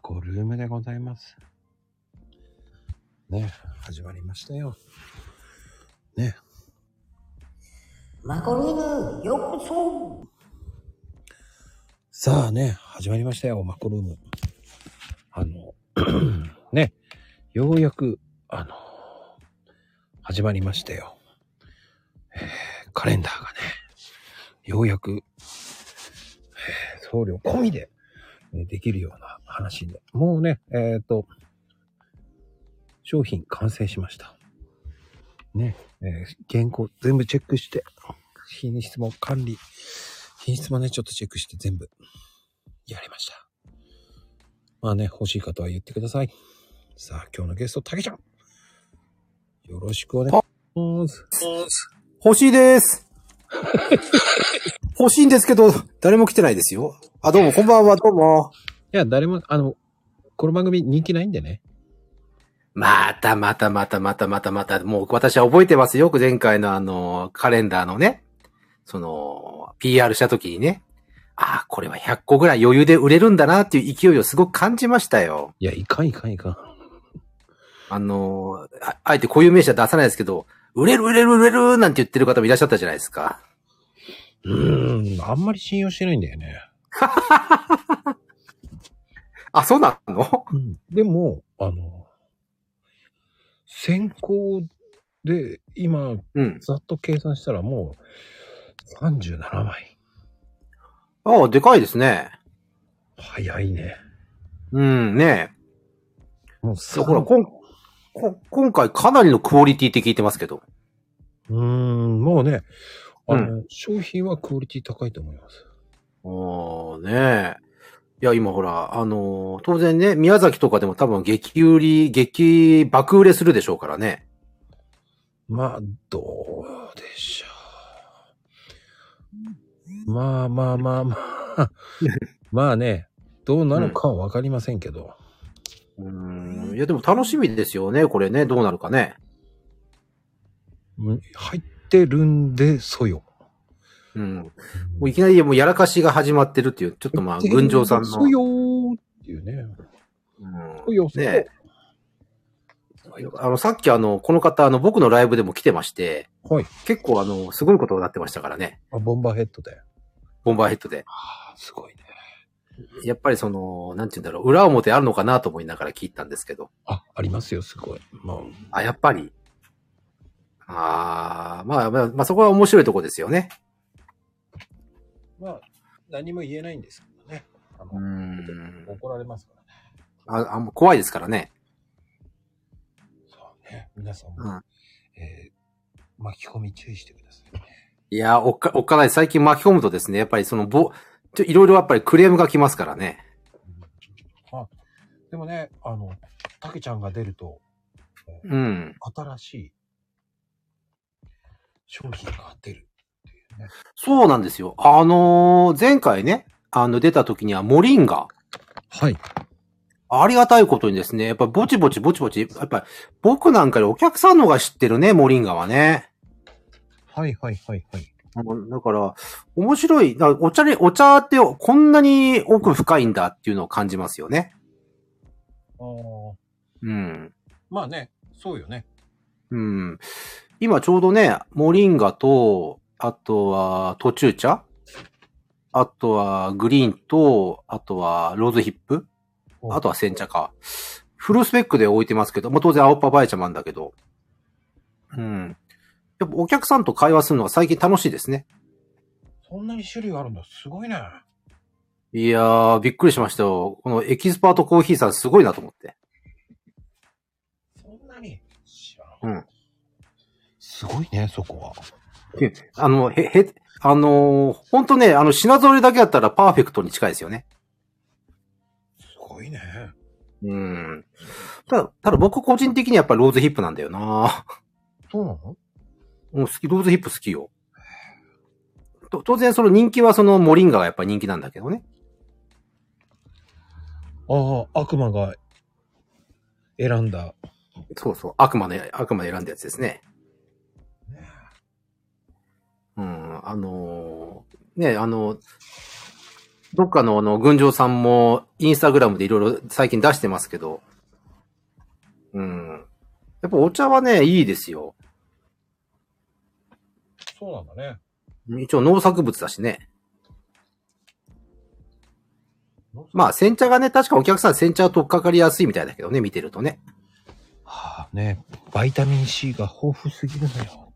コルームでございます。ね、始まりましたよ。ね。 マコルーム、ようこそ。 さあね、始まりましたよ、マコルーム。ね、ようやく、始まりましたよ。カレンダーがね、ようやく、送料込みで、できるような話で。もうね、商品完成しました。ね、原稿全部チェックして、品質も管理、品質もね、ちょっとチェックして全部やりました。まあね、欲しい方は言ってください。さあ、今日のゲスト、たけちゃん。よろしくお願いします。 欲しいです。欲しいんですけど、誰も来てないですよ。あ、どうも、こんばんは、どうも。 いや、誰も、この番組人気ないんでね。 また、もう私は覚えてますよ。前回のカレンダーのね、PR した時にね、ああ、これは100個ぐらい余裕で売れるんだなっていう勢いをすごく感じましたよ。 いや、いかん。 あえて固有名詞は出さないですけど、売れるなんて言ってる方もいらっしゃったじゃないですか。 あんまり信用してないんだよね。 あ、そうなの？ でも、先行で、今、ざっと計算したらもう、37枚。 ああ、でかいですね。 早いね。 ねえ。 もうほら、今回かなりのクオリティって聞いてますけど。 もうね、商品はクオリティ高いと思います。 ねえ。いや、今ほら、当然ね、宮崎とかでも多分爆売れするでしょうからね。 まあ、どうでしょう。まあ。まあね、どうなるかはわかりませんけど。 いや、でも楽しみですよね、これね、どうなるかね。 入ってるんで、そよ。 もういきなりもうやらかしが始まってるっていう、ちょっとまあ、群青さんの。 そよーっていうね。 ねさっきこの方、僕のライブでも来てまして、 はい。 結構すごいことになってましたからね。 ボンバーヘッドで。 ボンバーヘッドで。 すごいね。 やっぱりなんて言うんだろう、裏表あるのかなと思いながら聞いたんですけど。 ありますよ、すごい。 やっぱり。まあ、そこは面白いとこですよね。 まあ、何も言えないんですけどね。怒られますからね。 怖いですからね。 そうね。皆さんも、巻き込み注意してくださいね。 いや、おっかない。最近巻き込むとですね、やっぱりいろいろやっぱりクレームが来ますからね。 でもね、たけちゃんが出ると、新しい商品が出るっていうね。 そうなんですよ。前回ね、出た時にはモリンガ。 はい。 ありがたいことにですね、やっぱぼちぼち、やっぱり僕なんかでお客さんの方が知ってるね、モリンガはね。 はい。 だから、面白い。お茶ってこんなに奥深いんだっていうのを感じますよね。 まあね、そうよね。 今ちょうどね、モリンガと、あとは途中茶、あとはグリーンと、あとはローズヒップ、あとは煎茶か。フルスペックで置いてますけど、当然青パパイ茶もあるんだけど。やっぱお客さんと会話するのが最近楽しいですね。 そんなに種類あるんだ。すごいね。 いやー、びっくりしましたよ。このエキスパートコーヒーさんすごいなと思って。 そんなに知らなかった。すごいね、そこは。 ほんとね、品揃えだけだったらパーフェクトに近いですよね。 すごいね。 ただ僕個人的にやっぱりローズヒップなんだよな。 そうなの？ ローズヒップ好きよ。当然その人気はそのモリンガがやっぱり人気なんだけどね。 悪魔が選んだ。 そう。悪魔で選んだやつですね。 どっかの群青さんもインスタグラムでいろいろ最近出してますけど、うん。やっぱお茶はね、いいですよ。 そうなんだね。 一応農作物だしね。まあ、煎茶がね、確かお客さん煎茶は取っかかりやすいみたいだけどね、見てるとね。 はあね、バイタミン C が豊富すぎるのよ。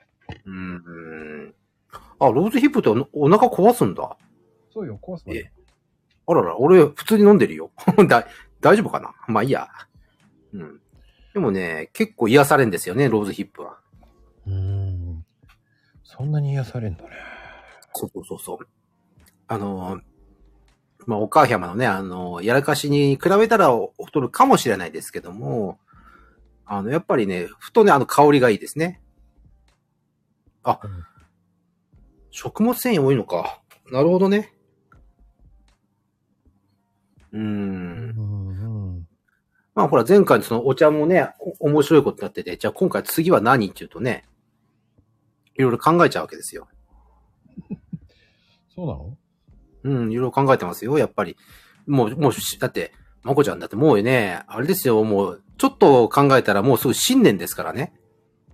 あ、ローズヒップってお腹壊すんだ。 そうよ、壊すのよ。 あらら、俺普通に飲んでるよ。大丈夫かな。まあいいや。うん。でもね、結構癒されんですよね、ローズヒップは。 そんなに癒されんだね。 そう。まあ、お母様のね、やらかしに比べたら劣るかもしれないですけども、やっぱりね、ふとね、香りがいいですね。あ、食物繊維多いのか。なるほどね。まあほら、前回のそのお茶もね、面白いことになってて、じゃあ今回次は何っていうとね、いろいろ考えちゃうわけですよ。 そうなの？ いろいろ考えてますよ、やっぱり。もう、だって、まこちゃんだってもうね、あれですよ、もう、ちょっと考えたらもうすぐ新年ですからね。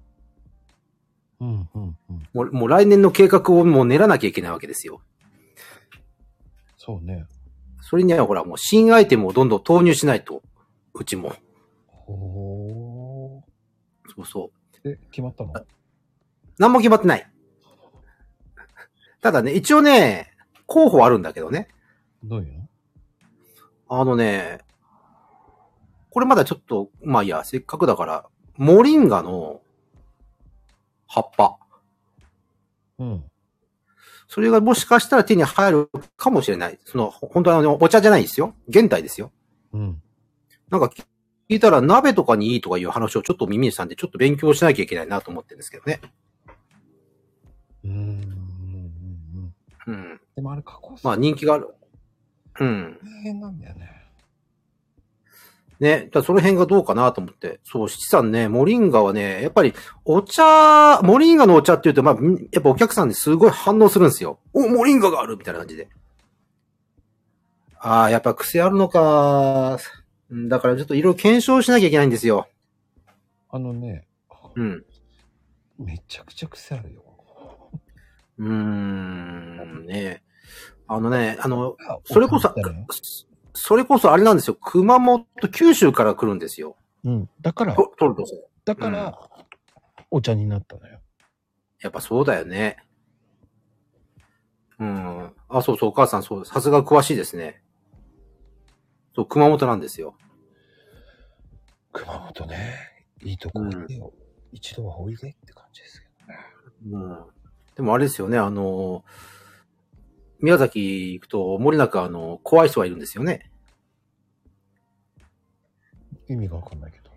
もう来年の計画をもう練らなきゃいけないわけですよ。 そうね。 それにはほら、もう新アイテムをどんどん投入しないと。うちも。 ほー。そう。 決まったの？ 何も決まってない。ただね、一応ね、候補あるんだけどね。 どういうの？ これまだちょっと、まあいいや、せっかくだから、モリンガの葉っぱ。それがもしかしたら手に入るかもしれない。本当はお茶じゃないですよ。原体ですよ。なんか聞いたら鍋とかにいいとかいう話をちょっと耳にしたんで、ちょっと勉強しなきゃいけないなと思ってるんですけどね。 でもあれ加工する。 まあ人気がある。 大変なんだよね。 ね、その辺がどうかなと思って。そう、七さんね、モリンガはね、やっぱりモリンガのお茶って言うと、まあ、やっぱお客さんにすごい反応するんですよ。モリンガがあるみたいな感じで。やっぱ癖あるのか。だからちょっといろいろ検証しなきゃいけないんですよ。 めちゃくちゃ癖あるよ。 ね。それこそあれなんですよ。熊本、九州から来るんですよ。 だから、お茶になったのよ。 やっぱそうだよね。そう、お母さん、そう、さすが詳しいですね。そう、熊本なんですよ。 熊本ね。いいとこ行ってよ。一度はおいでって感じですけどね。 でもあれですよね、宮崎行くと、森中怖い人がいるんですよね。 意味がわかんないけど。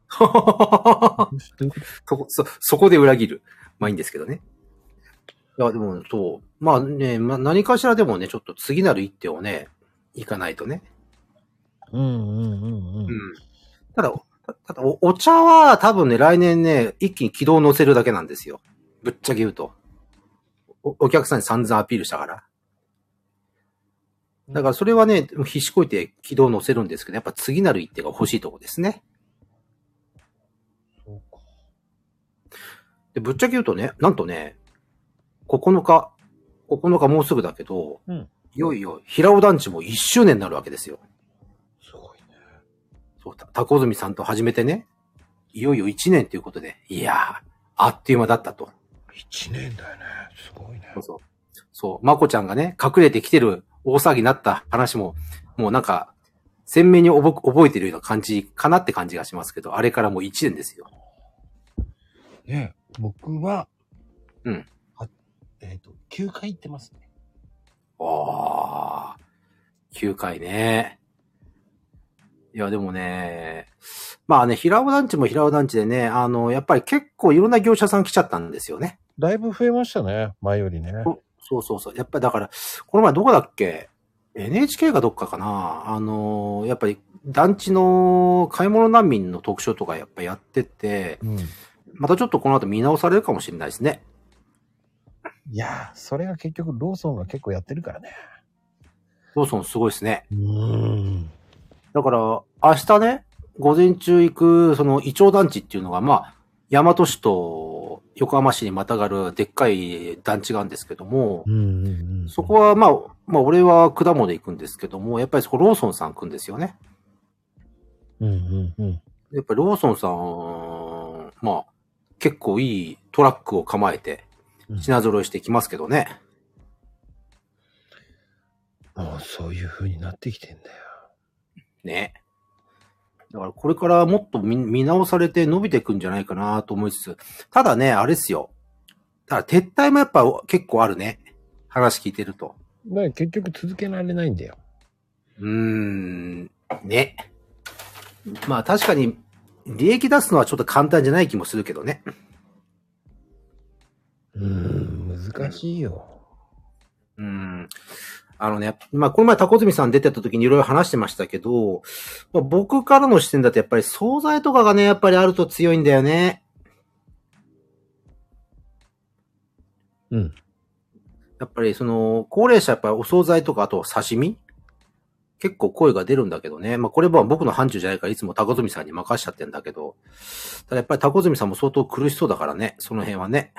そこで裏切る。まあいいんですけどね。いや、でも、そう。まあね、何かしらでもね、ちょっと次なる一手をね、行かないとね。ただ、お茶は多分ね、来年ね、一気に軌道を乗せるだけなんですよ。ぶっちゃけ言うと。お客さんに散々アピールしたから。だからそれはね、必死こいて軌道を乗せるんですけど、やっぱ次なる一手が欲しいとこですね。そうか。で、ぶっちゃけ言うとね、なんとね、9日もうすぐだけど、いよいよ平尾団地も1周年になるわけですよ。 すごいね。 そう、タコズミさんと始めてね、いよいよ1年ということで、いやー、あっという間だったと。 1年だよね。すごいね。 そう、まこちゃんがね、隠れてきてる大騒ぎになった話も、もうなんか、鮮明に覚えてるような感じかなって感じがしますけど、あれからもう1年ですよ。 ね、僕は、9回行ってますね。 9回ね。いや、でもね、まあね、平尾団地も平尾団地でね、やっぱり結構いろんな業者さん来ちゃったんですよね。 だいぶ増えましたね、前よりね。 そう。やっぱりだから、この前どこだっけ？ NHK かどっかかな？やっぱり団地の買い物難民の特徴とかやっぱやってて、またちょっとこの後見直されるかもしれないですね。 いやー、それが結局ローソンが結構やってるからね。 ローソンすごいですね。だから、明日ね、午前中行く、その、イチョウ団地っていうのが、まあ、大和市と横浜市にまたがるでっかい団地があるんですけども、そこは、まあ、俺は果物で行くんですけども、やっぱりそこローソンさん来るんですよね。やっぱりローソンさん、まあ、結構いいトラックを構えて、品揃えしてきますけどね。 もうそういう風になってきてんだよ。 ね。だからこれからもっと見直されて伸びていくんじゃないかなと思いつつ、ただね、あれっすよ。だから撤退もやっぱ結構あるね。話聞いてると。 だから結局続けられないんだよ。 ね。まあ確かに利益出すのはちょっと簡単じゃない気もするけどね。 難しいよ。 まあこの前タコズミさん出てた時にいろいろ話してましたけど、まあ、僕からの視点だとやっぱり惣菜とかがね、やっぱりあると強いんだよね。やっぱりその、高齢者やっぱりお惣菜とかあと刺身結構声が出るんだけどね。まあこれは僕の範疇じゃないからいつもタコズミさんに任しちゃってんだけど、ただやっぱりタコズミさんも相当苦しそうだからね、その辺はね。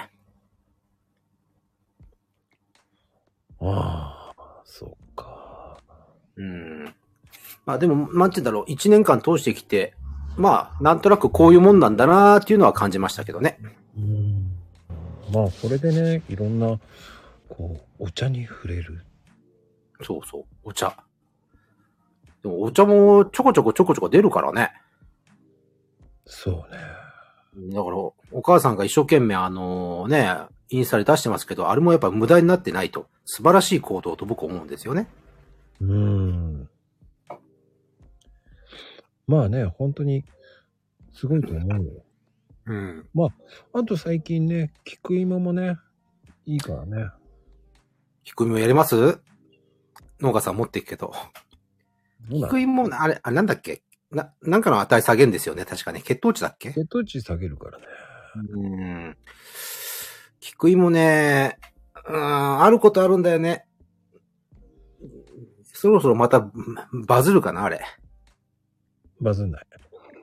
そっか。 まあでも、なんて言うんだろう、1年間通してきて、まあ、なんとなくこういうもんなんだなーっていうのは感じましたけどね。 まあ、それでね、いろんな、こう、お茶に触れる。 そうそう、お茶。でもお茶もちょこちょこ出るからね。 そうね。 だから、お母さんが一生懸命インスタで出してますけど、あれもやっぱ無駄になってないと。素晴らしい行動と僕思うんですよね。 まあね、本当に、すごいと思うよ。まあ、あと最近ね、菊芋もね、いいからね。 菊芋やります農家さん持っていくけど。菊芋、あれなんだっけなんかの値下げんですよね、確かね。血糖値だっけ？ 血糖値下げるからね。 菊芋ね、あることあるんだよね。そろそろまたバズるかな、あれ。 バズんない。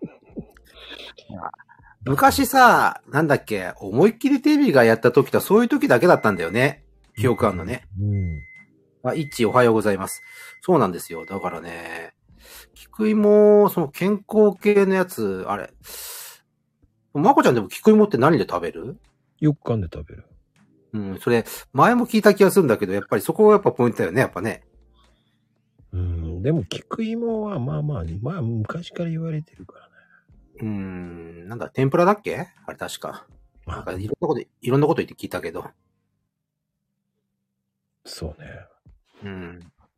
昔さ、なんだっけ、思いっきりテレビがやった時とはそういう時だけだったんだよね。記憶あるのね。いっちおはようございます。そうなんですよ。だからね、菊芋、その健康系のやつ、あれ。まこちゃんでも菊芋って何で食べる？ よく噛んで食べる。 それ、前も聞いた気がするんだけど、やっぱりそこがやっぱポイントだよね、やっぱね。 でも菊芋はまあ昔から言われてるからね。 なんだ、天ぷらだっけ？あれ確か。なんかいろんなこと言って聞いたけど。 そうね。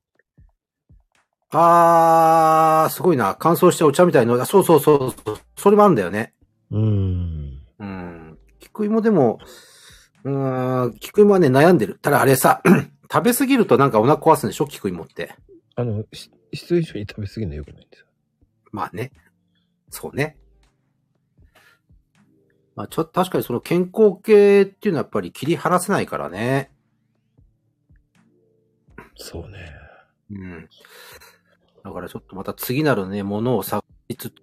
すごいな。乾燥してお茶みたいの。そう。それもあるんだよね。菊芋でも、菊芋はね、悩んでる。ただあれさ、食べ過ぎるとなんかお腹壊すんでしょ？菊芋って。 質以上に食べ過ぎるのは良くないんですよ。 まあね。そうね。まあ確かにその健康系っていうのはやっぱり切り離せないからね。 そうね。 だからちょっとまた次なるね、ものを探しつつ、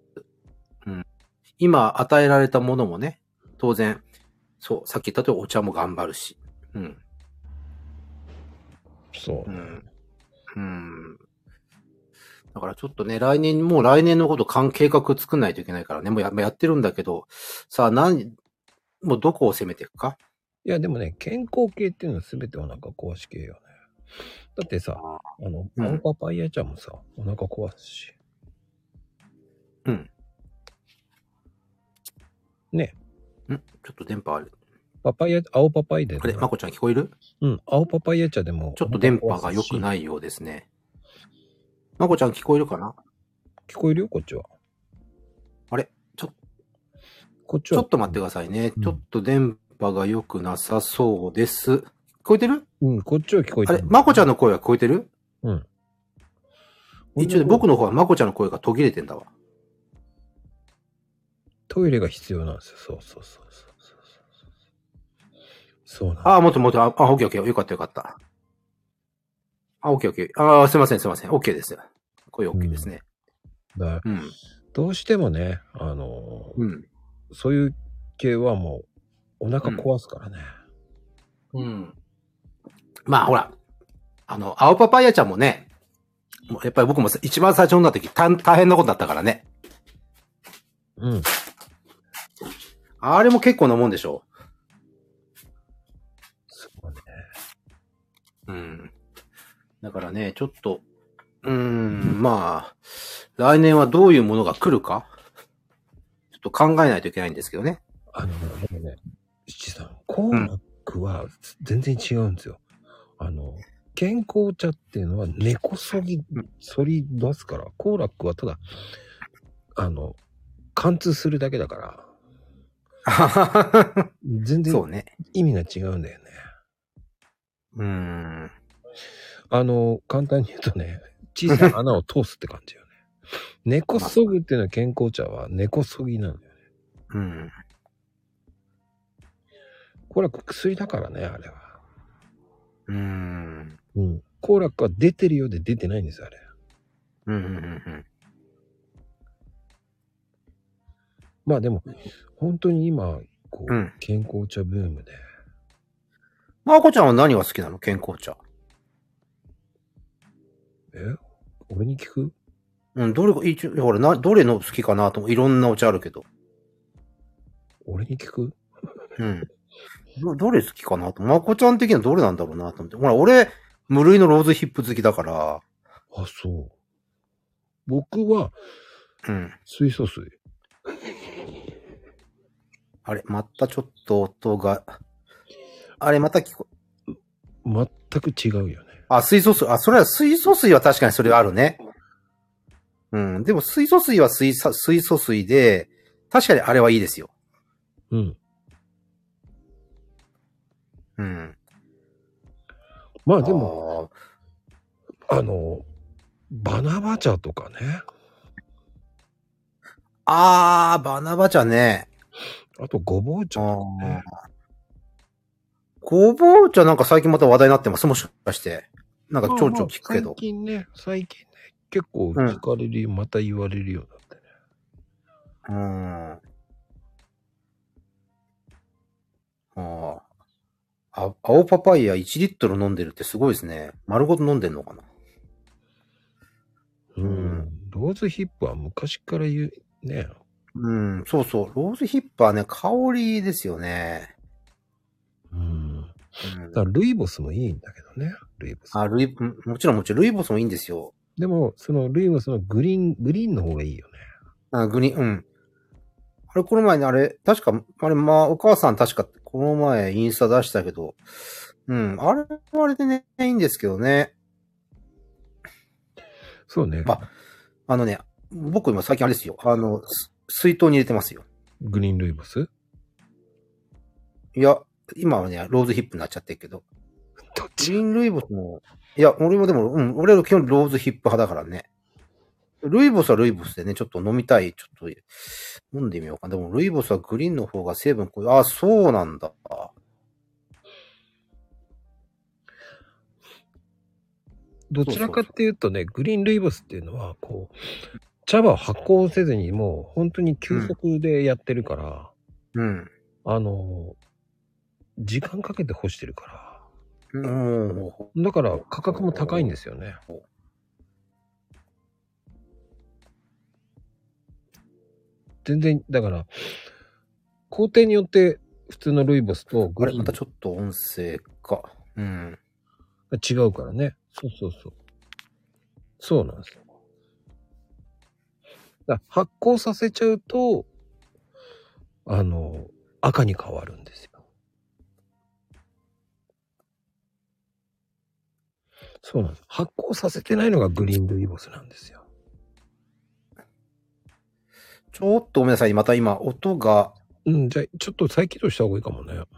今与えられたものもね、当然、そう、さっき言ったとおりお茶も頑張るし。 そうね。 だからちょっとね、来年のこと計画作んないといけないからね、もうやってるんだけど、さあもうどこを攻めていくか？ いや、でもね、健康系っていうのは全てお腹壊し系よね。だってさ、青パパイヤ茶もさ、お腹壊すし。ね。 ちょっと電波ある。 青パパイヤで、 あれ、まこちゃん聞こえる？ 青パパイヤ茶でも。 ちょっと電波が良くないようですね。まこちゃん聞こえるかな？ 聞こえるよ、こっちは。 あれ？ちょっと待ってくださいね。ちょっと電波が良くなさそうです。聞こえてる？ こっちは聞こえてる。 あれ、まこちゃんの声は聞こえてる？一応ね、僕の方はまこちゃんの声が途切れてんだわ。 トイレが必要なんですよ。そう。そうなんもっと、オッケー、よかった。 あ、OK、OK。ああ、すいません、すいません。OK です。これ OK ですね。 だうん。 どうしてもね、 うん。 そういう系はもう、お腹壊すからね。 うん。まあ、ほら、青パパイヤちゃんもね、もうやっぱり僕も一番最初になった時大変なことだったからね。 うん。 あれも結構なもんでしょ。 そうね。 うん。だからね、ちょっと、まあ、来年はどういうものが来るか、ちょっと考えないといけないんですけどね。 でもね、七さん、コーラックは全然違うんですよ。健康茶っていうのは根こそぎ、反り出すから、コーラックはただ、貫通するだけだから、全然そうね。 意味が違うんだよね。簡単に言うとね、小さな穴を通すって感じよね。根こそぎっていうのは健康茶は根こそぎなんだよね。 うん。 コーラック薬だからね、あれは。 うん。 うん。コーラックは出てるようで出てないんですよ、あれ。 うん。うん。 まあでも、本当に今、 うん。 健康茶ブームで。 まーこちゃんは何が好きなの？健康茶。 俺に聞く？ うん、どれが、ほら、どれの好きかなと、いろんなお茶あるけど。 俺に聞く？ うん。どれ好きかなと。まーこちゃん的にはどれなんだろうなと思って。ほら、俺、無類のローズヒップ好きだから。 あ、そう。僕は、 うん。 水素水。 あれ、またちょっと音が。あれ、また聞こ全く違うよね。 あ、水素水。あ、それは水素水は確かにそれはあるね。うん。でも水素水は水素水で、確かにあれはいいですよ。 うん。 うん。 まあでも、バナバ茶とかね。 バナバ茶ね。 あと、ごぼう茶とかね。 ごぼう茶なんか最近また話題になってます。もしかして。なんかちょいちょい聞くけど。 最近ね、結構聞かれるよ、また言われるようになってね。 青パパイヤ1リットル飲んでるってすごいですね。丸ごと飲んでんのかな？ ローズヒップは昔から言う、ね。 そうそう。ローズヒップはね、香りですよね。 だからルイボスもいいんだけどね。ルイボス。 もちろん、ルイボスもいいんですよ。 でも、そのルイボスのグリーンの方がいいよね。 グリーン、あれ、この前ね、確か、お母さん確か、この前インスタ出したけど、あれはあれでね、いいんですけどね。 そうね。 僕今最近あれですよ。水筒に入れてますよ。 グリーンルイボス？ いや、今はね、ローズヒップになっちゃってるけど。 どっち？ グリーンルイボスも、いや、俺もでも、俺は基本ローズヒップ派だからね。ルイボスはルイボスでね、ちょっと飲みたい。ちょっと飲んでみようかな。でも、ルイボスはグリーンの方が成分濃い。そうなんだ。 どちらかっていうとね、グリーンルイボスっていうのは、茶葉を発酵せずにもう本当に急速でやってるから、時間かけて干してるから。だから価格も高いんですよね。全然、だから、工程によって普通のルイボスとグリーン。 またちょっと音声が。 違うからね。そう。そうなんですよ。発酵させちゃうと、赤に変わるんですよ。そうなんです。発酵させてないのがグリーンルイボスなんですよ。 ちょっとごめんなさい。また今、音が。 じゃあ、ちょっと再起動した方がいいかもね。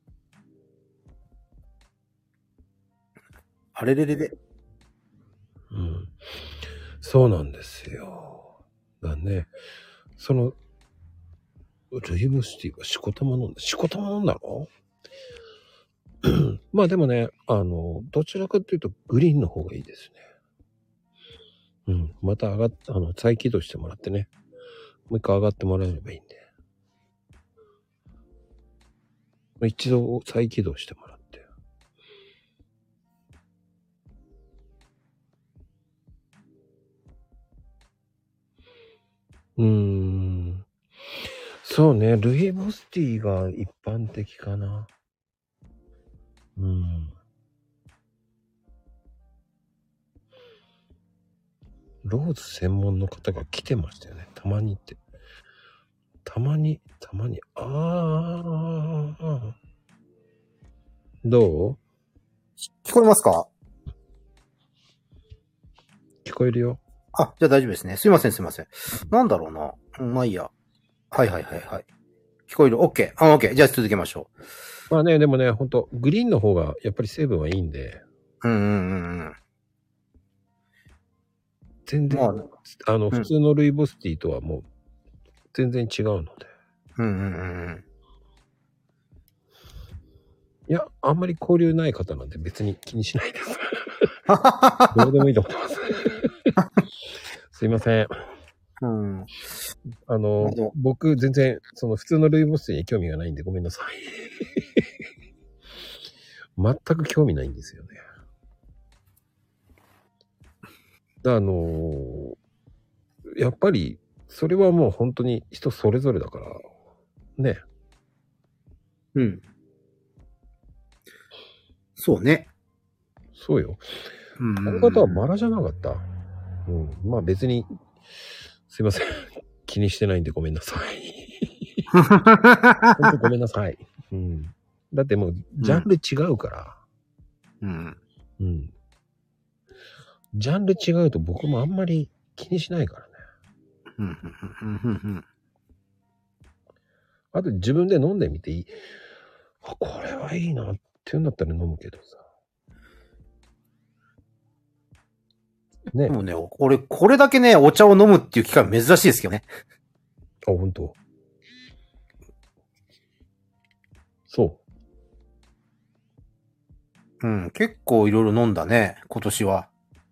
あれれれれ。 そうなんですよ。だね。ルイボスティーはしこたま飲んだろ？ まあでもね、どちらかというとグリーンの方がいいですね。うん。また再起動してもらってね。もう一回上がってもらえればいいんで。一度再起動してもらって。そうね、ルイボスティーが一般的かな。うん。ローズ専門の方が来てましたよね。たまにって。たまに、どう聞こえますか？ 聞こえるよ。 あ、じゃあ大丈夫ですね。すいません。なんだろうな。まあいいや。はい。聞こえる。OK。OK。じゃあ続けましょまあね、でもね、ほんと、グリーンの方がやっぱり成分はいいんで。 う。うん。 全然、 まあ、 普通のルイボスティーとはもう、全然違うので。いや、あんまり交流ない方なんで別に気にしないです。どうでもいいと思ってます。すいません。 うん。 僕全然、普通のルイボスティーに興味がないんでごめんなさい。全く興味ないんですよね。やっぱり、それはもう本当に人それぞれだから、ね。 うん。そうね。 そうよ。あの方はバラじゃなかった。うん。まあ別に、すいません。気にしてないんでごめんなさい。本当ごめんなさい。うん。だってもう、ジャンル違うから。うん。ジャンル違うと僕もあんまり気にしないからね。あと自分で飲んでみていい。これはいいなって言うんだったら飲むけどさ。ね。 もうね、俺、これだけね、お茶を飲むっていう機会珍しいですけどね。 あ、本当。そう。 うん、結構いろいろ飲んだね、今年は。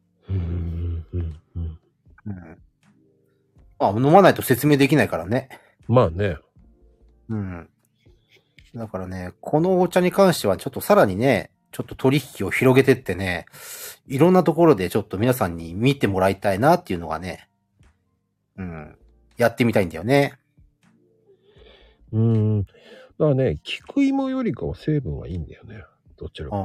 あ、飲まないと説明できないからね。 まあね。 うん。だからね、このお茶に関してはちょっとさらにね、ちょっと取引を広げてってね、いろんなところでちょっと皆さんに見てもらいたいなっていうのがね、やってみたいんだよね。 だからね、菊芋よりかは成分はいいんだよね。どちらか。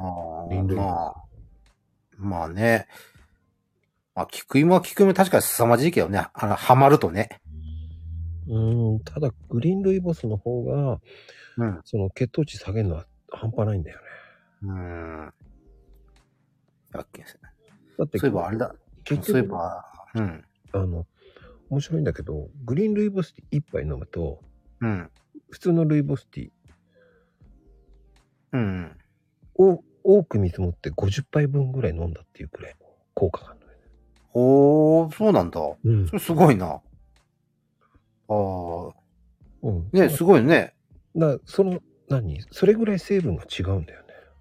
まあね。まあ、菊芋は菊芋確かに凄まじいけどね、ハマるとね。 ただ、グリーンルイボスの方が、その血糖値下げるのは半端ないんだよね。 だって、 そういえばあれだ。そういえば、 面白いんだけど、グリーンルイボスティー1杯飲むと、普通のルイボスティー、多く見積もって50杯分ぐらい飲んだっていうくらいの効果があるのよね。 そうなんだ。それすごいな。ね、すごいね。 それぐらい成分が違うんだよ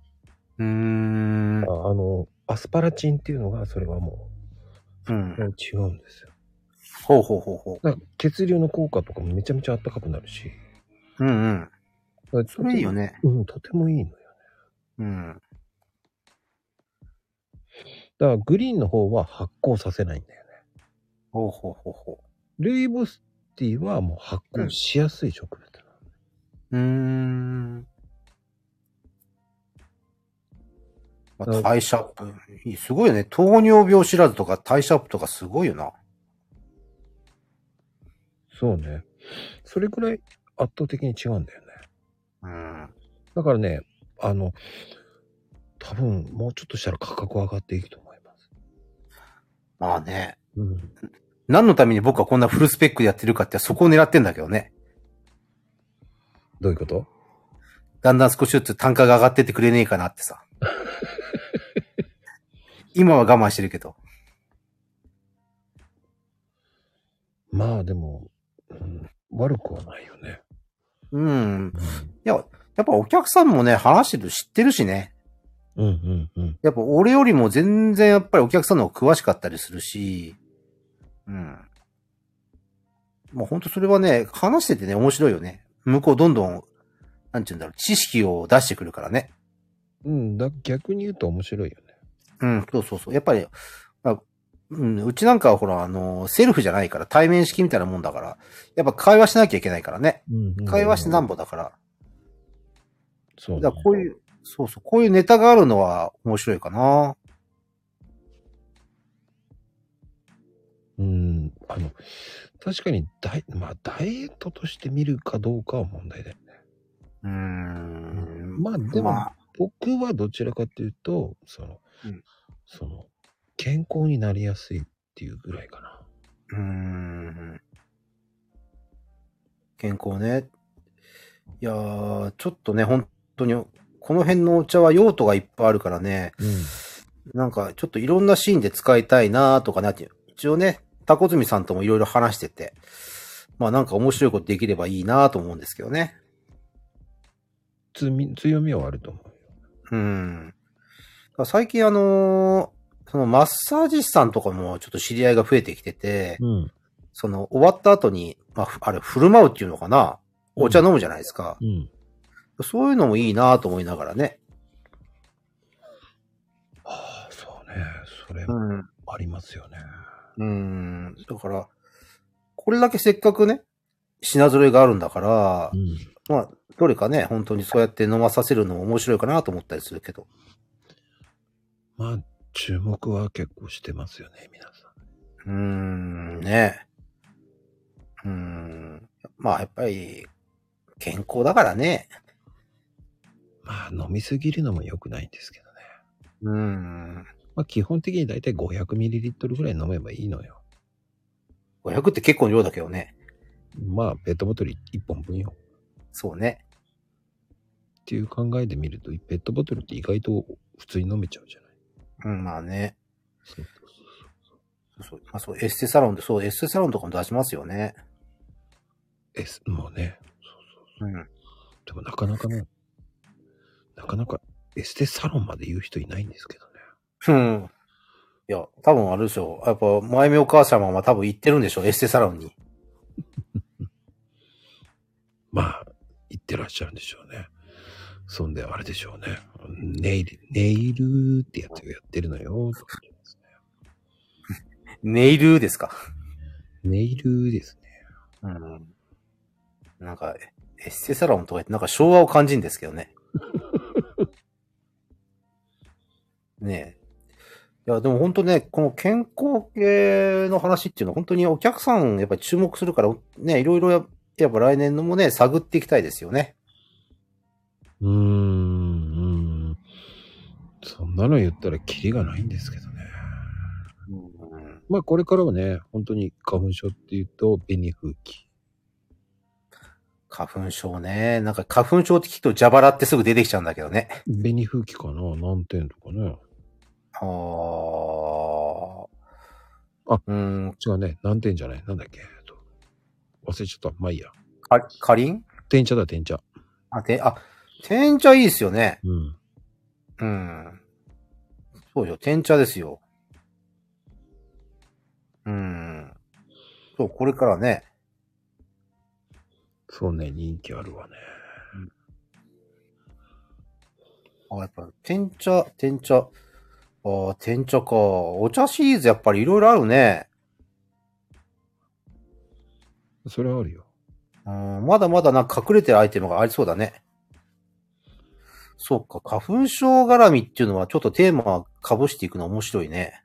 ね。アスパラチンっていうのが、それはもう、違うんですよ。 ほう。 だから血流の効果とかもめちゃめちゃ暖かくなるし。 それいいよね。 とてもいいのよね。だからグリーンの方は発酵させないんだよね。 ほう。 ルイボスティーはもう発酵しやすい植物なの。 代謝アップ。すごいよね。糖尿病知らずとか代謝アップとかすごいよな。 そうね。それくらい圧倒的に違うんだよね。だからね、多分もうちょっとしたら価格上がっていくと思います。 まあね。何のために僕はこんなフルスペックでやってるかってそこを狙ってんだけどね。 どういうこと？ だんだん少しずつ単価が上がってってくれねえかなってさ。今は我慢してるけど。まあでも、悪くはないよね。 いや、 やっぱお客さんもね、話してる知ってるしね。 うんうんうん。 やっぱ俺よりも全然やっぱりお客さんの方が詳しかったりするし、うん。もうほんとそれはね、話しててね、面白いよね。向こうどんどん、なんて言うんだろう、知識を出してくるからね。 うん、逆に言うと面白いよね。 うん、そうそうそう。やっぱり、うん、うちなんかはほら、セルフじゃないから対面式みたいなもんだから、やっぱ会話しなきゃいけないからね。会話してなんぼだから。 そうね。 だからこういう、そうそう、こういうネタがあるのは面白いかな。 確かにまあ、ダイエットとして見るかどうかは問題だよね。まあ、でも、僕はどちらかというと、健康になりやすいっていうぐらいかな。 健康ね。いやー、ちょっとね、本当に、この辺のお茶は用途がいっぱいあるからね、なんかちょっといろんなシーンで使いたいなとかなって、一応ね、タコズミさんともいろいろ話してて、まあなんか面白いことできればいいなと思うんですけどね。 強みはあると思う。最近そのマッサージ師さんとかもちょっと知り合いが増えてきてて、その終わった後に、まあ、あれ振る舞うっていうのかな、お茶飲むじゃないですか。そういうのもいいなと思いながらね。 ああ、そうね。それ、ありますよね。 だから、これだけせっかくね、品揃えがあるんだから、まあ、どれかね、本当にそうやって飲まさせるのも面白いかなと思ったりするけど。 まあ、注目は結構してますよね、皆さん。ね。まあ、やっぱり、健康だからね。 まあ、飲みすぎるのも良くないんですけどね。まあ、基本的にだいたい 500ml ぐらい飲めばいいのよ。 500って結構量だけどね。 まあ、ペットボトル1本分よ。 そうね。 っていう考えで見ると、ペットボトルって意外と普通に飲めちゃうじゃない。 まあね。そう、まあそう、エステサロンで、そう、エステサロンとかも出しますよね。 もうね。そう。でもなかなかね、エステサロンまで言う人いないんですけどね。 いや、多分あるでしょ。やっぱ、前目お母様は多分行ってるんでしょ、エステサロンに。 まあ、行ってらっしゃるんでしょうね。そんで、あれでしょうね。ネイルってやつをやってるのよ。 ネイルですか。 ネイルですね。 なんか、エステサロンとか言ってなんか昭和を感じるんですけどね。ねえ。いや、でも本当ね、この健康系の話っていうのは本当にお客さんやっぱり注目するから、ね、いろいろやっぱ来年のもね、探っていきたいですよね。 そんなの言ったらキリがないんですけどね。まあこれからはね、本当に花粉症っていうと紅風紀。 花粉症ね。なんか花粉症って聞くと蛇腹ってすぐ出てきちゃうんだけどね。 紅風紀かな、何点とかね。違うね。何点じゃない。なんだっけ。忘れちゃった。まあいいや。 かりん？ 天茶だ、天茶。 天茶いいですよね。そうよ、天茶ですよ。そう、これからね。 そうね、人気あるわね。 やっぱ、天茶か。お茶シリーズやっぱりいろいろあるね。 それはあるよ。 まだまだなんか隠れてるアイテムがありそうだね。そうか、花粉症絡みっていうのはちょっとテーマかぶしていくの面白いね。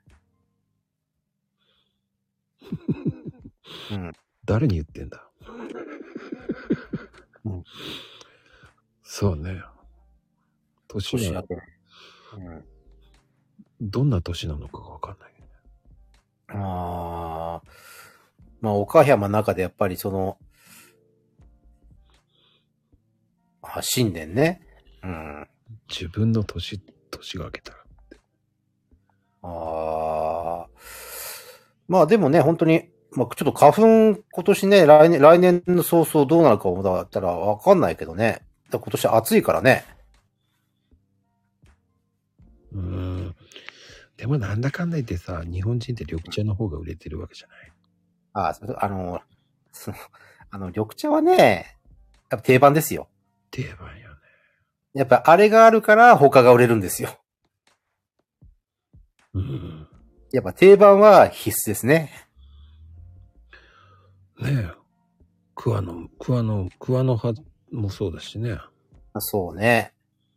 誰に言ってんだ。そうね。年は、どんな年なのかがわかんない。 まあ、岡山の中でやっぱりその、新年ね。 自分の年が明けたら。 まあでもね、本当に、まあちょっと花粉今年ね、来年の早々どうなるかもだったらわかんないけどね。 今年暑いからね。 でもなんだかんだ言ってさ、日本人って緑茶の方が売れてるわけじゃない。 緑茶はね、やっぱ定番ですよ。 定番よね。 やっぱあれがあるから他が売れるんですよ。やっぱ定番は必須ですね。 ねえ。桑の葉もそうだしね。 そうね。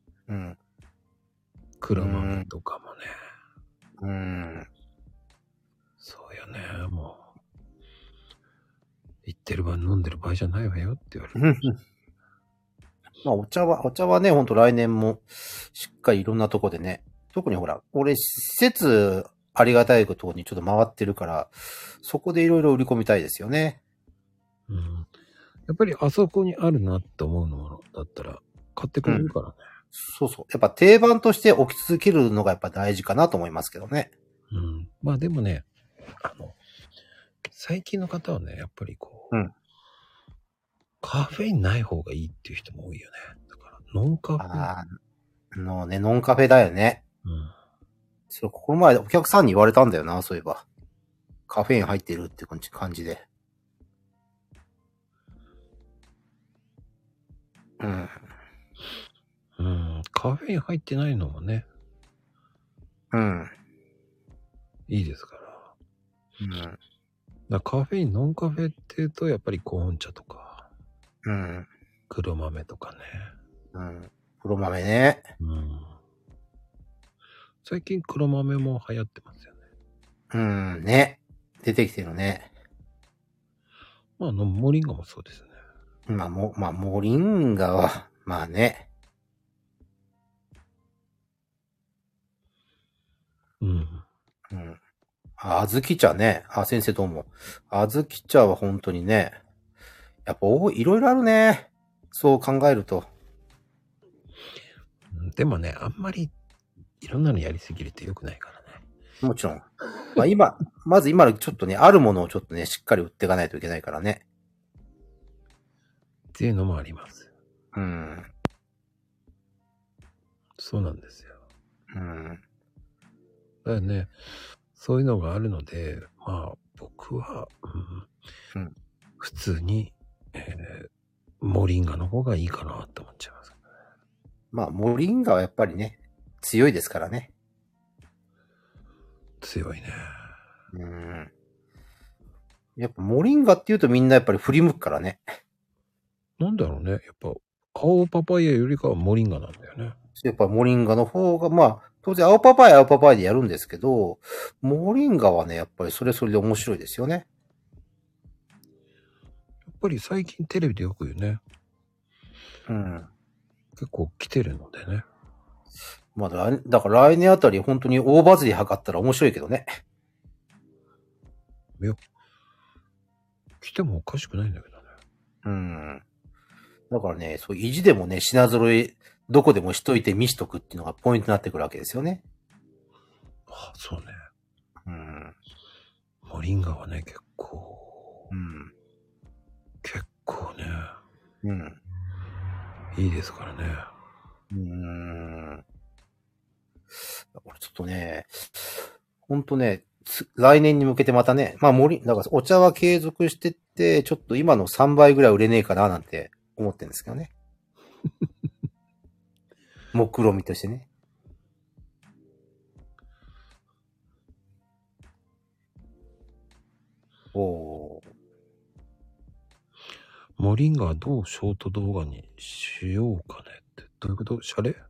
黒豆とかもね。そうよね。もう。言ってる場飲んでる場合じゃないわよって言われる。 まあお茶はね、ほんと来年もしっかりいろんなとこでね。特にほら、俺施設ありがたいことにちょっと回ってるから、そこでいろいろ売り込みたいですよね。 やっぱりあそこにあるなって思うのだったら買ってくれるからね。 そうそう。やっぱ定番として置き続けるのがやっぱ大事かなと思いますけどね。 まあでもね、最近の方はね、やっぱりこう、カフェインない方がいいっていう人も多いよね。だから、ノンカフェイン。 ノンカフェだよね。それ、この前お客さんに言われたんだよな、そういえば。カフェイン入ってるって感じで。 カフェイン入ってないのもね。いいですから。だからカフェイン、ノンカフェっていうと、やっぱりコーン茶とか。黒豆とかね。 黒豆ね。 最近黒豆も流行ってますよね。 ね。出てきてるね。 まあ、モリンガもそうですね。 モリンガは、まあね。あずき茶ね。先生どうも。あずき茶は本当にね。やっぱいろいろあるね。そう考えると。 でもね、あんまりいろんなのやりすぎると良くないからね。 もちろん。まず今のちょっとね、あるものをちょっとね、しっかり売っていかないといけないからね。 っていうのもあります。そうなんですよ。だからね、そういうのがあるので、まあ僕は、普通に、モリンガの方がいいかなって思っちゃいます。 まあ、モリンガはやっぱりね、強いですからね。 強いね。 やっぱモリンガって言うとみんなやっぱり振り向くからね。 なんだろうね。やっぱ、青パパイヤよりかはモリンガなんだよね。 やっぱモリンガの方が、まあ、当然青パパイヤでやるんですけど、モリンガはね、やっぱりそれで面白いですよね。 やっぱり最近テレビでよく言うね。結構来てるのでね。 まあ、だから来年あたり本当に大バズり測ったら面白いけどね。 いや、来てもおかしくないんだけどね。 だからね、そう意地でもね、品揃え、どこでもしといて見しとくっていうのがポイントになってくるわけですよね。 そうね。モリンガはね、結構。結構ね。いいですからね。 俺ちょっとね、ほんとね、来年に向けてまたね、まあだからお茶は継続してって、ちょっと今の3倍ぐらい売れねえかななんて思ってるんですけどね。目論見としてね。 モリンガはどうショート動画にしようかねって。どういうこと？シャレ？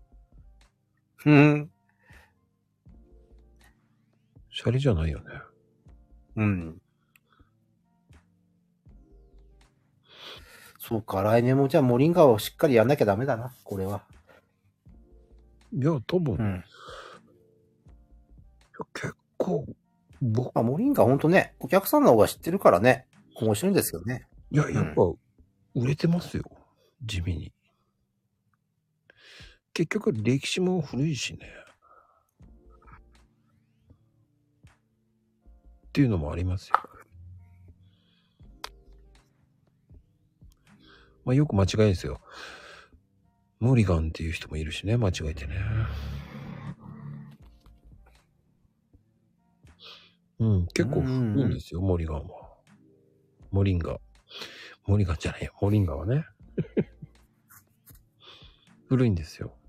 シャレじゃないよね。 そうか、来年もじゃあモリンガをしっかりやんなきゃダメだな、これは。 いや、多分。結構、 モリンガほんとね、お客さんの方が知ってるからね、面白いんですよね。 いや、やっぱ、売れてますよ。地味に。結局、歴史も古いしね。っていうのもありますよ。まあ、よく間違いですよ。 モリガンっていう人もいるしね、間違えてね。うん、結構古いんですよ、モリガンは。モリンガじゃないよ、モリンガはね。古いんですよ。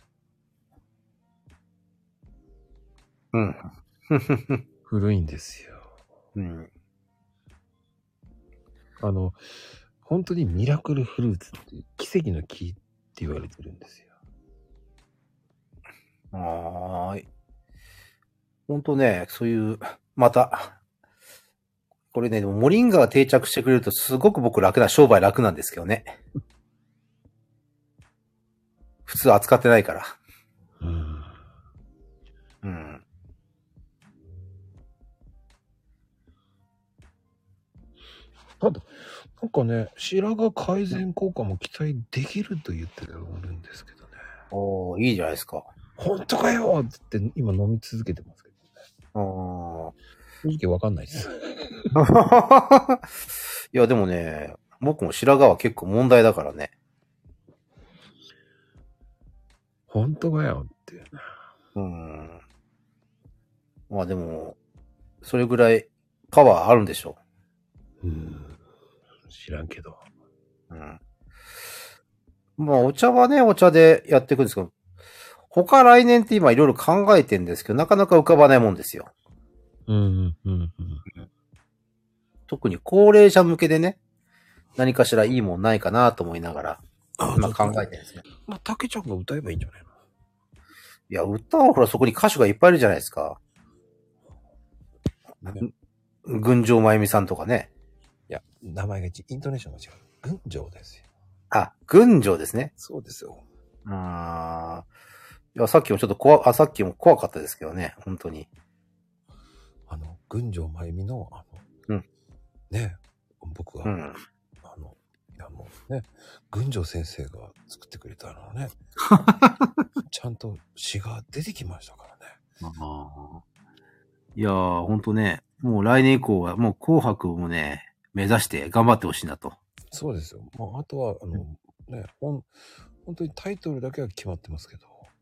うん。 古いんですよ。 うん。 本当にミラクルフルーツって奇跡の木って言われてるんですよ。 はーい。ほんとね、そういう、また、これね、でもモリンガが定着してくれるとすごく僕商売楽なんですけどね。普通扱ってないから。うん。 ただ、なんかね、白髪改善効果も期待できると言ってるんですけどね。 おー、いいじゃないですか。 本当かよって言って今飲み続けてますけどね。正直わかんないです。 いや、でもね、僕も白髪は結構問題だからね。 本当かよって。 まあでも、それぐらいパワーあるんでしょう。 知らんけど。 まあお茶はね、お茶でやっていくんですけど、他来年って今いろいろ考えてんですけど、なかなか浮かばないもんですよ。特に高齢者向けでね、何かしらいいもんないかなと思いながら、今考えてるんですね。 まあ、竹ちゃんが歌えばいいんじゃないの？ いや、歌はほらそこに歌手がいっぱいいるじゃないですか。群青まゆみさんとかね。 いや、名前がイントネーションが違う。群青ですよ。 あ、群青ですね。 そうですよ。 いや、さっきもちょっとさっきも怖かったですけどね、本当に。 群青まゆみの、ね、僕は、ね、群青先生が作ってくれたのね、ちゃんと詩が出てきましたからね。 いやー、ほんとね、もう来年以降はもう紅白もね、目指して頑張ってほしいなと。 そうですよ。まあ、あとは、ね、本当にタイトルだけは決まってますけど。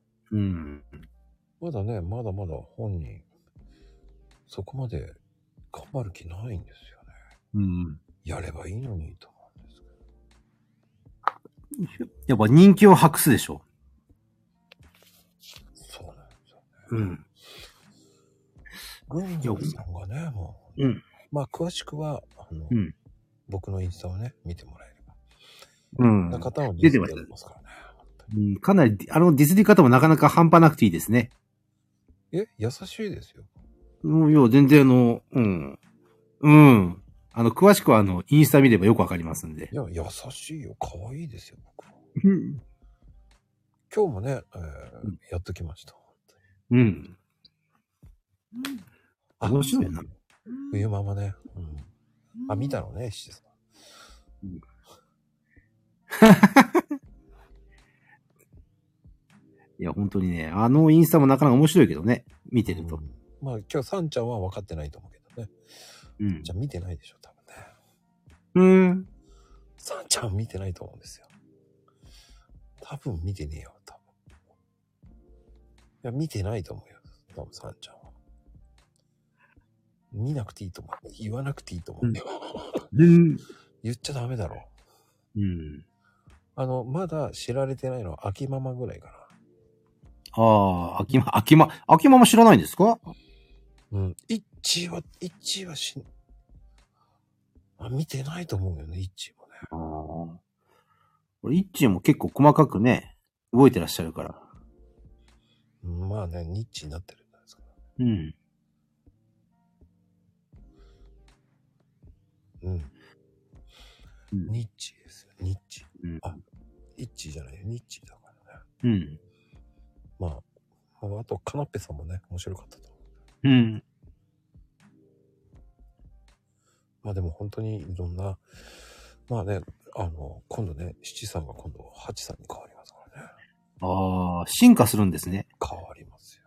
まだね、まだまだ本人、そこまで頑張る気ないんですよね。やればいいのにと思うんですけど。やっぱ人気を博すでしょ。 そうなんですよね。群青さんがね、もう。まあ、詳しくは、僕のインスタをね、見てもらえれば。な方をディスってますからね。 かなり、ディスり方もなかなか半端なくていいですね。 優しいですよ。 いや、全然詳しくはインスタ見ればよくわかりますんで。 いや、優しいよ。可愛いですよ、僕は。今日もね、やっときました。 面白いな。 冬ママね。見たのね、七さん。 いや、本当にね、インスタもなかなか面白いけどね、見てると。 まあ、今日サンちゃんは分かってないと思うけどね。じゃあ見てないでしょ、多分ね。サンちゃん見てないと思うんですよ。多分見てねえよ、多分。いや、見てないと思うよ、多分サンちゃんは。見なくていいと思う。言わなくていいと思うんだよ。言っちゃダメだろ。まだ知られてないのは秋ママぐらいかな。 秋ママ知らないんですか？ イッチーは見てないと思うよね、イッチーもね。 イッチーも結構細かくね、動いてらっしゃるから。 まあね、ニッチになってるんですけど。ニッチですよ、ニッチ。イッチーじゃないよ、ニッチーだからね。まあ、あと、カナッペさんもね、面白かったと思う。まあでも本当にいろんな、まあね、今度ね、七さんが今度、八さんに変わりますからね。 進化するんですね。 変わりますよ。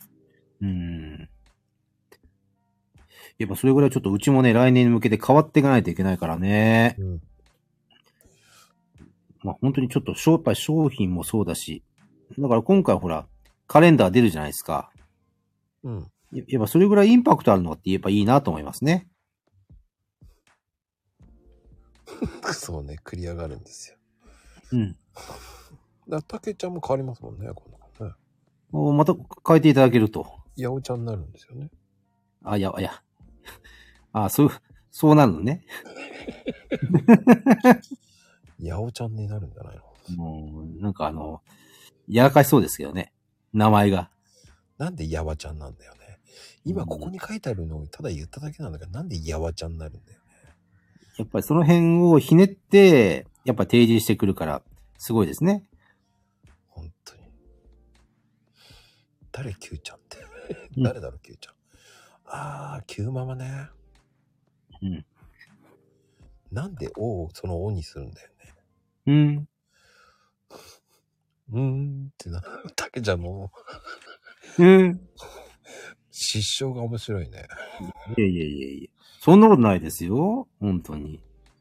やっぱそれぐらいちょっとうちもね、来年に向けて変わっていかないといけないからね。 まあ本当にちょっとやっぱり商品もそうだし、だから今回ほら、カレンダー出るじゃないですか。 うん。 やっぱそれぐらいインパクトあるのって言えばいいなと思いますね。 そうね、繰り上がるんですよ。 うん。 たけちゃんも変わりますもんね、今度ね。 また変えていただけると。 やおちゃんになるんですよね。 いや。そうなるのね。 やおちゃんになるんじゃないの？ もう、なんかやらかしそうですけどね。名前が。 なんでやわちゃんなんだよね。今ここに書いてあるのをただ言っただけなんだから、なんでやわちゃんになるんだよね。 やっぱりその辺をひねって、やっぱ提示してくるから、すごいですね。 本当に。誰 Q ちゃんって。誰だろう Q ちゃん。あー、Q ママね。 うん。 なんでO をその O にするんだよね。 ってな。たけちゃんの失笑が面白いね。 いや。そんなことないですよ。本当に。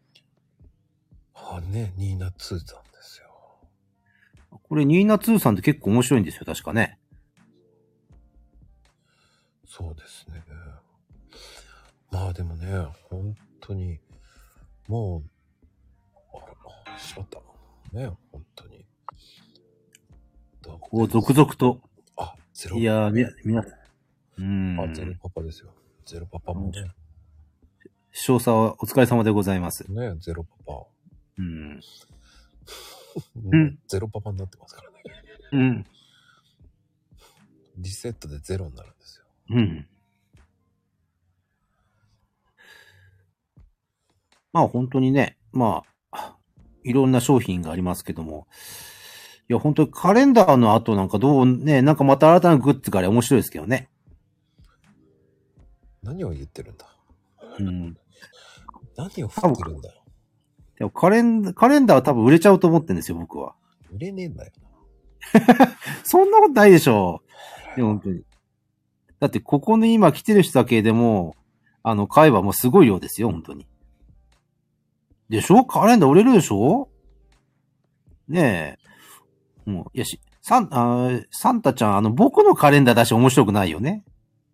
ね、ニーナツーさんですよ。 これ、ニーナツーさんって結構面白いんですよ、確かね。 そうですね。まあでもね、本当に、もう、しまった。ね、本当に。 こう、続々と。 ゼロ。 いやー、皆さん。 ゼロパパですよ。ゼロパパもね。 詳細はお疲れ様でございます。 ね、ゼロパパ。ゼロパパになってますからね。リセットでゼロになるんですよ。 まあ本当にね、いろんな商品がありますけども。いや本当にカレンダーの後なんかなんかまた新たなグッズがあれ面白いですけどね。 何を言ってるんだ。何を振ってるんだよ。 でもカレンダーは多分売れちゃうと思ってるんですよ、僕は。 売れねえんだよ。 そんなことないでしょう。でも本当に。だってここに今来てる人だけでも、買えばもうすごい量ですよ、本当に。でしょ？カレンダー売れるでしょ？ねえ。もう、サンタちゃん、僕のカレンダーだし面白くないよね。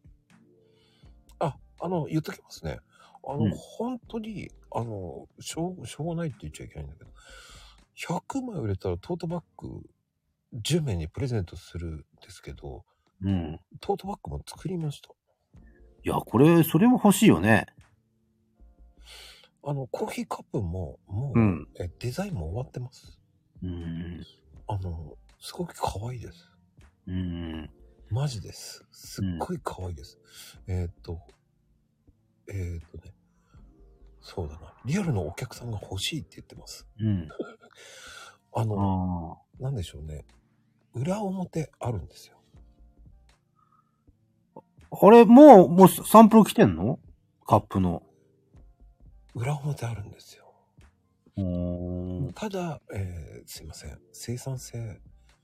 言っときますね。本当に、しょうがないって言っちゃいけないんだけど、100枚売れたらトートバッグ10名にプレゼントするんですけど、トートバッグも作りました。 いや、それも欲しいよね。 コーヒーカップも、もう、デザインも終わってます。すごく可愛いです。マジです。すっごい可愛いです。そうだな。リアルのお客さんが欲しいって言ってます。なんでしょうね。裏表あるんですよ。 あれ、もうサンプル来てんの？カップの。 裏表あるんですよ。ただ、すいません。生産性。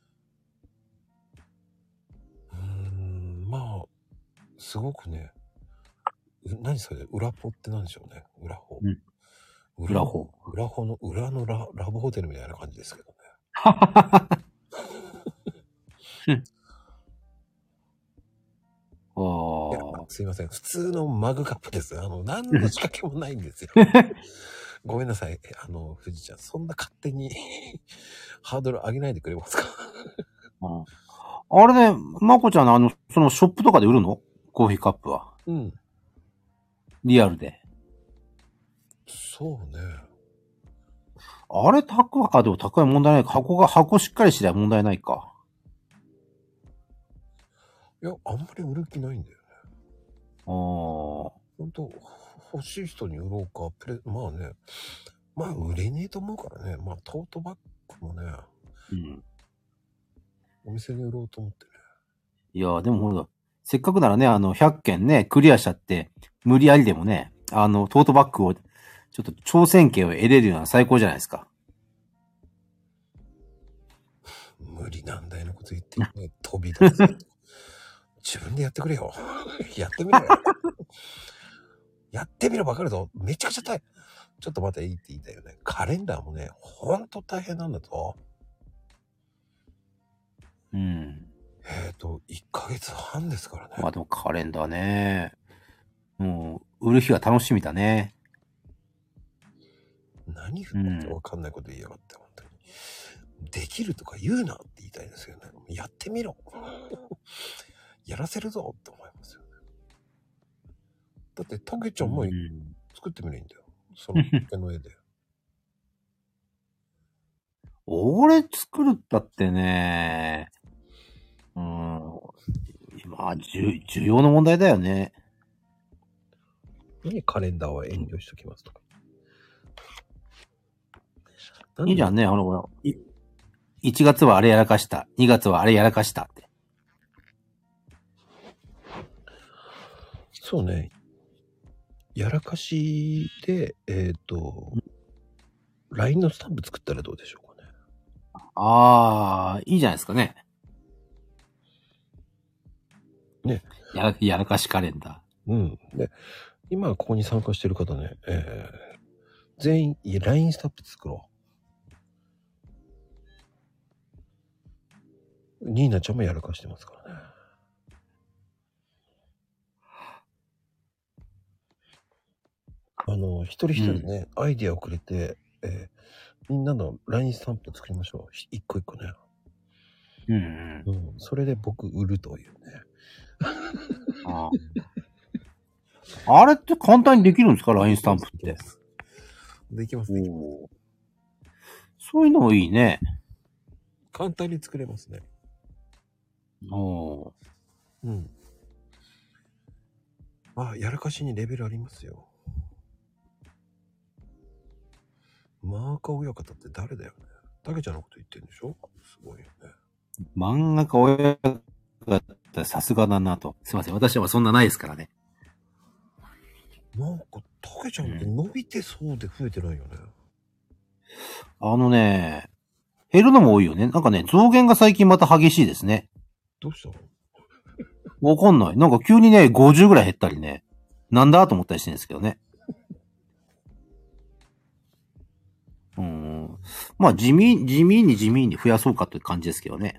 すごくね。何それ？裏ポって何でしょうね。裏ホ。裏ホの裏のラブホテルみたいな感じですけどね。すいません。普通のマグカップです。何の仕掛けもないんですよ。ごめんなさい。富士ちゃん、そんな勝手にハードル上げないでくれますか？ あれね、まこちゃんのそのショップとかで売るの？コーヒーカップは。リアルで。 そうね。 あれでも高い問題ないか。箱しっかりしてりゃ問題ないか。 いや、あんまり売る気ないんだよね。本当欲しい人に売ろうか、まあね。まあ、売れねえと思うからね。まあ、トートバッグもね。お店に売ろうと思ってね。 いや、でもほら、せっかくならね、100件ね、クリアしちゃって、無理やりでもね、トートバッグを、ちょっと挑戦権を得れるような最高じゃないですか。 無理難題のこと言ってね、飛び出す。自分でやってくれよ。やってみろよ。やってみろばかるぞ。めちゃくちゃ大変。 ちょっとまたいいって言いたいよね。カレンダーもね、ほんと大変なんだぞ。 うん。 1ヶ月半ですからね。 まあでもカレンダーね。もう、売る日が楽しみだね。 何言ってわかんないこと言いやがって、本当に。できるとか言うなって言いたいですよね。やってみろ。やらせるぞって思いますよね。だって、たけちゃんも作ってみればいいんだよ。その手の絵で。 俺作るったってね、今、需要の問題だよね。 何カレンダーは遠慮しときますとか。 いいじゃんね、1月はあれやらかした。2月はあれやらかしたって。 そうね。やらかしで、LINE のスタンプ作ったらどうでしょうかね。 ああ、いいじゃないですかね。 ね。 やらかしカレンダー。うん。で、今ここに参加してる方ね、全員 LINE スタンプ作ろう。ニーナちゃんもやらかしてますからね。一人一人ね、アイディアをくれて、みんなの LINE スタンプ作りましょう。一個一個ね。それで僕売るというね。 あれって簡単にできるんですか ?LINE スタンプって。 できます。 そういうのもいいね。 簡単に作れますね。うん。やらかしにレベルありますよ。マーカ親方って誰だよね。たけちゃんのこと言ってるんでしょ？すごいよね。 漫画家親方、さすがだなと。すいません。私はそんなないですからね。 なんか、たけちゃんって伸びてそうで増えてないよね。 減るのも多いよね。なんかね、増減が最近また激しいですね。 どうしたの？ わかんない。なんか急にね、50ぐらい減ったりね。なんだと思ったりしてるんですけどね。まあ、地味に増やそうかという感じですけどね。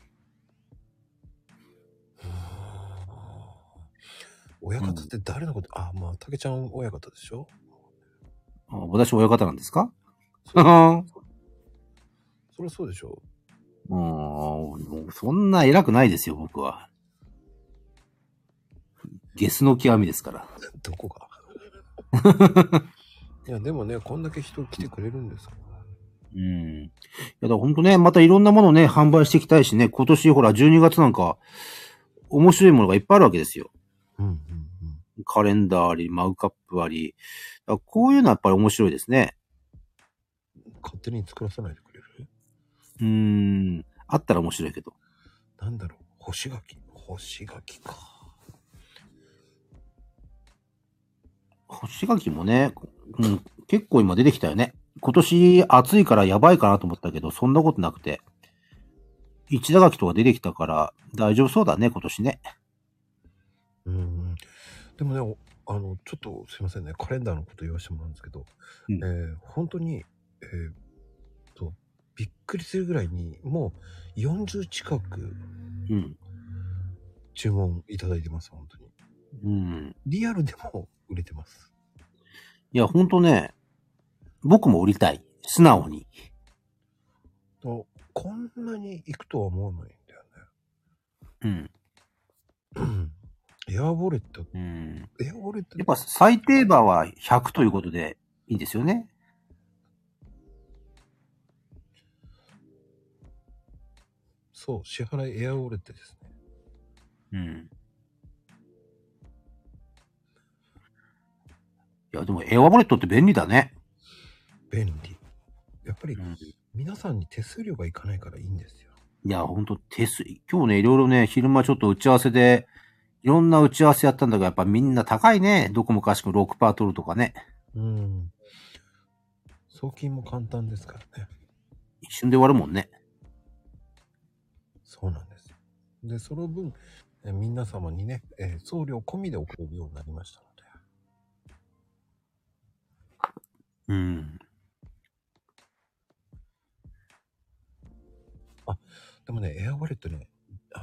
親方って誰のこと、たけちゃん親方でしょ？ 私親方なんですか？ そりゃそうでしょ？ そんな偉くないですよ、僕は。ゲスの極みですから。 どこがいや、でもね、こんだけ人来てくれるんですから。 いや、だからほんとね、またいろんなものね、販売していきたいしね、今年ほら、12月なんか、面白いものがいっぱいあるわけですよ。カレンダーあり、マグカップあり。こういうのはやっぱり面白いですね。 勝手に作らせないでくれる？ あったら面白いけど。 なんだろう、干し柿か。 干し柿もね、結構今出てきたよね。今年暑いからやばいかなと思ったけど、そんなことなくて。一田柿とか出てきたから大丈夫そうだね、今年ね。 でもね、ちょっとすいませんね、カレンダーのこと言わせてもらうんですけど、本当に、びっくりするぐらいに、もう40近く、注文いただいてます、本当に。リアルでも売れてます。 いや、ほんとね、僕も売りたい。素直に。 こんなに行くとは思わないんだよね。エアウォレット。エアウォレット。 やっぱ最低バーは100ということでいいんですよね。 そう、支払いエアウォレットですね。 いや、でもエアウォレットって便利だね。 便利。やっぱり、皆さんに手数料がいかないからいいんですよ。 いや、ほんと今日ね、いろいろね、昼間ちょっと打ち合わせで、いろんな打ち合わせやったんだけど、やっぱみんな高いね。どこもかしく 6% 取るとかね。 送金も簡単ですからね。 一瞬で終わるもんね。 そうなんですよ。で、その分、皆様にね、送料込みで送れるようになりましたので。 うん。 でもね、エアウォレットね、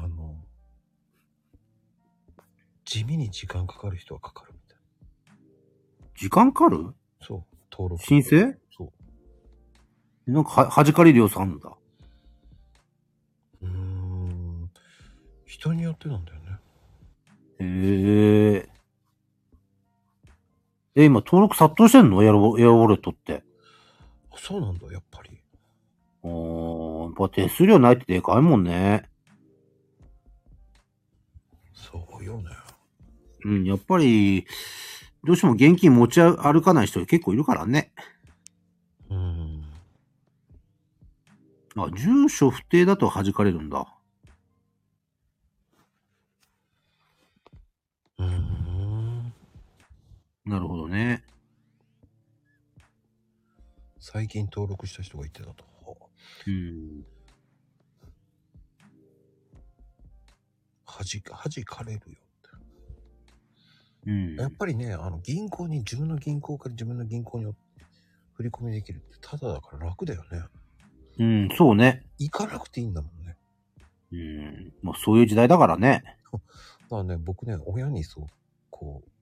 地味に時間かかる人はかかるみたい。 時間かかる？ そう、登録。 申請？ そう。 なんか弾かれる要素あるんだ。 人によってなんだよね。 へえ。今登録殺到してんの？エアウォレットって。 そうなんだ、やっぱり。 やっぱ手数料ないってでかいもんね。 そうよね。 うん、やっぱり、どうしても現金持ち歩かない人結構いるからね。住所不定だと弾かれるんだ。なるほどね。 最近登録した人がいてたと。弾かれるよって。やっぱりね、銀行に、自分の銀行から自分の銀行に振り込みできるってただだから楽だよね。 うん、そうね。 行かなくていいんだもんね。 もうそういう時代だからね。 だからね、僕ね、親にそう、こう、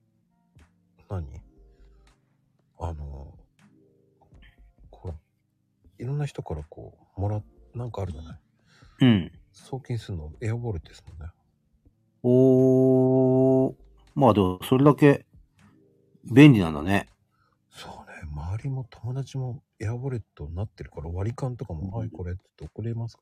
ほら、いろんな人からこう、なんかあるじゃない。 うん。 送金するのエアウォレットですもんね。 まあでも、それだけ便利なんだね。 そうね、周りも友達もエアウォレットになってるから割り勘とかも、はい、これって送れますから。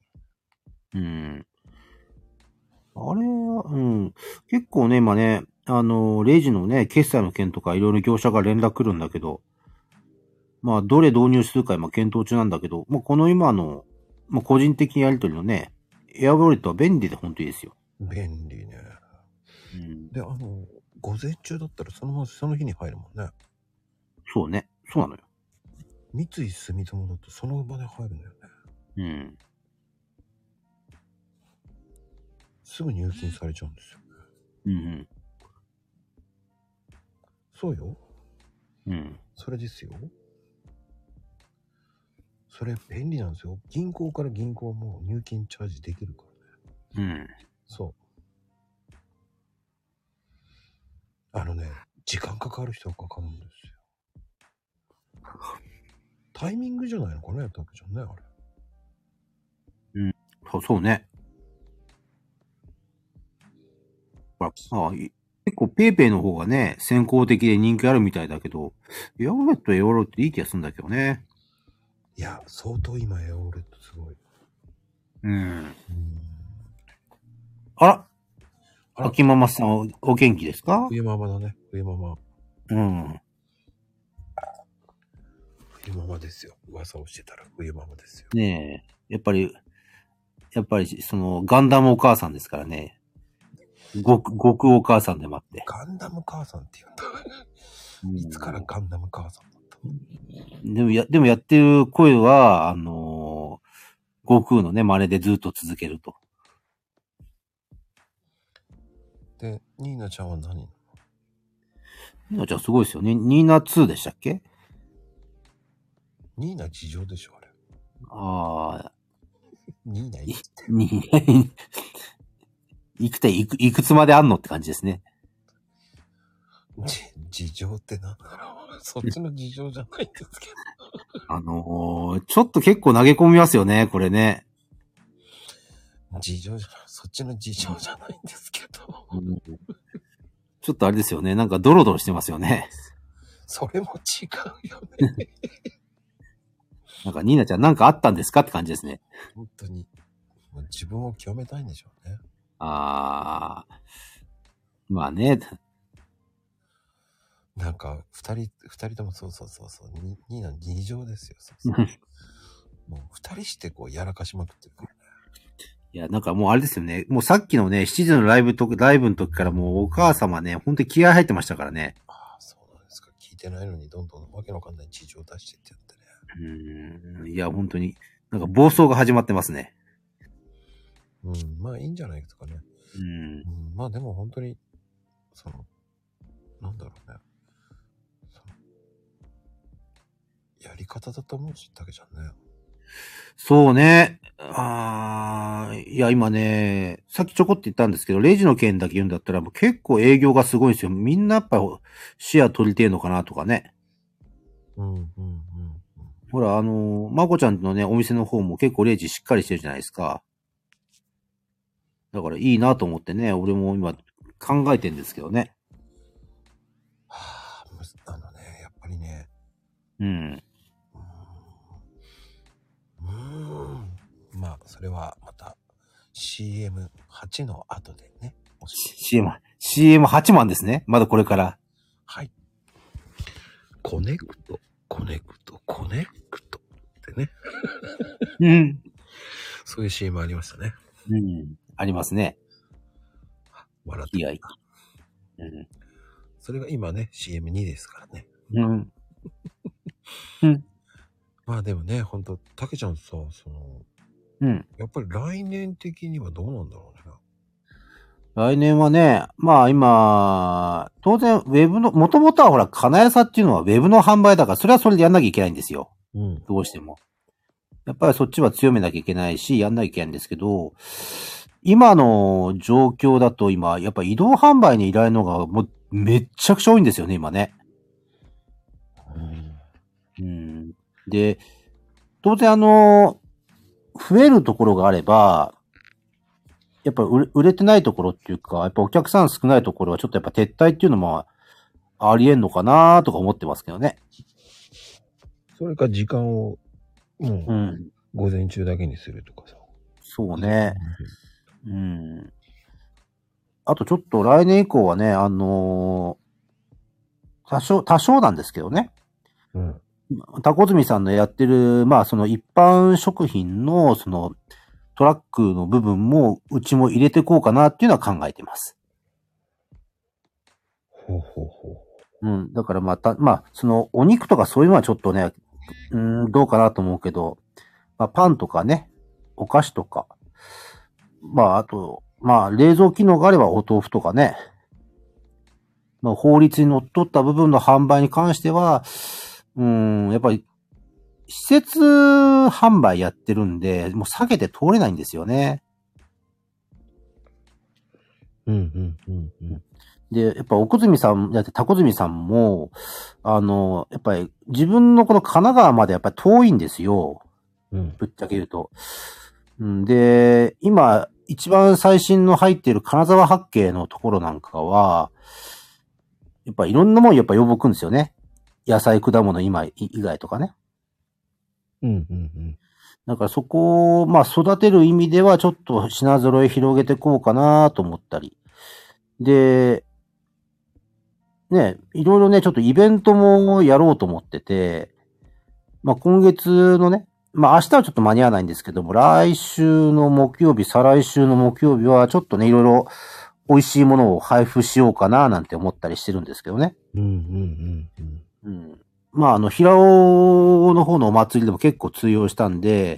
あれは、結構ね、今ね、レジのね、決済の件とかいろいろ業者が連絡来るんだけど、まあ、どれ導入するか今検討中なんだけど、もうこの今の、まあ、個人的やりとりのね、エアウォレットは便利で本当にいいですよ。 便利ね。で、午前中だったらその日に入るもんね。 そうね。そうなのよ。 三井住友だとその場で入るんだよね。すぐ入金されちゃうんですよね。そうよ。それですよ。それ便利なんですよ。銀行から銀行も入金チャージできるからね。そう。時間かかる人はかかるんですよ。タイミングじゃないのかね、タクちゃんね、あれ。そうね。結構ペイペイの方がね、先行的で人気あるみたいだけど、エアウォレットっていい気がするんだけどね。 いや、相当今エアウォレットすごい。あら、 秋ママさんお元気ですか？ 冬ママだね、冬ママ。冬ママですよ。噂をしてたら冬ママですよ。 ねえ。やっぱり、その、ガンダムお母さんですからね。極お母さんでもあって。 ガンダム母さんって言うんだ。いつからガンダム母さんだった？ でもやってる声は、悟空のね、真似でずっと続けると。 で、ニーナちゃんは何？ ニーナちゃんすごいですよね。ニーナ2でしたっけ？ ニーナ事情でしょ、あれ。ニーナいくつまであんのって感じですね。 事情ってなんだろう。そっちの事情じゃないんですけど。ちょっと結構投げ込みますよね、これね。 そっちの事情じゃないんですけど。 ちょっとあれですよね。なんかドロドロしてますよね。 それも違うよね。 なんかニーナちゃんなんかあったんですかって感じですね。 本当に。自分を清めたいんでしょうね。 まあね。 なんか、二人ともそう。ニーナ二乗ですよ。そうもう二人してこうやらかしまくってるからね。 いや、なんかもうあれですよね。もうさっきのね、7時のライブの時からもうお母様ね、本当に気合入ってましたからね。 そうなんですか。聞いてないのにどんどんわけのわかんない事情を出してってやってね。 いや、本当に、なんか暴走が始まってますね。 まあいいんじゃないですかね。まあでも本当に、なんだろうね。 やり方だと思うし、たけちゃんね。 そうね。いや、今ね、さっきちょこって言ったんですけど、レジの件だけ言うんだったら、もう結構営業がすごいんですよ。みんなやっぱシェア取りてえのかなとかね。ほら、まこちゃんのね、お店の方も結構レジしっかりしてるじゃないですか。だからいいなと思ってね、俺も今考えてんですけどね。 はあ、やっぱりね。 うん。 まあ、それはまた CM8 の後でね。 CM8 万ですね。まだこれから。 はい。コネクトってね。 うん。 そういう CM ありましたね。 うん。ありますね。 笑っていい。 うん。 それが今ね、CM2 ですからね。 うん。うん。 まあでもね、ほんと、たけちゃんさ、 うん。 やっぱり来年的にはどうなんだろうね。 来年はね、まあ今、当然、ウェブの、もともとはほら、金谷さっていうのはウェブの販売だから、それはそれでやんなきゃいけないんですよ。 うん。 どうしても。やっぱりそっちは強めなきゃいけないし、やんなきゃいけないんですけど、今の状況だと今、やっぱ移動販売に依頼のがもうめっちゃくちゃ多いんですよね、今ね。で、当然増えるところがあれば、やっぱ売れてないところっていうか、やっぱお客さん少ないところはちょっとやっぱ撤退っていうのもありえんのかなとか思ってますけどね。 それか時間を、もう、午前中だけにするとかさ。 そうね。あとちょっと来年以降はね、多少なんですけどね。タコズミさんのやってる、まあその一般食品のそのトラックの部分もうちも入れていこうかなっていうのは考えてます。だからまあそのお肉とかそういうのはちょっとね、どうかなと思うけど、まあパンとかね、お菓子とか、まああと、まあ冷蔵機能があればお豆腐とかね、まあ法律にのっとった部分の販売に関しては、やっぱり、施設販売やってるんで、もう避けて通れないんですよね。で、やっぱ奥住さん、タコズミさんも、やっぱり自分のこの神奈川までやっぱり遠いんですよ。ぶっちゃけ言うと。で、今、一番最新の入っている金沢八景のところなんかは、やっぱいろんなもんやっぱ呼ぶくんですよね。野菜、果物以外とかね。だからそこを、まあ育てる意味ではちょっと品揃え広げていこうかなと思ったり。で、ね、いろいろね、ちょっとイベントもやろうと思ってて、まあ今月のね、まあ明日はちょっと間に合わないんですけども、来週の木曜日、再来週の木曜日はちょっとね、いろいろ美味しいものを配布しようかななんて思ったりしてるんですけどね。まあ平尾の方のお祭りでも結構通用したんで、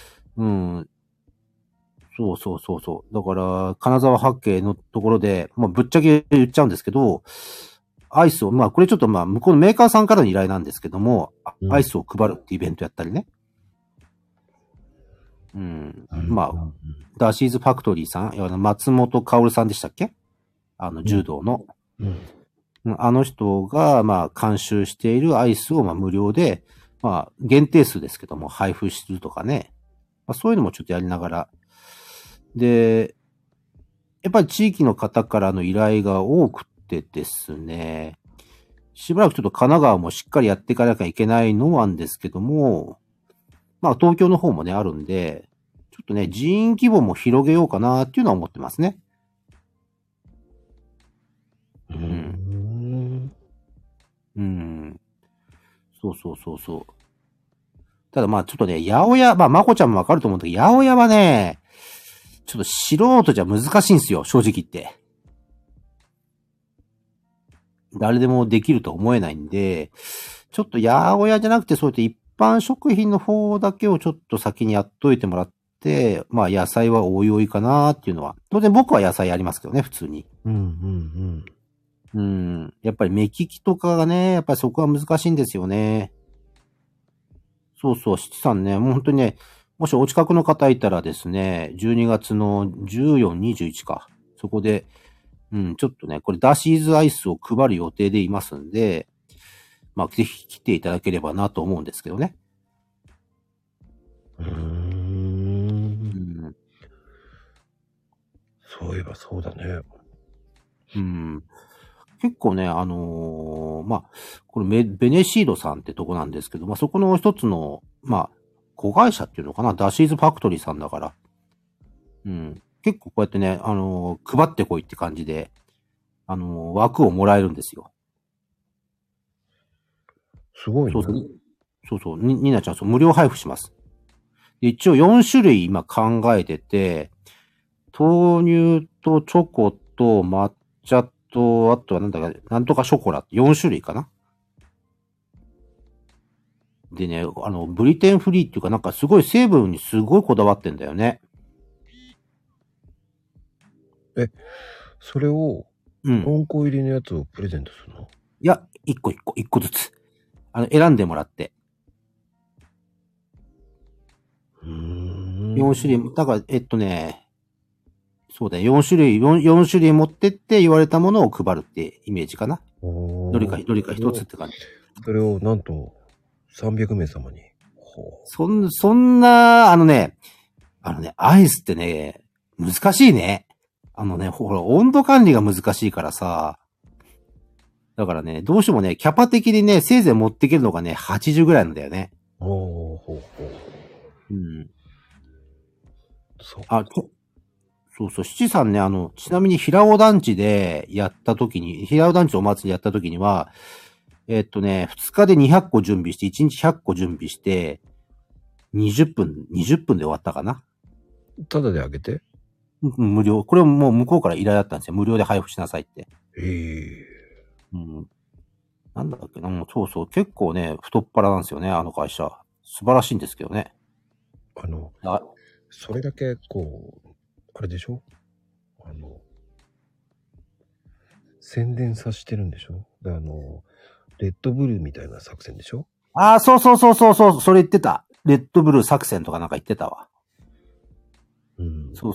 そう。だから、金沢八景のところで、まあぶっちゃけ言っちゃうんですけど、アイスを、まあこれちょっとまあ向こうのメーカーさんからの依頼なんですけども、アイスを配るってイベントやったりね。まあ、ダーシーズファクトリーさん、松本薫さんでしたっけ？柔道の。あの人が、まあ、監修しているアイスを、まあ、無料で、まあ、限定数ですけども、配布するとかね。まあ、そういうのもちょっとやりながら。で、やっぱり地域の方からの依頼が多くてですね、しばらくちょっと神奈川もしっかりやっていかなきゃいけないのなんですけども、まあ、東京の方もね、あるんで、ちょっとね、人員規模も広げようかなっていうのは思ってますね。そう。ただまあちょっとね、八百屋、まあまこちゃんもわかると思うんだけど、八百屋はね、ちょっと素人じゃ難しいんですよ、正直言って。誰でもできると思えないんで、ちょっと八百屋じゃなくてそうやって一般食品の方だけをちょっと先にやっといてもらって、まあ野菜はおいおいかなっていうのは。当然僕は野菜ありますけどね、普通に。やっぱり目利きとかがね、やっぱりそこは難しいんですよね。 そうそう、七さんね、もう本当にね、もしお近くの方いたらですね、12月の14、21か。そこで、ちょっとね、これダシーズアイスを配る予定でいますんで、まあ、ぜひ来ていただければなと思うんですけどね。 そういえばそうだね。 結構ね、まあ、これベネシードさんってとこなんですけど、まあ、そこの一つの、まあ、子会社っていうのかな、ダシーズファクトリーさんだから。結構こうやってね、配ってこいって感じで、枠をもらえるんですよ。 すごいね。 そうそう、ニナちゃん、そう、無料配布します。で一応4種類今考えてて、豆乳とチョコと抹茶と、あとはなんだか、なんとかショコラって4種類かな。でね、ブリテンフリーっていうかなんかすごい成分にすごいこだわってんだよね。 それを、4個入りのやつをプレゼントするの？ いや、1個ずつ。選んでもらって。4種類、だから、そうだよ、4種類持ってって言われたものを配るってイメージかな。どれか一つって感じ。 それをなんと、300名様に。 そんな、アイスってね、難しいね。ほら、温度管理が難しいからさ。だからね、どうしてもね、キャパ的にね、せいぜい持っていけるのがね、80ぐらいなんだよね。そうそう、七さんね、ちなみに平尾団地でやった時に、平尾団地お祭りやった時には、2日で200個準備して、1日100個準備して、20分で終わったかな。 ただであげて？ 無料。これもう向こうから依頼だったんですよ。無料で配布しなさいって。なんだっけな、もうそうそう。結構ね、太っ腹なんですよね、あの会社。素晴らしいんですけどね。 それだけ、こう、あれでしょ？宣伝させてるんでしょ？レッドブルみたいな作戦でしょ？ ああ、そう、それ言ってた。レッドブル作戦とかなんか言ってたわ。そう。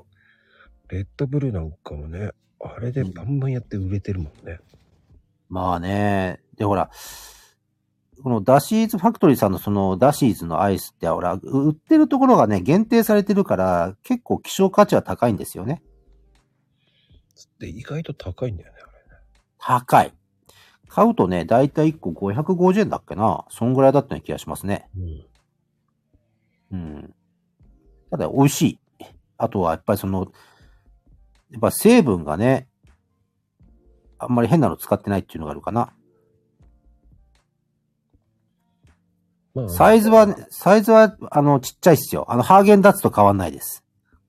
レッドブルなんかもね、あれでバンバンやって売れてるもんね。 まあね。で、ほら、このダシーズファクトリーさんのそのダシーズのアイスって、ほら、売ってるところがね、限定されてるから、結構希少価値は高いんですよね。 で、意外と高いんだよね、あれね。 高い。買うとね、だいたい1個550円だっけな。そんぐらいだったような気がしますね。ただ、美味しい。あとは、やっぱりやっぱ成分がね、あんまり変なの使ってないっていうのがあるかな。サイズは、ちっちゃいっすよ。ハーゲンダッツと変わんないです。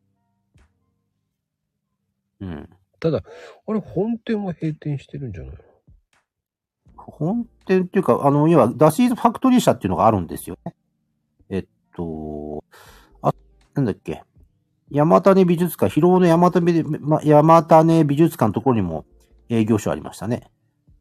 ただ、あれ、本店は閉店してるんじゃないの？ 本店っていうか、要は、ダシーズファクトリー社っていうのがあるんですよね。なんだっけ。山種美術館、広尾の山種美術館のところにも営業所ありましたね。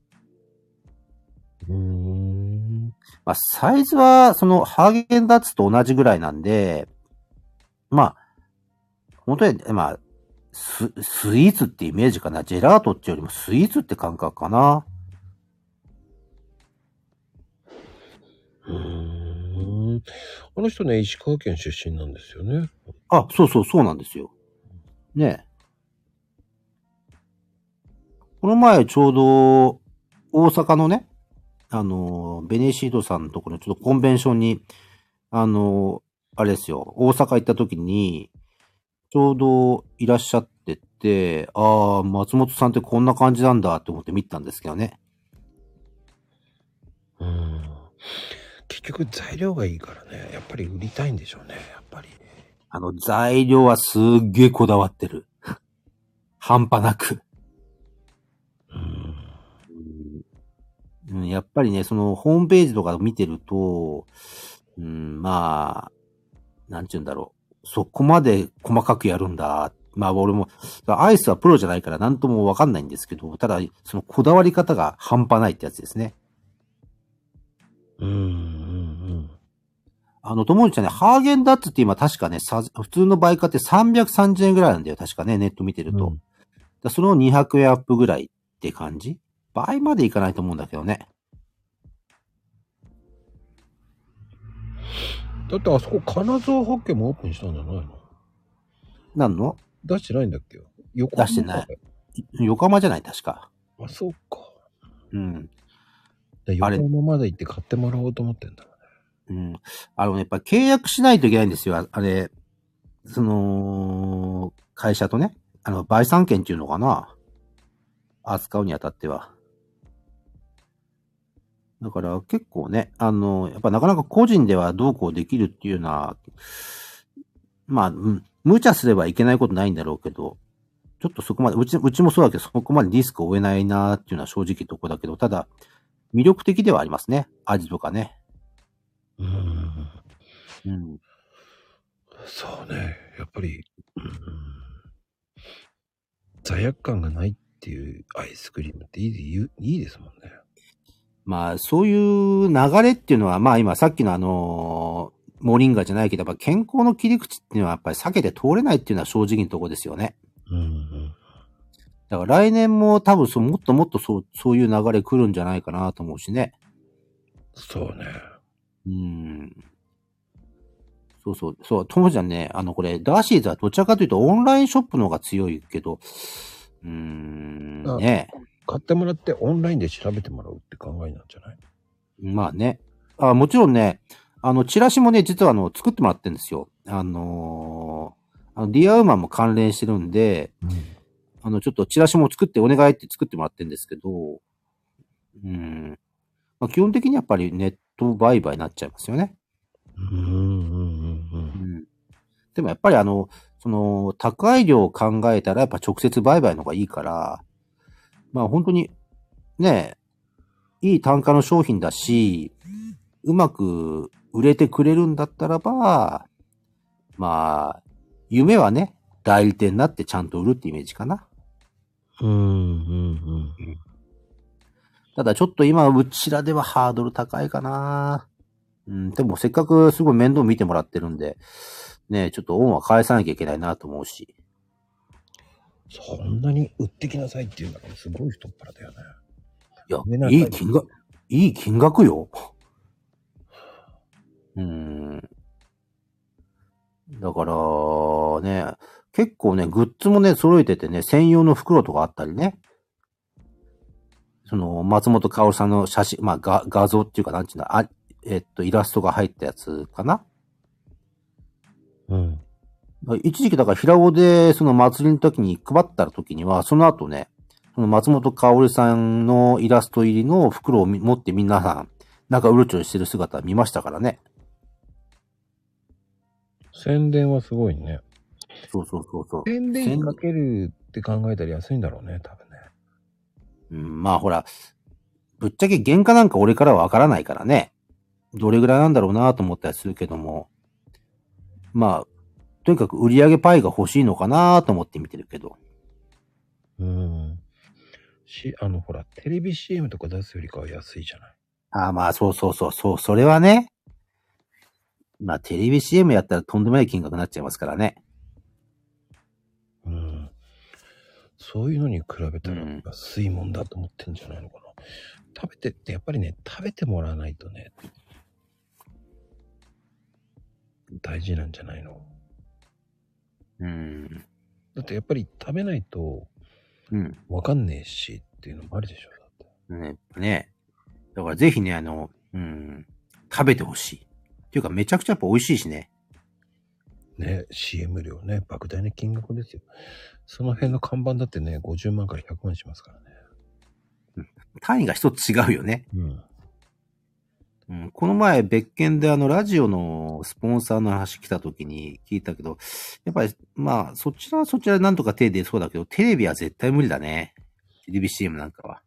まあ、サイズは、ハーゲンダッツと同じぐらいなんで、まあ、本当に、まあ、スイーツってイメージかな。ジェラートっていうよりもスイーツって感覚かな。 あの人ね、石川県出身なんですよね。 あ、そうなんですよ。ねえ。この前ちょうど、大阪のね、ベネシードさんのところのちょっとコンベンションに、あれですよ、大阪行った時に、ちょうどいらっしゃってて、ああ、松本さんってこんな感じなんだって思って見たんですけどね。 結局材料がいいからね、やっぱり売りたいんでしょうね、やっぱり。 材料はすっげえこだわってる。半端なく。やっぱりね、ホームページとか見てると、まあ、なんちゅうんだろう。そこまで細かくやるんだ。まあ俺も、アイスはプロじゃないから何ともわかんないんですけど、ただ、こだわり方が半端ないってやつですね。 友達はね、ハーゲンダッツって今確かね、普通の倍価って330円ぐらいなんだよ。確かね、ネット見てると。その200円アップぐらいって感じ？倍までいかないと思うんだけどね。 だってあそこ金沢八景もオープンしたんじゃないの？ なんの？ 出してないんだっけ？ 出してない。横浜じゃない確か。 あ、そうか。 うん。 横浜まで行って買ってもらおうと思ってんだろうね。うん。やっぱ契約しないといけないんですよ。会社とね。売産権っていうのかな。扱うにあたっては。だから結構ね、やっぱなかなか個人ではどうこうできるっていうのは、まあ、無茶すればいけないことないんだろうけど、ちょっとそこまで、うちもそうだけど、そこまでリスクを負えないなっていうのは正直とこだけど、ただ、魅力的ではありますね。味とかね。うん。 そうね。やっぱり、罪悪感がないっていうアイスクリームっていいですもんね。 まあ、そういう流れっていうのは、まあ今さっきのモリンガじゃないけど、やっぱ健康の切り口っていうのはやっぱり避けて通れないっていうのは正直なとこですよね。だから来年も多分もっともっとそういう流れ来るんじゃないかなと思うしね。 そうね。 そう、ともちゃんね、これ、ダーシーズはどちらかというとオンラインショップの方が強いけど、ね。 買ってもらってオンラインで調べてもらうって考えなんじゃない？ まあね。もちろんね、チラシもね、実は作ってもらってるんですよ。ディアウーマンも関連してるんで、ちょっとチラシも作ってお願いって作ってもらってるんですけど、まあ、基本的にやっぱりネット売買になっちゃいますよね。でもやっぱり高い量を考えたらやっぱ直接売買の方がいいから、まあ本当に、ね、いい単価の商品だし、うまく売れてくれるんだったらば、まあ、夢はね、代理店になってちゃんと売るってイメージかな。ただちょっと今、うちらではハードル高いかな。でもせっかくすごい面倒見てもらってるんで、ね、ちょっと恩は返さなきゃいけないなと思うし。 そんなに売ってきなさいっていうんだからすごい太っ腹だよね。 いや、いい金額よ。だから、ね、結構ね、グッズもね、揃えててね、専用の袋とかあったりね。松本薫さんの写真、まあ、画像っていうか、なんていうの、イラストが入ったやつかな。一時期だから平尾で、その祭りの時に配った時には、その後ね、その松本薫さんのイラスト入りの袋を持って皆さん、なんかうろちょろしてる姿見ましたからね。 宣伝はすごいね。 そう。 宣伝にかけるって考えたら安いんだろうね、多分ね。 まあほら、ぶっちゃけ原価なんか俺からはわからないからね。どれぐらいなんだろうなと思ったりするけども。まあ、とにかく売り上げパイが欲しいのかなと思って見てるけど。 ほら、テレビ CM とか出すよりかは安いじゃない。 まあ、そう、それはね。まあ、テレビ CM やったらとんでもない金額になっちゃいますからね。 そういうのに比べたら安いもんだと思ってんじゃないのかな。食べてってやっぱりね、食べてもらわないとね、大事なんじゃないの？だってやっぱり食べないと、わかんねえしっていうのもあるでしょ。 だって。ね。だからぜひね、食べてほしい。っていうかめちゃくちゃやっぱ美味しいしね。 ね、CM 料ね、莫大な金額ですよ。その辺の看板だってね、50万から100万しますからね。 単位が一つ違うよね。この前別件でラジオのスポンサーの話来た時に聞いたけど、やっぱりまあそちらはそちらでなんとか手出そうだけど、テレビは絶対無理だね。テレビ CM なんかは。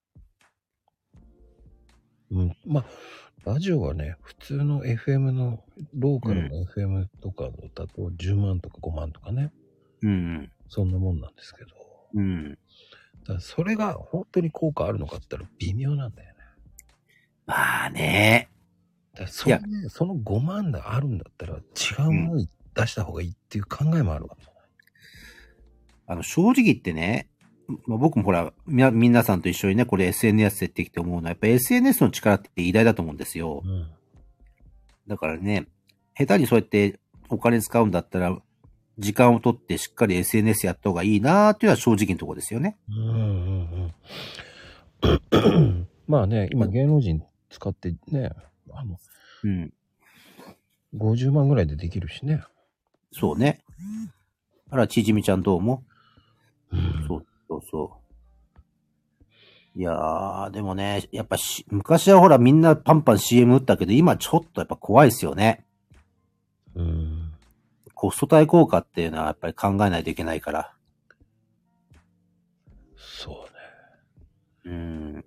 まあ、ラジオはね、普通の FM の、ローカルの FM とかだと10万とか5万とかね。そんなもんなんですけど。だからそれが本当に効果あるのかって言ったら微妙なんだよね。 まあね。 だそのね、その5万があるんだったら違うものに出した方がいいっていう考えもあるかもしれない。 正直言ってね、まあ、僕もほら、皆さんと一緒にね、これ SNS でってきて思うのは、やっぱ SNS の力って偉大だと思うんですよ。 うん。 だからね、下手にそうやってお金使うんだったら、時間を取ってしっかり SNS やった方がいいなーっていうのは正直なところですよね。 まあね、今芸能人使ってね、 うん。 50万ぐらいでできるしね。 そうね。あら、ちじみちゃんどうも、そうそうそう。いやー、でもね、やっぱ昔はほらみんなパンパン CM 打ったけど、今ちょっとやっぱ怖いですよね。コスト対効果っていうのはやっぱり考えないといけないから。 そうね。 うん。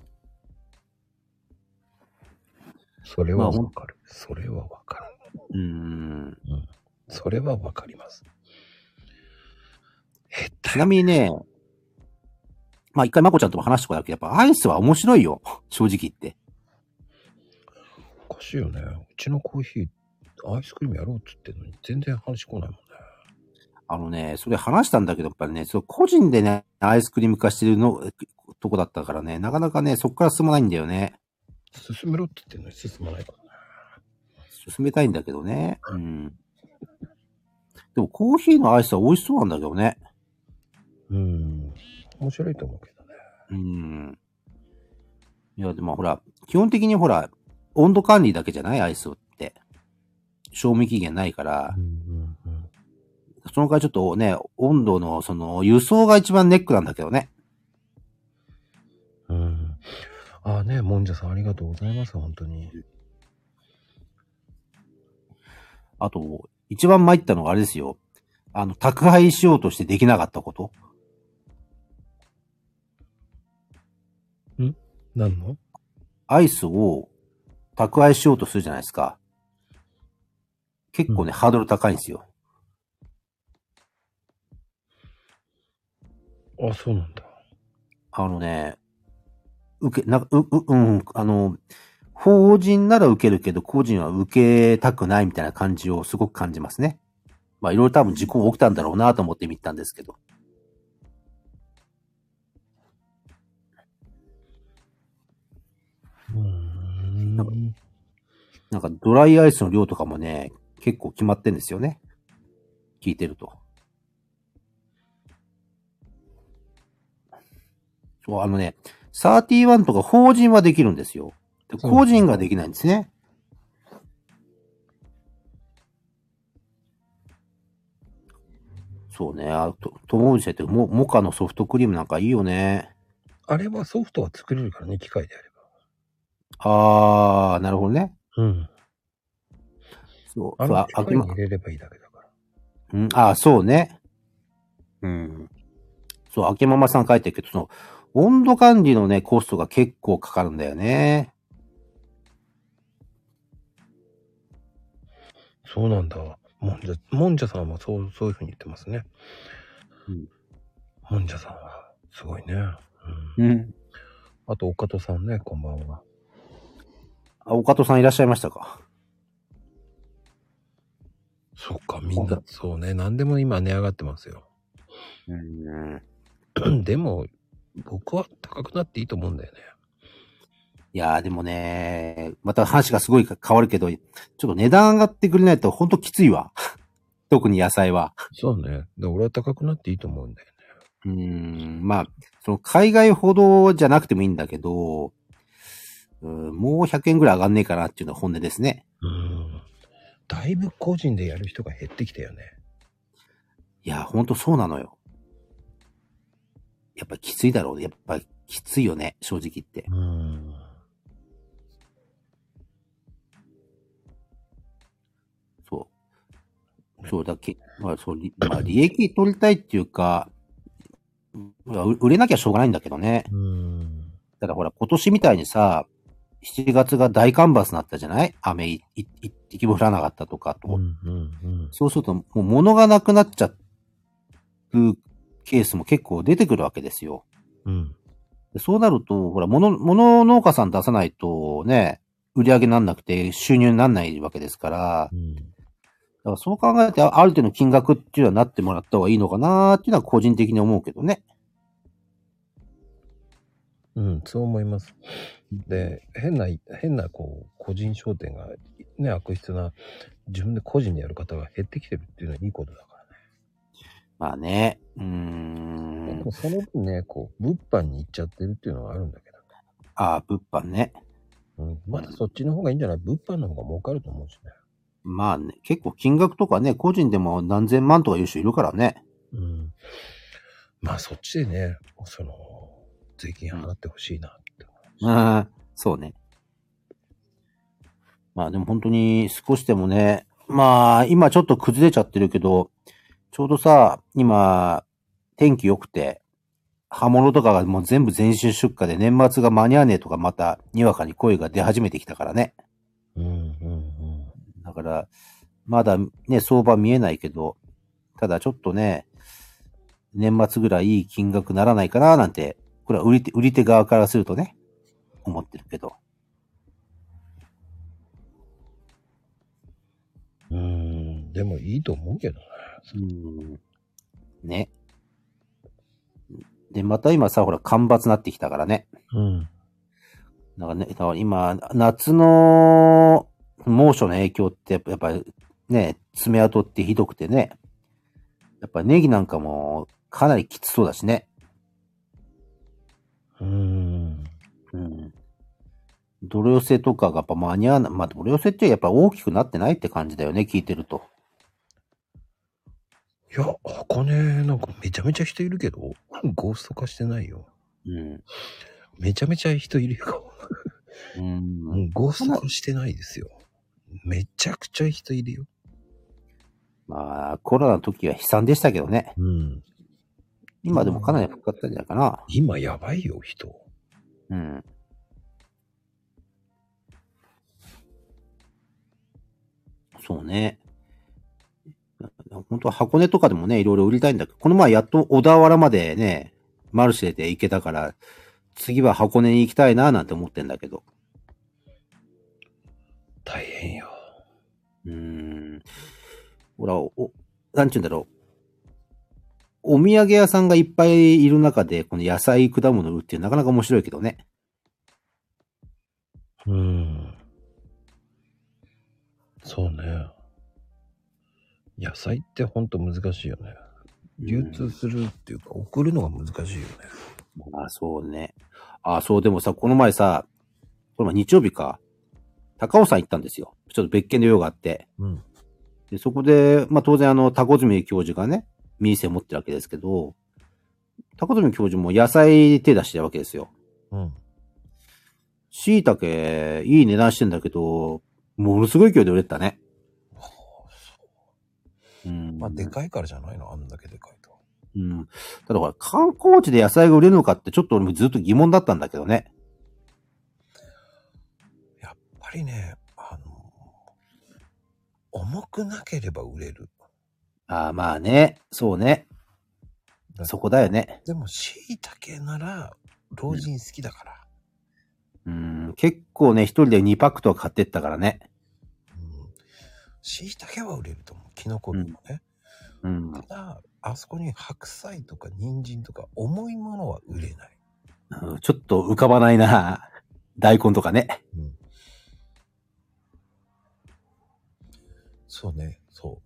それはわかる。それはわかる。それはわかります。 ちなみにね、まあ一回まこちゃんとも話したことあるけど、やっぱアイスは面白いよ。正直言って。 おかしいよね。うちのコーヒー、アイスクリームやろうって言ってんのに全然話来ないもんね。 それ話したんだけど、やっぱりね、個人でね、アイスクリーム化してるとこだったからね、なかなかね、そこから進まないんだよね。 進めろって言ってんのに進まないからね。 進めたいんだけどね。うん。でもコーヒーのアイスは美味しそうなんだけどね。 面白いと思うけどね。いや、でもほら、基本的にほら、温度管理だけじゃないアイスって。賞味期限ないから。その代わりちょっとね、温度の輸送が一番ネックなんだけどね。 ああね、もんじゃさんありがとうございます、本当に。 あと、一番参ったのがあれですよ。宅配しようとしてできなかったこと。 何の？ アイスを宅配しようとするじゃないですか。結構ね、ハードル高いんですよ。 あ、そうなんだ。 法人なら受けるけど、個人は受けたくないみたいな感じをすごく感じますね。まあ、いろいろ多分事故起きたんだろうなと思って見たんですけど。なんかドライアイスの量とかもね、結構決まってんですよね。聞いてると。そう、31とか法人はできるんですよ。で個人ができないんですね。そうね。友達ってモカのソフトクリームなんかいいよね。 あれはソフトは作れるからね、機械であれば。なるほどね。そう。 機械に入れればいいだけだから。 そうね。そう、秋ママさん書いてるけど、温度管理のね、コストが結構かかるんだよね。 そうなんだ。もんじゃさんはそういうふうに言ってますね。もんじゃさんは、すごいね。あと、岡戸さんね、こんばんは。 岡戸さんいらっしゃいましたか。 そっか、みんな、そうね、何でも今値上がってますよ。でも、僕は高くなっていいと思うんだよね。 いやーでもね、また話がすごい変わるけど、ちょっと値段上がってくれないとほんときついわ。特に野菜は。 そうね。で、俺は高くなっていいと思うんだよね。まあ、海外ほどじゃなくてもいいんだけど、もう100円ぐらい上がんねえかなっていうのは本音ですね。 だいぶ個人でやる人が減ってきたよね。 いや、ほんとそうなのよ。やっぱきついだろうね。やっぱきついよね。正直言って。そうだけ、利益取りたいっていうか、売れなきゃしょうがないんだけどね。ただほら、今年みたいにさ、7月が大干ばつになったじゃない？雨一滴も降らなかったとかと。そうすると、もう物がなくなっちゃうケースも結構出てくるわけですよ。そうなると、ほら、物農家さん出さないとね、 売り上げになんなくて収入になんないわけですから、 うん。 だからそう考えてある程度の金額っていうのはなってもらった方がいいのかなっていうのは個人的に思うけどね。 うん、そう思います。で、変な、こう、個人商店が、ね、悪質な、自分で個人でやる方が減ってきてるっていうのはいいことだからね。 まあね。 でもその分ね、こう、物販に行っちゃってるっていうのはあるんだけど。 ああ、物販ね。 うん、まだそっちの方がいいんじゃない？物販の方が儲かると思うしね。 まあね、結構金額とかね、個人でも何千万とかいう人いるからね。 うん。まあそっちでね、税金払ってほしいなって思う。 そうね。まあでも本当に少しでもね、まあ今ちょっと崩れちゃってるけど、ちょうどさ、今、天気良くて、刃物とかがもう全部全種出荷で年末が間に合わねえとかまたにわかに声が出始めてきたからね。だから、まだね、相場見えないけど、ただちょっとね、年末ぐらいいい金額ならないかななんて、これは売り手側からするとね、思ってるけど。 でもいいと思うけどね。ね。で、また今さ、ほら、干ばつなってきたからね。なんかね、だから今、夏の猛暑の影響ってやっぱね、爪痕ってひどくてね。やっぱネギなんかもかなりきつそうだしね。泥寄せとかがやっぱ間に合わない。まあ、泥寄せってやっぱ大きくなってないって感じだよね、聞いてると。 いや、箱根なんかめちゃめちゃ人いるけど、ゴースト化してないよ。めちゃめちゃ人いるよ。ゴースト化してないですよ。めちゃくちゃ人いるよ。 まあ、コロナの時は悲惨でしたけどね。今でもかなり復活したんじゃないかな。 今やばいよ、人。 そうね。本当は箱根とかでもね、いろいろ売りたいんだけど、この前やっと小田原までね、マルシェで行けたから、次は箱根に行きたいななんて思ってんだけど。 大変よ。 ほら、なんちゅうんだろう。お土産屋さんがいっぱいいる中で、この野菜、果物売るってなかなか面白いけどね。 そうね。野菜ってほんと難しいよね。流通するっていうか、送るのが難しいよね。 ああ、そうね。ああ、そう、でもさ、この前さ、この前日曜日か、高尾山行ったんですよ。ちょっと別件の用があって。でそこで、まあ当然タコズミ教授がね、店持ってるわけですけど、タコズミ教授も野菜手出してるわけですよ。椎茸、いい値段してんだけど、ものすごい勢いで売れてたね。 まあ、でかいからじゃないの？あんだけでかいと。 ただほら、観光地で野菜が売れるのかってちょっと俺もずっと疑問だったんだけどね。 やっぱりね、重くなければ売れる。 ああ、まあね。そうね。そこだよね。 でも、椎茸なら、老人好きだから。 結構ね、一人で2パックとか買ってったからね。 椎茸は売れると思う。キノコ類もね。ただ、あそこに白菜とか人参とか重いものは売れない。 ちょっと浮かばないな。大根とかね。 そうね、そう。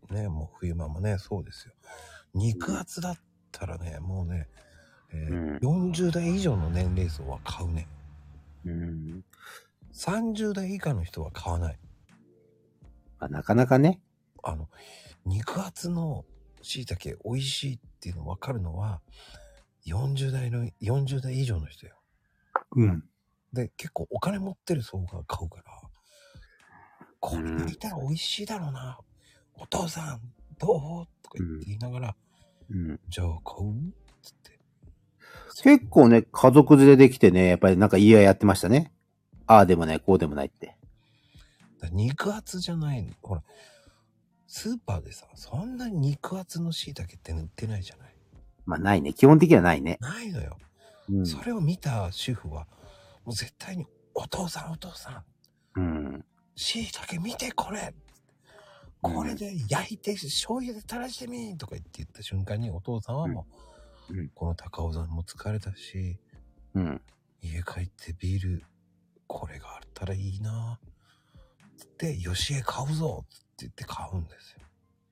ね、もう冬間もね、そうですよ。肉厚だったらね、もうね、40代以上の年齢層は買うね。30代以下の人は買わない。 なかなかね。 肉厚の椎茸美味しいっていうの分かるのは、40代以上の人よ。で、結構お金持ってる層が買うから、これがいたら美味しいだろうな。お父さん、どうとか言いながら、じゃあ買うつって。 結構ね、家族連れできてね、やっぱりなんか言い合いやってましたね。ああでもない、こうでもないって。 肉厚じゃないの。ほら、スーパーでさ、そんなに肉厚の椎茸って売ってないじゃない。 まあないね。基本的にはないね。 ないのよ。それを見た主婦は、もう絶対に、お父さん、 うん。 椎茸見てこれ。これで焼いて醤油で垂らしてみとか言った瞬間にお父さんはもう、この高尾山も疲れたし、家帰ってビール、これがあったらいいなつって、よしえ買うぞって言って買うんですよ。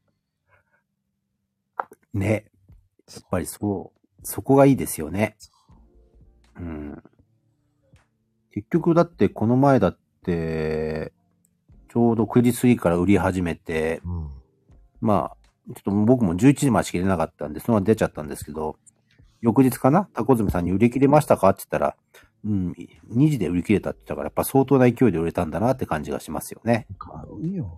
ね。やっぱりそこがいいですよね。結局だってこの前だって、ちょうど9時過ぎから売り始めて、まあ、ちょっと僕も11時までしか入れなかったんで、そのまま出ちゃったんですけど、翌日かなタコズミさんに売り切れましたかって言ったら、2時で売り切れたって言ったから、やっぱ相当な勢いで売れたんだなって感じがしますよね。 買うよ。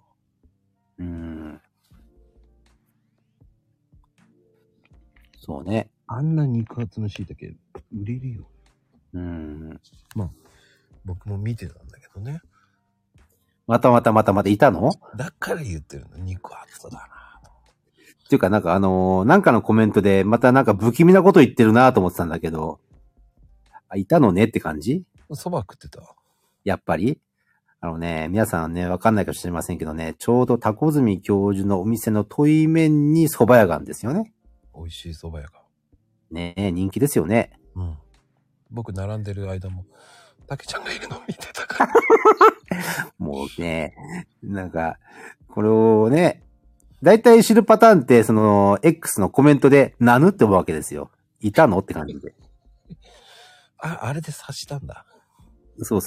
そうね。 あんな肉厚の椎茸売れるよ。まあ、僕も見てたんだけどね。 またいたの？ だから言ってるの、肉厚だな。 っていうかなんかなんかのコメントでまたなんか不気味なこと言ってるなと思ってたんだけど、いたのねって感じ？ 蕎麦食ってた。 やっぱり皆さんね、わかんないかもしれませんけどね、ちょうどタコズミ教授のお店の対面に蕎麦屋があるんですよね。 美味しい蕎麦屋が。 ねえ、人気ですよね。 僕並んでる間も、たけちゃんがいるのを見てたから。 もうね、なんか、これをね、だいたい知るパターンって、X のコメントで、なぬって思うわけですよ。いたのって感じで。 あれで察したんだ。 そう。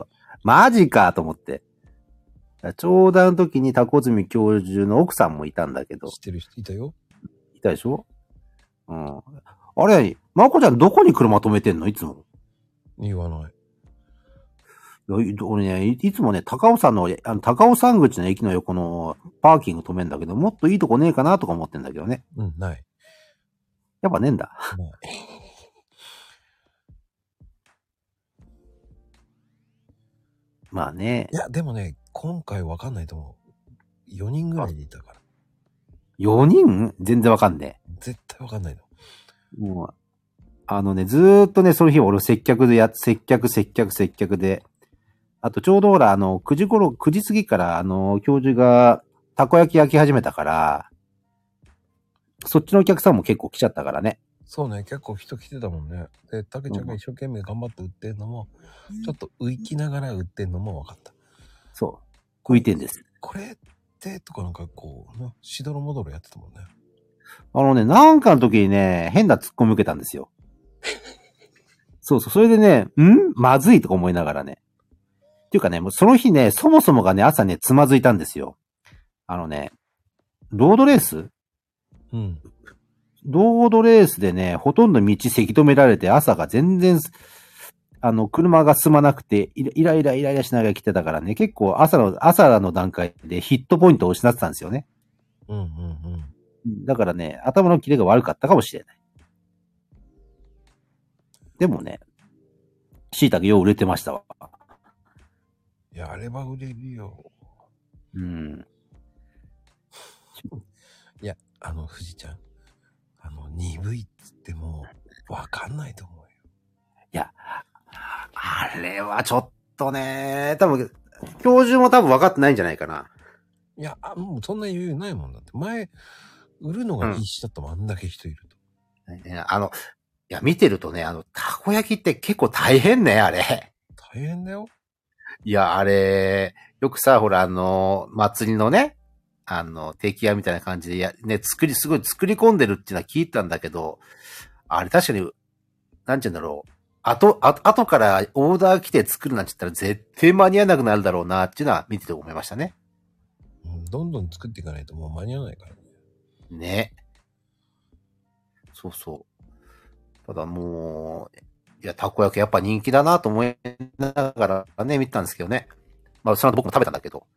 マジかと思って。ちょうどの時にタコズミ教授の奥さんもいたんだけど。 知ってる人いたよ。 いたでしょ？あれ、まこちゃんどこに車止めてんのいつも。 言わない。 俺ね、いつもね、高尾山口の駅の横のパーキング止めんだけど、もっといいとこねえかなとか思ってんだけどね。 ない。 やっぱねえんだ。 ない。 まあね。 いや、でもね、今回わかんないと思う。4人ぐらいでいたから。 4人？全然わかんねえ。絶対わかんないの。もう、ずーっとね、その日俺接客で接客で。あとちょうどほら、9時過ぎから、教授がたこ焼き焼き始めたから、そっちのお客さんも結構来ちゃったからね。 そうね、結構人来てたもんね。で、たけちゃんが一生懸命頑張って売ってんのも、ちょっと浮きながら売ってんのも分かった。 そう。浮いてんです。 これってとかなんかこう、しどろもどろやってたもんね。 なんかの時にね、変な突っ込み受けたんですよ。そう。それでね、まずいとか思いながらね。っていうかね、もうその日ね、そもそもがね、朝ね、つまずいたんですよ。ロードレース？ロードレースでね、ほとんど道せき止められて、朝が全然、車が進まなくて、イライラしながら来てたからね、結構朝の段階でヒットポイントを失ってたんですよね。だからね、頭のキレが悪かったかもしれない。でもね、椎茸よう売れてましたわ。 やれば売れるよ。いや、藤ちゃん。鈍いっつっても、わかんないと思うよ。 いや、あれはちょっとね、多分、教授も多分分かってないんじゃないかな。 いや、もうそんな余裕ないもんだって。前、売るのが必死だったもん、あんだけ人いると。 いや、見てるとね、たこ焼きって結構大変ね、あれ。 大変だよ。 いや、あれ、よくさ、ほら、祭りのね、定期屋みたいな感じですごい作り込んでるっていうのは聞いたんだけど、あれ確かに、なんて言うんだろう。後からオーダー来て作るなんて言ったら絶対間に合わなくなるだろうなっていうのは見てて思いましたね。 どんどん作っていかないともう間に合わないからね。 ね。そう。ただもう、いや、たこ焼きやっぱ人気だなと思いながらね、見てたんですけどね。まあ、その後僕も食べたんだけど。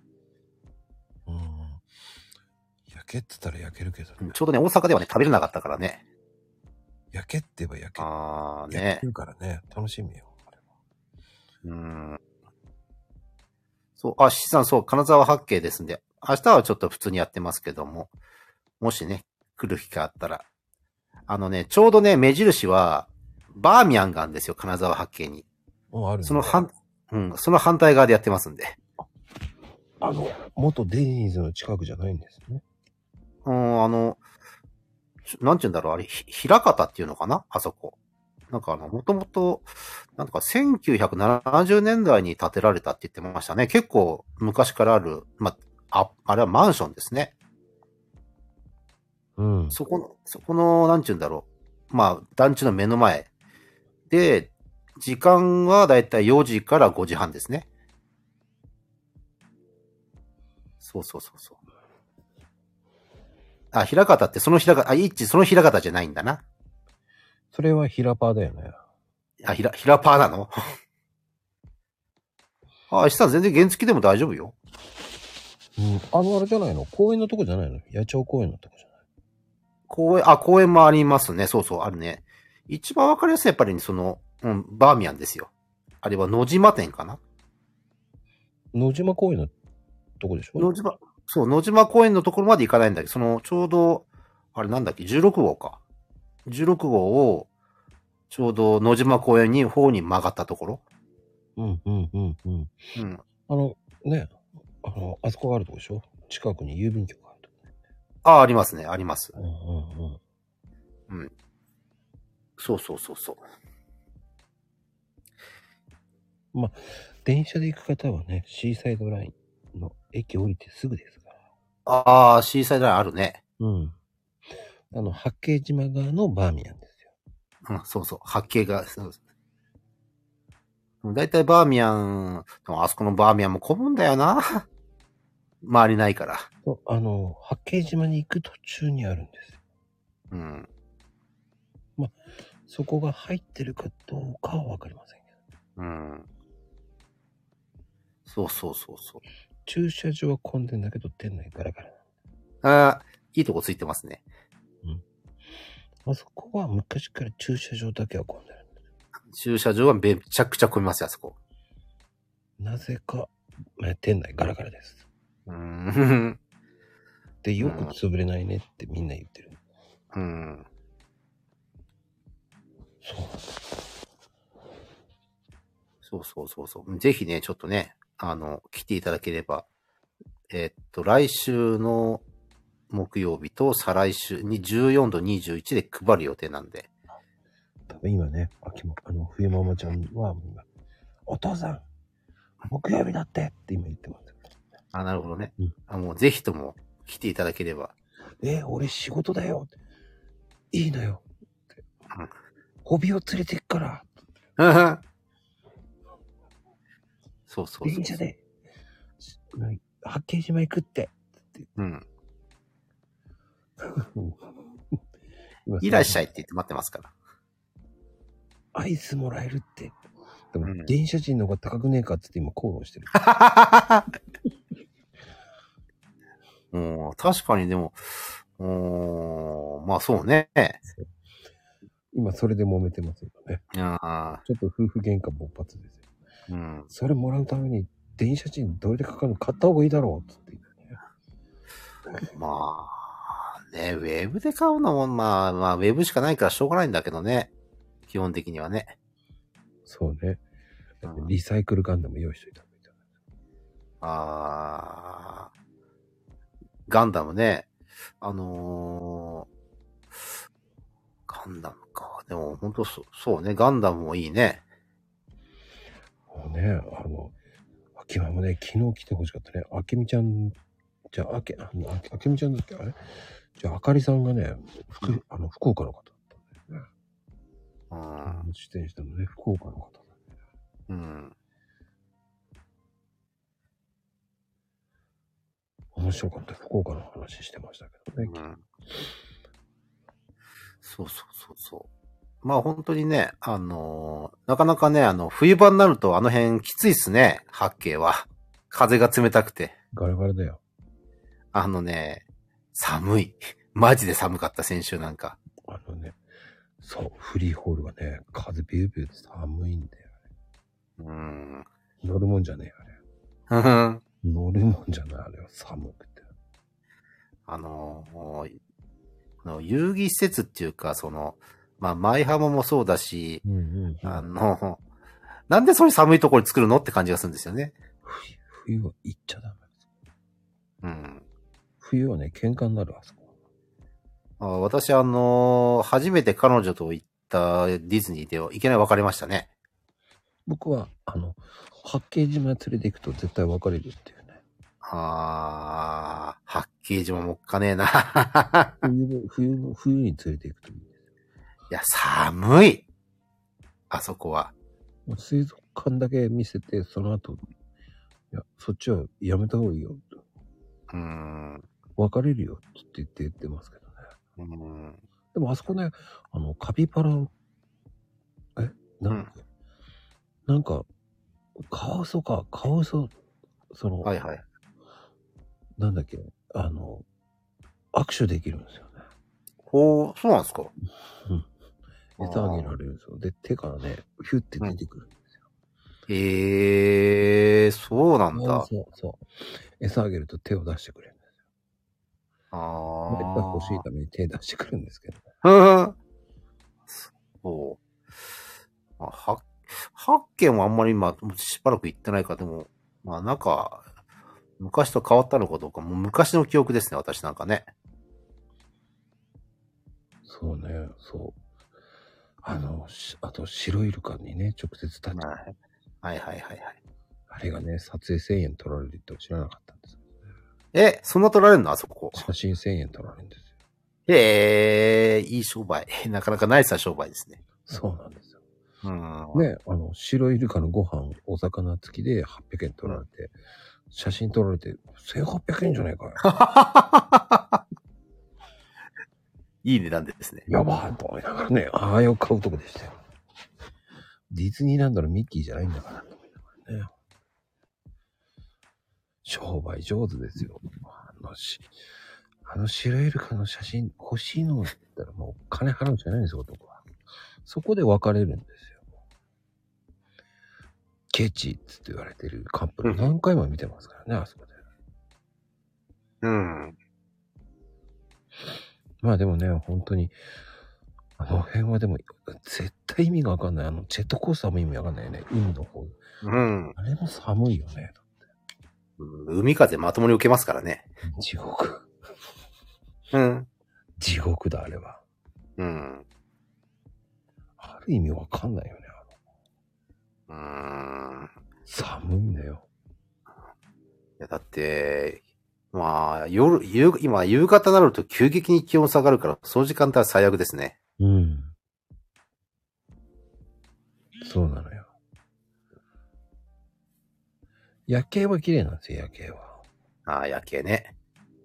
焼けって言ったら焼けるけどね。 ちょうどね、大阪ではね、食べれなかったからね。 焼けって言えば焼ける。 ね。 焼けるからね、楽しみよ。あれは。そう、七さん、そう、金沢八景ですんで、明日はちょっと普通にやってますけども、もしね、来る機会あったら。ちょうどね、目印は、バーミヤンがあるんですよ、金沢八景に。 あるね。 うん、その反対側でやってますんで。 元デニーズの近くじゃないんですね。 なんて言うんだろう、あれ、平方っていうのかなあそこ。なんかもともと、なんか1970年代に建てられたって言ってましたね。結構昔からある、あれはマンションですね。 うん。 そこの、なんて言うんだろう。まあ、団地の目の前。で、時間はだいたい4時から5時半ですね。そうそうそうそう。あ、平方ってその平方、その平方じゃないんだな。 それは平パーだよね。 あ、平パーなのあ、石さん全然原付でも大丈夫よ。 うん。あれじゃないの？公園のとこじゃないの？野鳥公園のとこじゃない？ 公園もありますね。そうそう、あるね。一番わかりやすいやっぱりバーミヤンですよ。あれは野島店かな？ 野島公園のとこでしょ？ 野島公園のところまで行かないんだけど、ちょうど、あれなんだっけ、16号か。16号を、ちょうど野島公園に方に曲がったところ。 うん。 うん。 ね、あそこがあるとこでしょ？近くに郵便局があるとこ。 ありますね、あります。うん。そうそうそうそう。 まあ、電車で行く方はね、シーサイドラインの駅降りてすぐですから。 ああ、シーサイドラインあるね。 うん。八景島側のバーミヤンですよ。 うん、そうそう。八景が、そうです。だいたいバーミヤン、あそこのバーミヤンも混むんだよな。周りないから。 そう、八景島に行く途中にあるんですよ。 うん。 まあ、そこが入ってるかどうかはわかりませんけど。 うん。そうそうそうそう。 駐車場は混んでんだけど、店内ガラガラ。 ああ、いいとこついてますね。 うん。あそこは昔から駐車場だけは混んでる。 駐車場はめちゃくちゃ混みますよ、あそこ。 なぜか、店内ガラガラです。で、よく潰れないねってみんな言ってる。 うん。そう。ぜひね、ちょっとね、来ていただければ、来週の木曜日と再来週に14度21で配る予定なんで。 多分今ね、冬ママちゃんは今、お父さん、木曜日だってって今言ってます。 あ、なるほどね。 うん、 もうぜひとも来ていただければ。 俺仕事だよ。いいのよ。 うん、 帯を連れて行くから。 そう。 電車で、八景島行くって。 うん。いらっしゃいって言って待ってますから。 アイスもらえるって。でも、電車賃の方が高くねえかって今口論してる。 確かにでも、まあそうね。 今それで揉めてますよね。ちょっと夫婦喧嘩勃発ですよ。 うん。 それもらうために電車賃どれでかかるの買った方がいいだろうっつって言ってね。 まあ、ね、ウェブで買うのも、まあ、ウェブしかないからしょうがないんだけどね。基本的にはね。 そうね。リサイクルガンダム用意しといた方がいいじゃない。ガンダムね。ガンダムか。でも、ほんとそうね。ガンダムもいいね。 もうね、秋葉もね、昨日来てほしかったね。あけみちゃん、じゃあ、あけみちゃんだっけあれじゃあ、あかりさんがね、福岡の方だったんだよね。出演したのね、福岡の方だね。 うん。 面白かった。福岡の話してましたけどね。 そう。まあ本当にね、なかなかね、冬場になるとあの辺きついっすね、八景は。風が冷たくて。 ガラガラだよ。 寒い。マジで寒かった、先週なんか。 そう、フリーホールはね、風ビュービューで寒いんだよ。乗るもんじゃねえ、あれ。乗るもんじゃない、あれは寒くて。 遊戯施設っていうか、まあ、舞浜もそうだし、 なんでそういう寒いところに作るのって感じがするんですよね。 冬は行っちゃダメです。 うん。 冬はね、喧嘩になるあそこ。 私初めて彼女と行ったディズニーでいきなり別れましたね。 僕は、八景島連れて行くと絶対別れるっていうね。 八景島もおっかねえな。 冬に連れて行くといいです。 いや、寒い。あそこは。 もう水族館だけ見せて、その後、いや、そっちはやめた方がいいよ。別れるよって言ってますけどね。でもあそこね、カピバラ、なんか、カワウソ、 はいはい。 なんだっけ、握手できるんですよね。 ほう、そうなんですか。 うん。餌あげられるんですよ。で、手からね、ヒュッて出てくるんですよ。そうなんだ。 そう。餌あげると手を出してくれるんですよ。やっぱり欲しいために手出してくるんですけどね。 そう。八軒はあんまり今、しばらく行ってないから、でも、まあなんか、昔と変わったのかどうか、もう昔の記憶ですね、私なんかね。 そうね、そう。あと白イルカにね、直接立ち。 はい。 あれがね、撮影1000円取られるって知らなかったんですよ。そんな取られるのあそこ。 写真1000円取られるんですよ。いい商売。なかなかナイスな商売ですね。 そうなんですよ。ね、白イルカのご飯、お魚付きで800円取られて、写真撮られて、1800円じゃないかよ。 いい値段ですね。 やばいと思いながらね、ああいう買うとこでしたよ。ディズニーランドのミッキーじゃないんだからと思いながらね。商売上手ですよ。白イルカの写真欲しいのって言ったらもう金払うしかないんですよ、男は。そこで別れるんですよ。ケチっつって言われてるカップル何回も見てますからね、あそこで。まあでもね、本当に、あの辺はでも、絶対意味がわかんない。ジェットコースターも意味わかんないよね。海の方。あれも寒いよね。 海風まともに受けますからね。 地獄。地獄だ、あれは。ある意味わかんないよね。寒いんだよ。 いや、だって、まあ、今、夕方になると急激に気温下がるから、その時間帯は最悪ですね。 そうなのよ。夜景は綺麗なんですよ、夜景は。 夜景ね。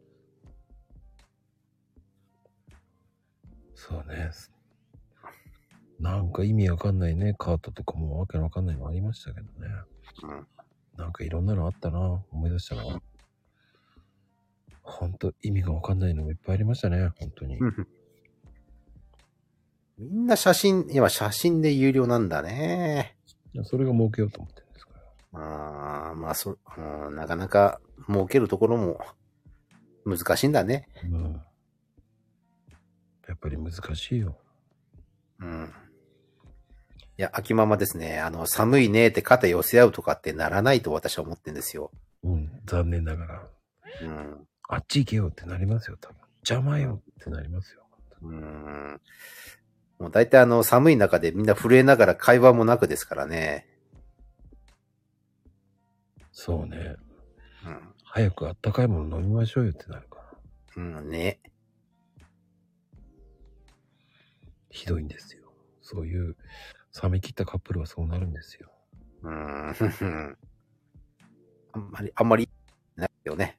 そうね。なんか意味わかんないね。カートとかもわけわかんないのありましたけどね。なんかいろんなのあったな。思い出したな。ほんと意味がわかんないのもいっぱいありましたね。本当に。 みんな今写真で有料なんだね。 いや、それが儲けようと思ってるんですから。 まあなかなか儲けるところも難しいんだね。 やっぱり難しいよ。 いや、秋ママですね。寒いねって肩寄せ合うとかってならないと私は思ってるんですよ。 残念ながら。あっち行けよってなりますよ、多分。邪魔よってなりますよ。 もう大体寒い中でみんな震えながら会話もなくですからね。 そうね。早くあったかいもの飲みましょうよってなるから。 ね。 ひどいんですよ。そういう冷め切ったカップルはそうなるんですよ。 あんまりないよね。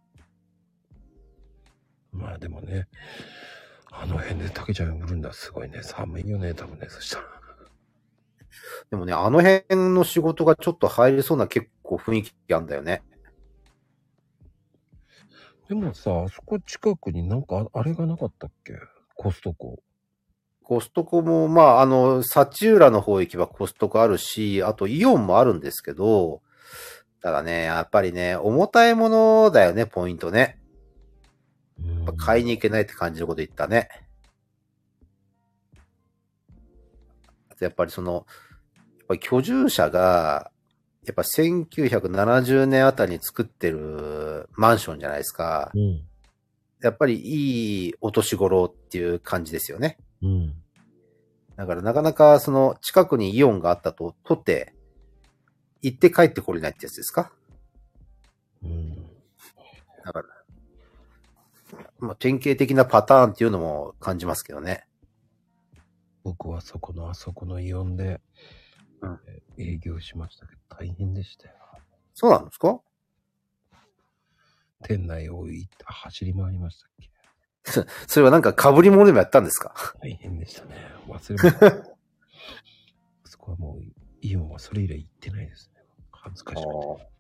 まあでもね、あの辺で竹ちゃん売るんだすごいね。寒いよね、多分ね、そしたら。 でもね、あの辺の仕事がちょっと入りそうな結構雰囲気あんだよね。 でもさ、あそこ近くになんかあれがなかったっけ？コストコ。 コストコも、まあ、幸浦の方行けばコストコあるし、あとイオンもあるんですけど、ただね、やっぱりね、重たいものだよね、ポイントね。やっぱ買いに行けないって感じのこと言ったね。あとやっぱりぱり居住者が、やっぱ1970年あたりに作ってるマンションじゃないですか。 うん。 やっぱりいいお年頃っていう感じですよね。 うん。 だからなかなかその近くにイオンがあったとって行って帰ってこれないってやつですか。 うん。 だから、まあ、典型的なパターンっていうのも感じますけどね。 僕はあそこのイオンで、営業しましたけど、大変でしたよ。 そうなんですか。 店内を走り回りましたっけ。 それはなんか被り物でもやったんですか。 大変でしたね。忘れました。そこはもう、イオンはそれ以来行ってないですね。恥ずかしく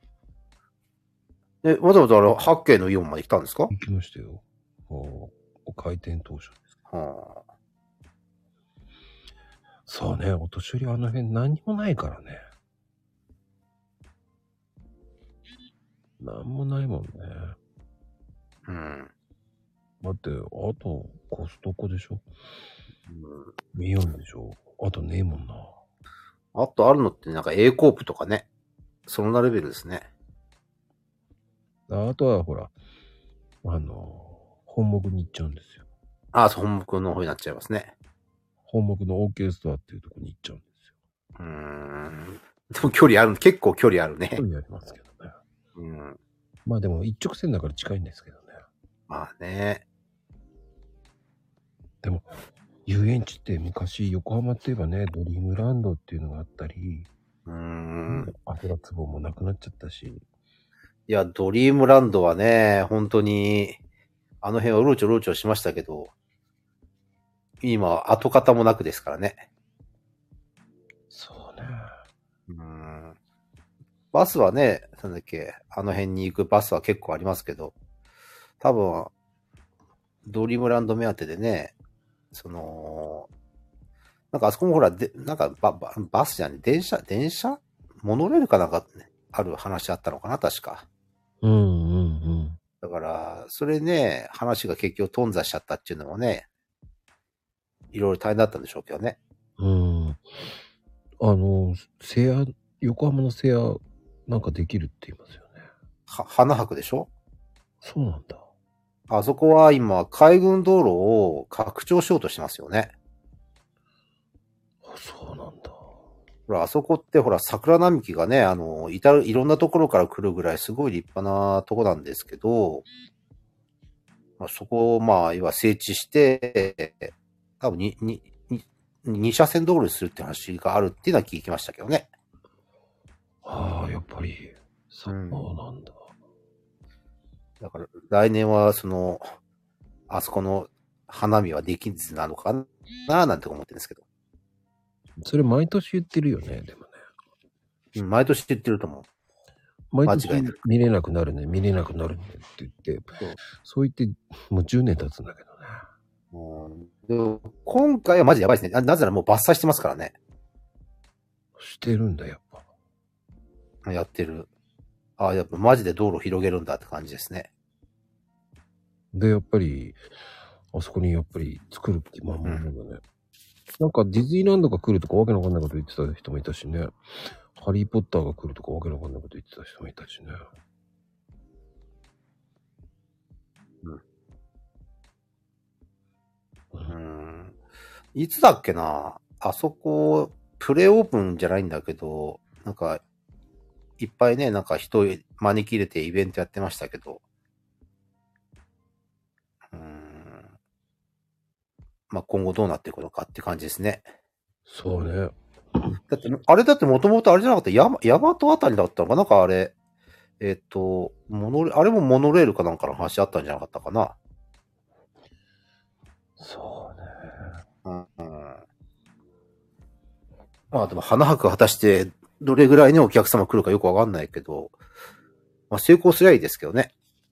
て。 わざわざ八景のイオンまで来たんですか。 行きましたよ。お開店当初ですか。そうね、お年寄りあの辺何にもないからね。なんもないもんね。 うん。 だって、あとコストコでしょ。イオンでしょ。あとねえもんな。 あとあるのってなんか A コープとかね。そんなレベルですね。 あとはほら、本木に行っちゃうんですよ。 ああ、本木の方になっちゃいますね。 本木の OK ストアっていうところに行っちゃうんですよ。でも距離ある、結構距離あるね。 距離ありますけどね。 うん。 まあでも一直線だから近いんですけどね。 まあね。 でも、遊園地って昔横浜って言えばね、ドリームランドっていうのがあったり、油壺もなくなっちゃったし。 いや、ドリームランドはね、本当に、あの辺はうろちょろちょしましたけど、今、跡形もなくですからね。 そうね。 バスはね、なんだっけ、あの辺に行くバスは結構ありますけど、多分、ドリームランド目当てでね、なんかあそこもほら、なんかバスじゃね、電車モノレールかなんか、ね、ある話あったのかな、確か。だから、それね、話が結局頓挫しちゃったっていうのもね、いろいろ大変だったんでしょうけどね。 横浜のセア、なんかできるって言いますよね。 花博でしょ。 そうなんだ。 あそこは今、海軍道路を拡張しようとしてますよね。 そうなんだ。 ほら、あそこってほら、桜並木がね、いろんなところから来るぐらいすごい立派なとこなんですけど、まあ、そこをまあ、要は整地して、多分2車線道路にするって話があるっていうのは聞きましたけどね。 ああ、やっぱり、そうなんだ。 だから、来年はあそこの花見はできずなのかななんて思ってるんですけど。 それ毎年言ってるよね、でもね。 毎年言ってると思う。 毎年見れなくなるね、見れなくなるねって言って、そう言ってもう10年経つんだけどね。でも今回はマジでやばいですね。なぜならもう伐採してますからね。 してるんだ、やっぱ。やってる。ああ、やっぱマジで道路広げるんだって感じですね。 で、やっぱり、あそこにやっぱり作る気満々なんだね。なんかディズニーランドが来るとかわけのわかんないこと言ってた人もいたしね。ハリーポッターが来るとかわけのわかんないこと言ってた人もいたしね。 いつだっけな、あそこ、プレオープンじゃないんだけど、なんか、いっぱいね、なんか人招き入れてイベントやってましたけど。まあ、今後どうなっていくのかって感じですね。 そうね。 だってもともとあれじゃなかったヤマトあたりだったのかなんかあれ、あれもモノレールかなんかの話あったんじゃなかったかな。 そうね。 まあでも花博果たしてどれぐらいのお客様来るかよくわかんないけど、まあ成功すりゃいいですけどね。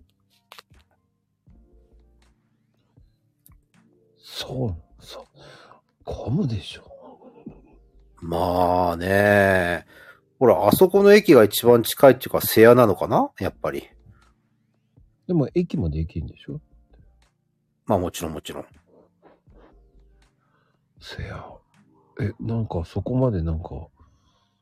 そう。混むでしょ。 まあね。ほら、あそこの駅が一番近いっていうか、瀬谷なのかなやっぱり。 でも駅まで行けんでしょ。 まあもちろん。 瀬谷。なんかそこまでなんか、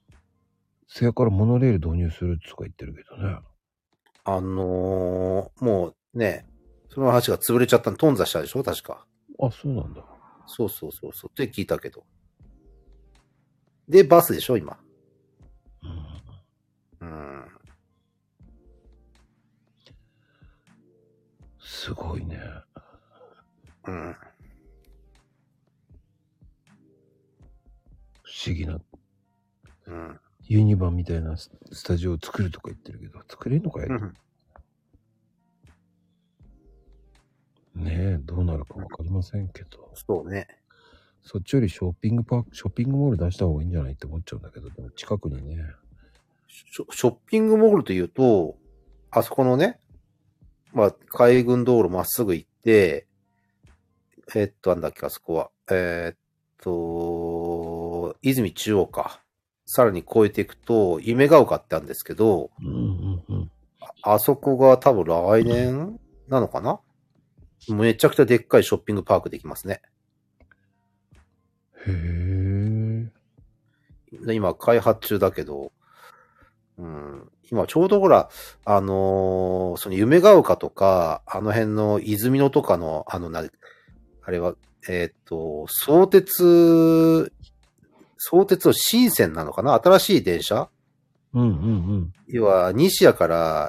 そやからモノレール導入するとか言ってるけどね。 もうね、その話が潰れちゃったの、頓挫したでしょ確か。 あ、そうなんだ。 そうって聞いたけど。で、バスでしょ今。 うん。 うん。 すごいね。 うん。 不思議な。 うん。 ユニバみたいなスタジオを作るとか言ってるけど、作れんのかよ。ねえ、どうなるかわかりませんけど。 そうね。 そっちよりショッピングモール出した方がいいんじゃないって思っちゃうんだけど、でも近くにね。 ショッピングモールというと、あそこのね、まあ、海軍道路まっすぐ行って、なんだっけ、あそこは。泉中央か。さらに越えていくと、夢が丘ってあるんですけど、 うんうんうん。 あそこが多分来年なのかな、めちゃくちゃでっかいショッピングパークできますね。 へえ。 で今開発中だけど、うん、今ちょうどほら、その夢が丘とか、あの辺の泉野とかの、あれは、相鉄の新線なのかな新しい電車、 うんうんうん。 要は、西谷から、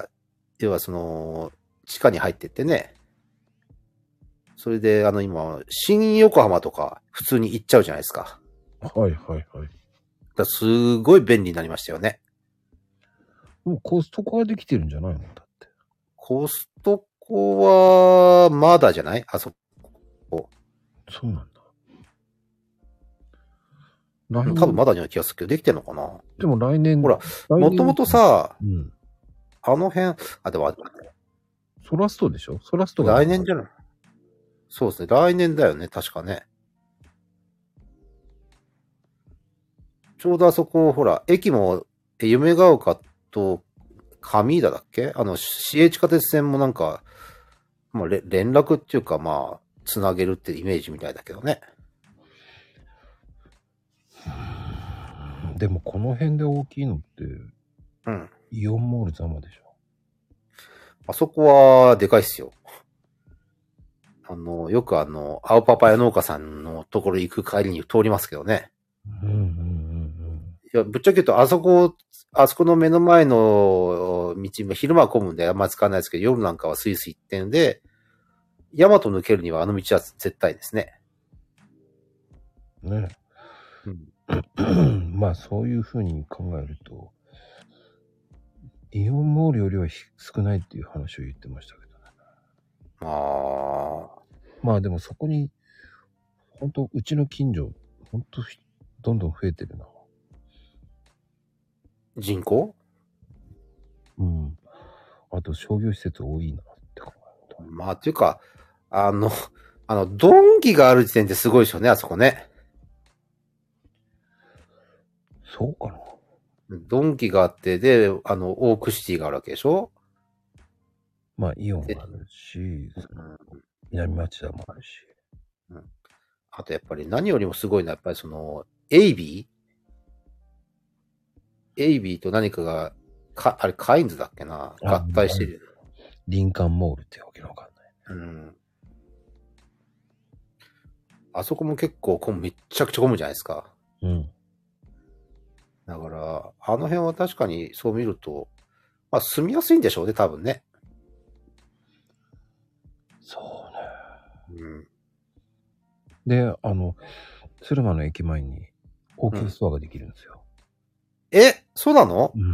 要はその、地下に入ってってね。それで、今、新横浜とか、普通に行っちゃうじゃないですか。 はいはいはい。 だからすごい便利になりましたよね。 もうコストコができてるんじゃないのだって。 コストコは、まだじゃないあそこ。 そうなんだ。 多分まだには気がするけど、できてんのかなでも来年。 ほら、もともとさ、 うん。 あの辺、でも、 ソラストでしょソラストが。 来年じゃない。そうですね。来年だよね。確かね。ちょうどあそこ、ほら、駅も、夢が丘と上田だっけ市営地下鉄線もなんか、まあ、連絡っていうか、まあ、つなげるってイメージみたいだけどね。 でもこの辺で大きいのって、 うん。 イオンモールざまでしょ。 あそこは、でかいっすよ。よく青パパヤ農家さんのところ行く帰りに通りますけどね。 うんうんうんうん。 いや、ぶっちゃけ言うと、あそこの目の前の道、昼間は混むんであんま使わないですけど、夜なんかはスイスイ行ってんで、ヤマト抜けるにはあの道は絶対ですね。 ね。うん、まあそういうふうに考えると、イオンモールよりは少ないっていう話を言ってましたけどね。まあでもそこに、本当うちの近所、本当どんどん増えてるな。 人口？ うん。あと商業施設多いなって考えると。 まあ、っていうか、ドンキがある時点ですごいですよね、あそこね。 そうかな。 ドンキがあって、で、オークシティがあるわけでしょ？ まあ、イオンがあるし、南町田もあるし。 うん。あとやっぱり何よりもすごいのは、やっぱりその、エイビーと何かが、あれ、カインズだっけな合体してる。 リンカンモールってわけのわかんない。 うん。あそこも結構めっちゃくちゃ混むじゃないですか。 うん。 だから、あの辺は確かにそう見ると、まあ住みやすいんでしょうね、多分ね。 そうね。 うん。 で、鶴間の駅前に OK ストアができるんですよ。 そうなの？ うん。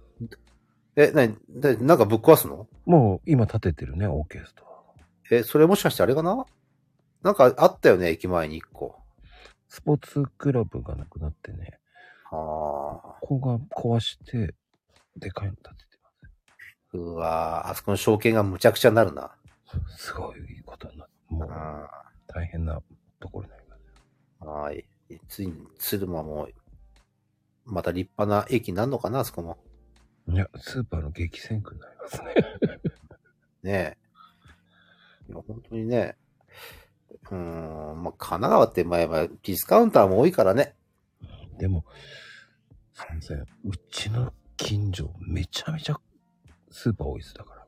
なんかぶっ壊すの？ もう今建ててるね、OK ストア。 それもしかしてあれかな？なんかあったよね、駅前に一個。 スポーツクラブがなくなってね。ここが壊して、でかいの建ててます。 うわぁ、あそこの証券がむちゃくちゃになるな。 すごいことになって、もう大変なところになります。 はい。ついに鶴間も、また立派な駅になるのかな、あそこも。 いや、スーパーの激戦区になりますね。 ねえ。いや、本当にね。まあ、神奈川って前はディスカウンターも多いからね。 でも、 すいません。うちの近所、めちゃめちゃスーパー多いです。だから。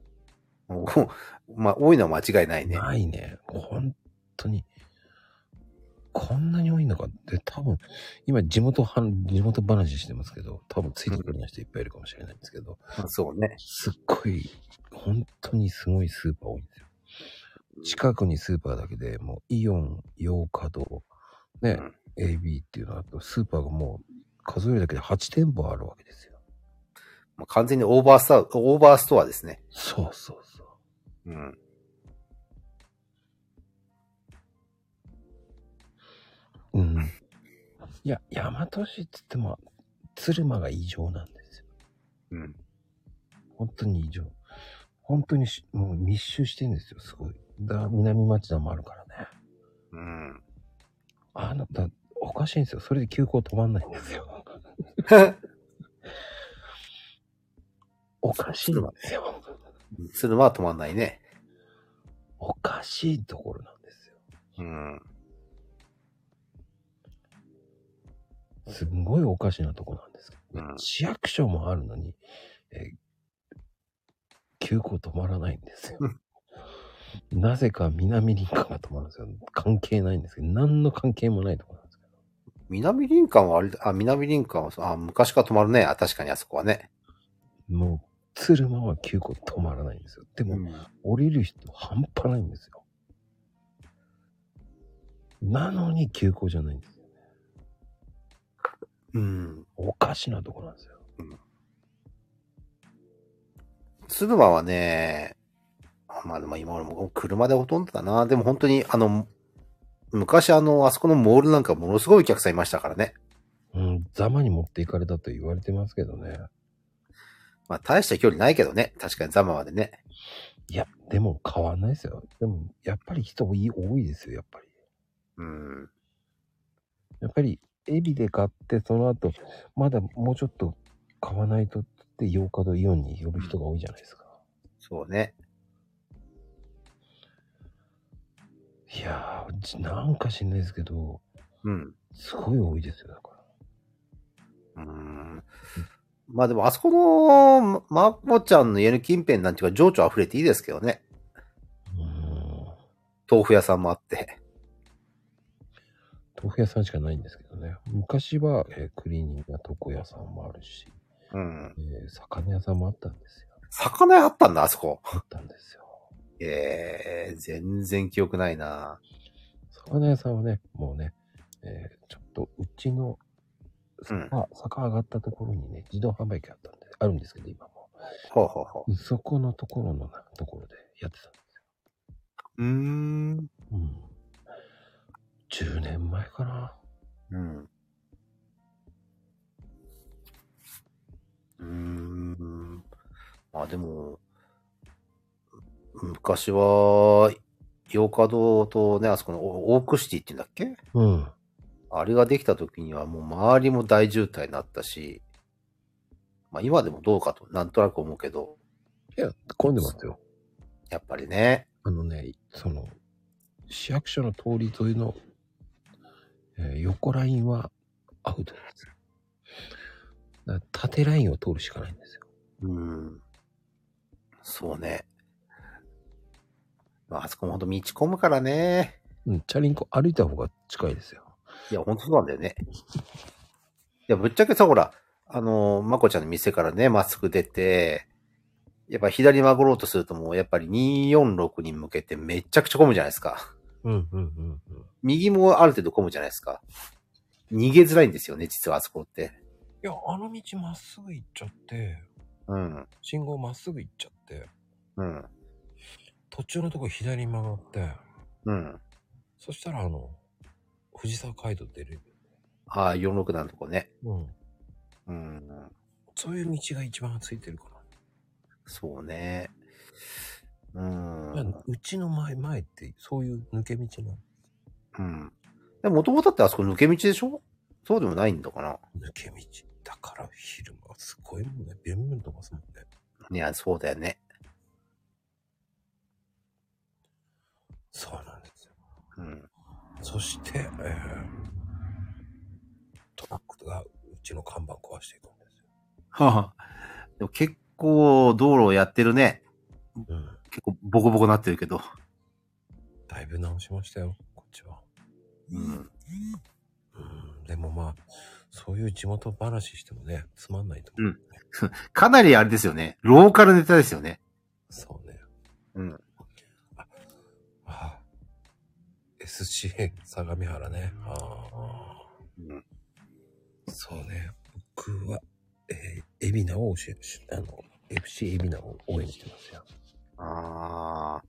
もうまあ、多いのは間違いないね。 ないね。本当に。こんなに多いのかって多分、今地元話してますけど、多分ついてくる人いっぱいいるかもしれないんですけど、 そうね。 すっごい、本当にすごいスーパー多いんですよ。近くにスーパーだけでもうイオン、ヨーカドー、ね、AB っていうのは、スーパーがもう数えるだけで8店舗あるわけですよ。 もう完全にオーバーストアですね。 そうそうそう。 うん。 うん。いや、大和市って言っても、鶴間が異常なんですよ。 うん。 本当に異常。本当にもう密集してるんですよ、すごい。南町田もあるからね。 うん。 おかしいんですよ。それで急行止まんないんですよ。おかしいんですよ。 鶴間は止まんないね。 おかしいところなんですよ。 うん。 すんごいおかしなとこなんですけど、 うん、 市役所もあるのに、急行止まらないんですよ。なぜか南林間が止まるんですよ。関係ないんですけど、何の関係もないところなんですけど。 南林間は南林間は、昔から止まるね。確かにあそこはね。 もう、鶴間は急行止まらないんですよ。でも、降りる人半端ないんですよ。なのに急行じゃないんですよね。 うん。 おかしなところなんですよ。 鶴間はね、まあでも今俺も車でほとんどだな。でも本当に昔あそこのモールなんかものすごいお客さんいましたからね。 うん、ざまに持っていかれたと言われてますけどね。 まあ大した距離ないけどね。確かにザマまでね。 いや、でも変わんないですよ。でも、やっぱり人多いですよ、やっぱり。 うん。 やっぱり、エビで買って、その後、まだもうちょっと買わないとって、ヨーカドーイオンに寄る人が多いじゃないですか。 そうね。 いやー、なんか知んないですけど、 うん。 すごい多いですよ、だから。 まあでもあそこの、まこちゃんの家の近辺なんていうか情緒溢れていいですけどね。豆腐屋さんもあって。 豆腐屋さんしかないんですけどね。昔は、クリーニングや床屋さんもあるし、魚屋さんもあったんですよ。 魚屋あったんだ、あそこ。 あったんですよ。 全然記憶ないな。 魚屋さんはね、もうね、ちょっとうちの坂上がったところにね、自動販売機あるんですけど、今も。 ほうほうほう。そこのところでやってたんですよ。10年前かな。 まあでも、昔は、ヨーカドーとね、あそこのオークシティって言うんだっけ？あれができた時にはもう周りも大渋滞になったし、まあ今でもどうかとなんとなく思うけど。 いや、混んでますよ。 やっぱりね。 市役所の通り沿いの、横ラインはアウトです。だから縦ラインを通るしかないんですよ。 そうね。まあ、あそこもほんと道込むからね。 チャリンコ歩いた方が近いですよ。 いや、ほんとそうなんだよね。いや、ぶっちゃけさ、ほら、まこちゃんの店からね、まっすぐ出て、やっぱ左曲がろうとするともう、やっぱり246に向けてめちゃくちゃ混むじゃないですか。右もある程度混むじゃないですか。逃げづらいんですよね、実はあそこって。 いや、あの道まっすぐ行っちゃって、信号まっすぐ行っちゃって、途中のとこ左に曲がって、そしたら藤沢街道出れる。 ああ、46のとこね。 そういう道が一番ついてるかな。 そうね。 うちの前ってそういう抜け道なの。でも元々ってあそこ抜け道でしょ？そうでもないんだかな。 抜け道。だから昼間すごいもんね。ビュンビュン飛ばすもんね。 いや、そうだよね。 そうなんですよ。そして、トラックがうちの看板壊していくんですよ。 はあ、でも結構道路やってるね。 うん。 結構ボコボコなってるけど。 だいぶ直しましたよ、こっちは。 うん。 うん。でもまあ、そういう地元話してもね、つまんないと思う、ね。 かなりあれですよね。ローカルネタですよね。 そうね。 うん。 SCA 相模原ね。ああ。 うん。 そうね。僕は、海老名をFC 海老名を応援してますよ。 ああ。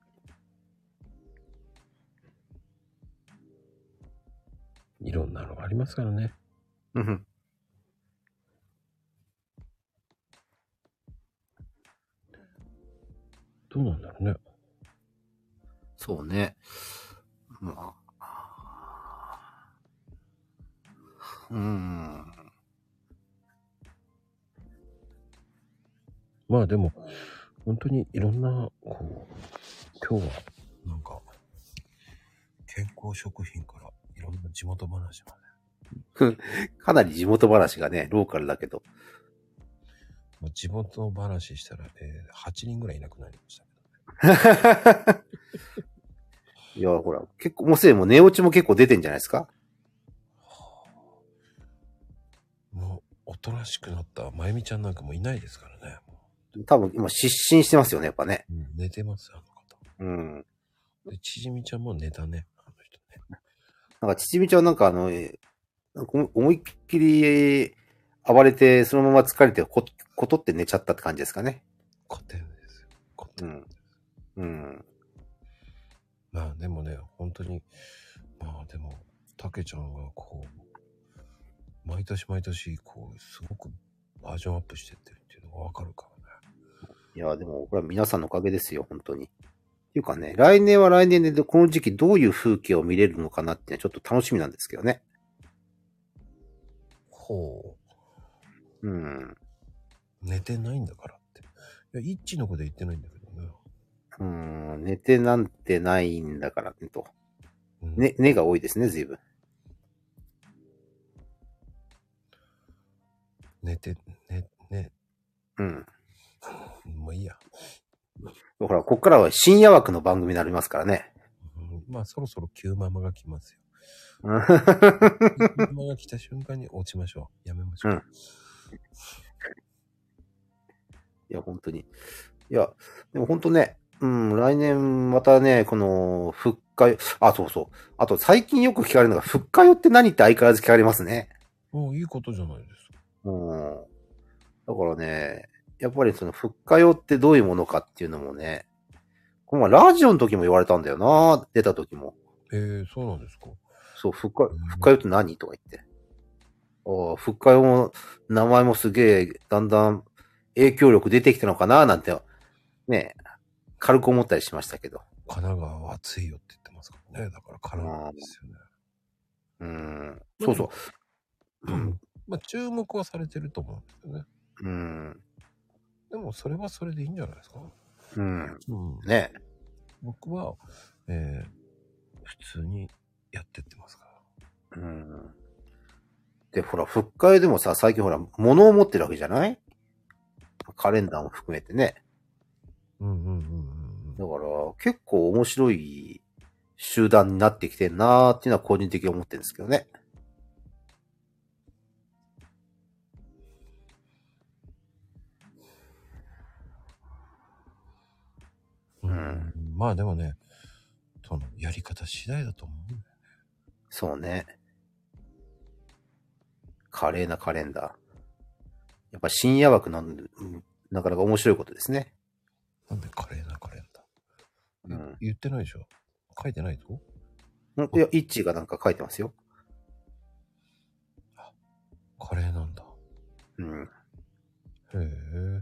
いろんなのがありますからね。 うん。 どうなんだろうね。 そうね。まあ。 まあでも、本当にいろんな、今日は、なんか、健康食品からいろんな地元話まうん。かなり地元話がね、ローカルだけど。 で。地元話したら、8人ぐらいいなくなりましたけどね。 いや、ほら、結構、もうすでに寝落ちも結構出てんじゃないですか？ もう、おとなしくなったまゆみちゃんなんかもいないですからね。 多分今失神してますよね、やっぱね。 うん、寝てます、あの方。 うん。 で、ちじみちゃんも寝たね、あの人ね。 なんか、ちちみちゃんなんかなんか思いっきり暴れて、そのまま疲れてことって寝ちゃったって感じですかね。 古典ですよ。古典。 うん。 まあでもね、本当に、まあでも、たけちゃんが毎年毎年、すごくバージョンアップしてってるっていうのがわかるからね。 いや、でも、これは皆さんのおかげですよ、本当に。っていうかね、来年は来年で、この時期どういう風景を見れるのかなって、ちょっと楽しみなんですけどね。 ほうん。 う。寝てないんだからって。いや、イッチの子で言ってないんだけどね。 寝てなんてないんだからね、と。 うん、 寝が多いですね、随分。 寝て、ね。 うん。 もういいや。 ほら、こっからは深夜枠の番組になりますからね。 うん、まあそろそろQママが来ますよ。 うん。 Q ママが来た瞬間に落ちましょう。やめましょう。 いや、本当に。いや、でも本当ね、来年またね、この、復活、そうそう。あと、最近よく聞かれるのが、復活よって何って相変わらず聞かれますね。 もういいことじゃないですか。 だからね、やっぱりその、復活よってどういうものかっていうのもね、この前ラジオの時も言われたんだよな、出た時も。 そうなんですか。 そう、復活よって何とか言って。復活よも、名前もすげえ、だんだん影響力出てきたのかな、なんて、ね、軽く思ったりしましたけど。 神奈川は暑いよって言ってますからね。だから神奈川ですよね。 そうそう。 まあ注目はされてると思うんですよね。でもそれはそれでいいんじゃないですか。 ね。 僕は、普通にやってってますから。 で、ほら、復活でもさ、最近ほら、物を持ってるわけじゃない？カレンダーも含めてね。だから、結構面白い集団になってきてんなーっていうのは個人的に思ってるんですけどね。 まあでもね、そのやり方次第だと思うんだよね。 そうね。華麗なカレンダー。やっぱ深夜枠なかなか面白いことですね。 なんで華麗なカレンダー、言ってないでしょ。書いてないぞ。 いや、イッチーがなんか書いてますよ。 カレーなんだ。へえ。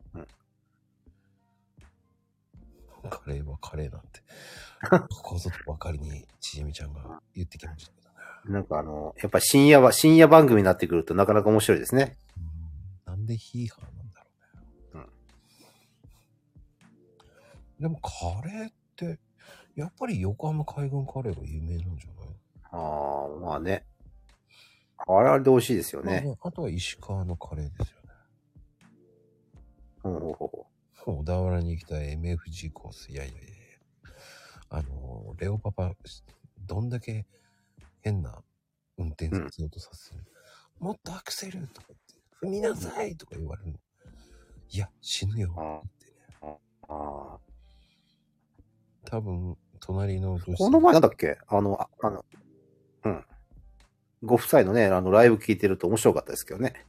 カレーはカレーなんて。ここぞとばかりにちじみちゃんが言ってきましたけどね。 なんかやっぱ深夜番組になってくるとなかなか面白いですね。 なんでヒーハーなんだろうね。でもカレーって、やっぱり横浜海軍カレーが有名なんじゃない？ まあね。 あれあれで美味しいですよね。 まあね、あとは石川のカレーですよね。 ほうほうほ小田原に行きたい MFG コース。いやいやいやいや。レオパパ、どんだけ変な運転させようとさせる、もっとアクセルとか言って、踏みなさいとか言われるの。いや、死ぬよってね。 ああ。 多分、隣のこの前なんだっけうん。ご夫妻のね、ライブ聞いてると面白かったですけどね。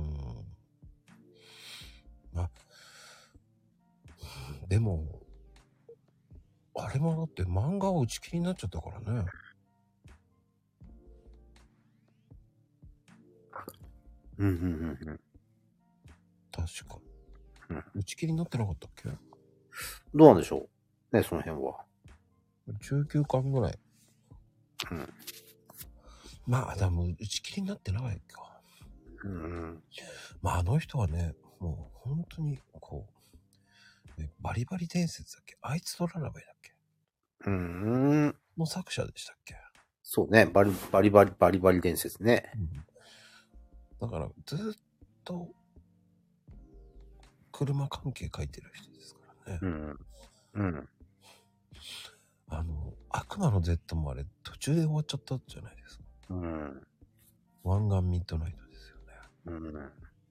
でも、あれもだって漫画は打ち切りになっちゃったからね。 うんうんうんうん。 確か。 うん。 打ち切りになってなかったっけ？ どうなんでしょうね、その辺は。 19巻ぐらい。 うん。 まあ、でも打ち切りになってないか。 うん。 まあ、あの人はね、もう本当に、こう、ね、バリバリ伝説だっけ？あいつとララバイだっけ？の作者でしたっけ？ そうね、バリバリ伝説ね。 だから、ずっと、車関係書いてる人ですからね。 うん。うん。 悪魔の Z もあれ、途中で終わっちゃったじゃないですか。 うん。 湾岸ミッドナイトですよね。 うん。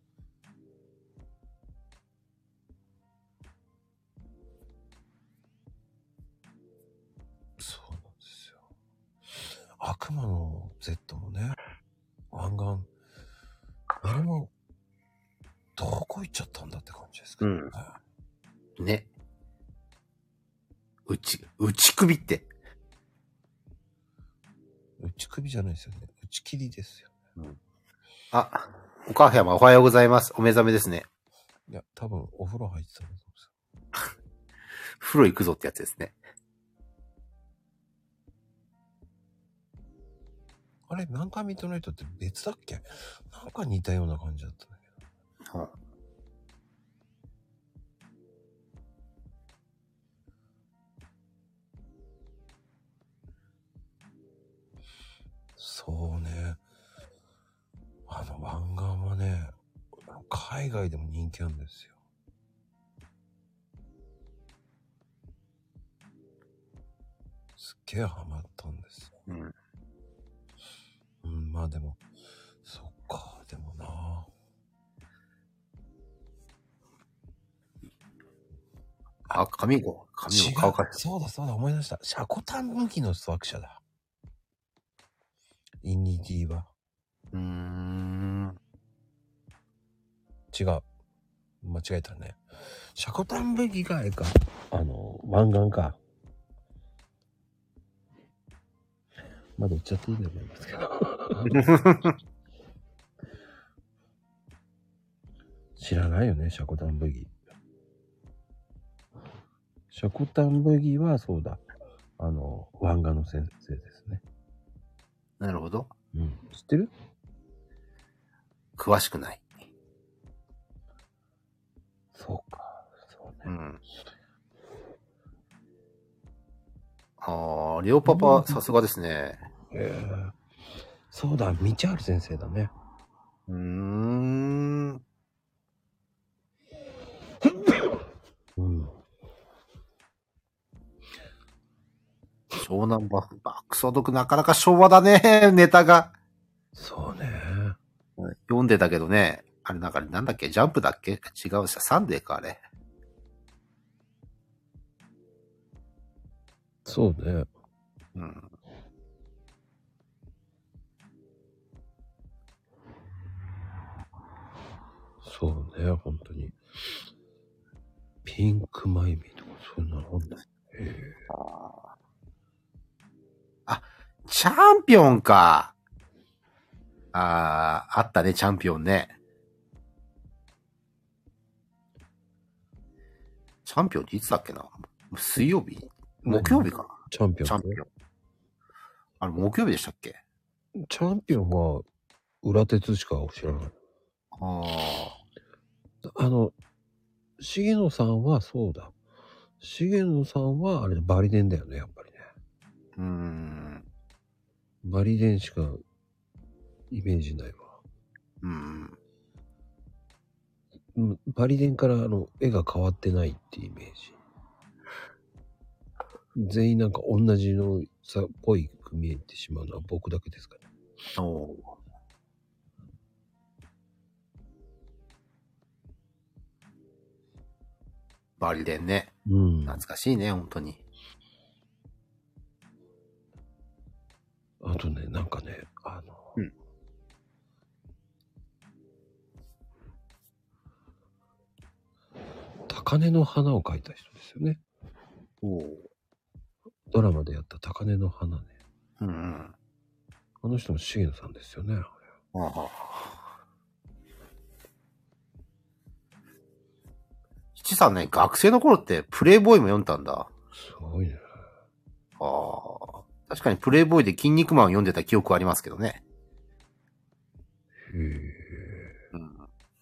そうなんですよ。悪魔の Z もね、湾岸、あれも、どこ行っちゃったんだって感じですけどね。 うん。ね。内首って。 内首じゃないですよね。内切りですよね。 うん。あ、お母様おはようございます。お目覚めですね。 いや、多分お風呂入ってたんだと思うんですよ。 風呂行くぞってやつですね。 あれ、南海ミッドナイトって別だっけ？なんか似たような感じだったんだけど。 はあ、 そうね。湾岸はね、海外でも人気なんですよ。すっげえハマったんですよ。 うん。 うん、まあでも、そっか、でもな。 あ、髪を乾かして。 そうだそうだ、思い出した。シャコタン麦の作者だ。イニディは。違う。間違えたね。シャコタン麦があれか。湾岸か。まだ言っちゃっていいと思いますけど。知らないよね、シャコタン麦。シャコタン麦はそうだ。湾岸の先生ですね。 なるほど。 うん。知ってる？ 詳しくない。 そうか。そうね。 うん。ああ、リオパパ、さすがですね。 そうだ、道春先生だね。うん。 湘南バックソドクなかなか昭和だね、ネタが。 そうね。 読んでたけどね。あれなんだっけジャンプだっけ違うさ、サンデーか、あれ。 そうね。 うん。 そうね、本当に。ピンクマイミーとか、そんなのあんだ。 あ、チャンピオンか。あったね、チャンピオンね。チャンピオンっていつだっけな水曜日木曜日かなチャンピオン。 チャンピオン。あれ、木曜日でしたっけ？ チャンピオンは、裏鉄しか知らない。重野さんはそうだ。重野さんは、あれ、バリデンだよね、やっぱりね。バリデンしかイメージないわ。 うん。 バリデンから絵が変わってないっていうイメージ。全員なんか同じのさっぽいく見えてしまうのは僕だけですかね。 おー。バリデンね。 うん。 懐かしいね、本当に。 あとね、なんかね、 うん高嶺の花を描いた人ですよね。 おー。 ドラマでやった高嶺の花ね。 うんうん。 あの人も重野さんですよね。 ああ。七さんね、学生の頃ってプレイボーイも読んだんだ。 すごいね。 ああ。確かにプレイボーイで筋肉マンを読んでた記憶ありますけどね。 へえ。 うん。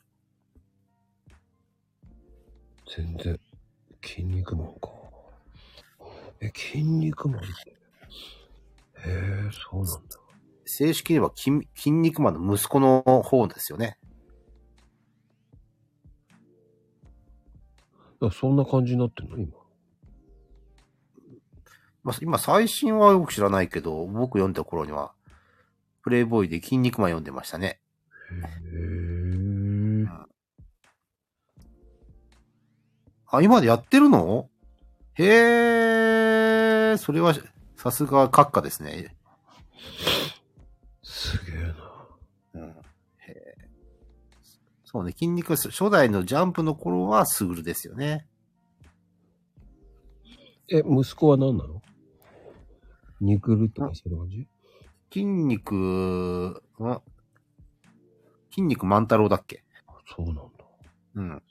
全然、筋肉マンか。筋肉マンって。へえ、そうなんだ。 正式には筋肉マンの息子の方ですよね。 そんな感じになってんの今。 まあ、今最新はよく知らないけど、僕読んだ頃には、プレイボーイで筋肉マン読んでましたね。 へえ。 あ、今までやってるの？へえ、それは、さすが閣下ですね。 すげえな。 うん。へえ。そうね、筋肉、初代のジャンプの頃はスグルですよね。 息子は何なの？ニクルとかそういう感じ？ 筋肉万太郎だっけ？ そうなんだ。 うん。 へ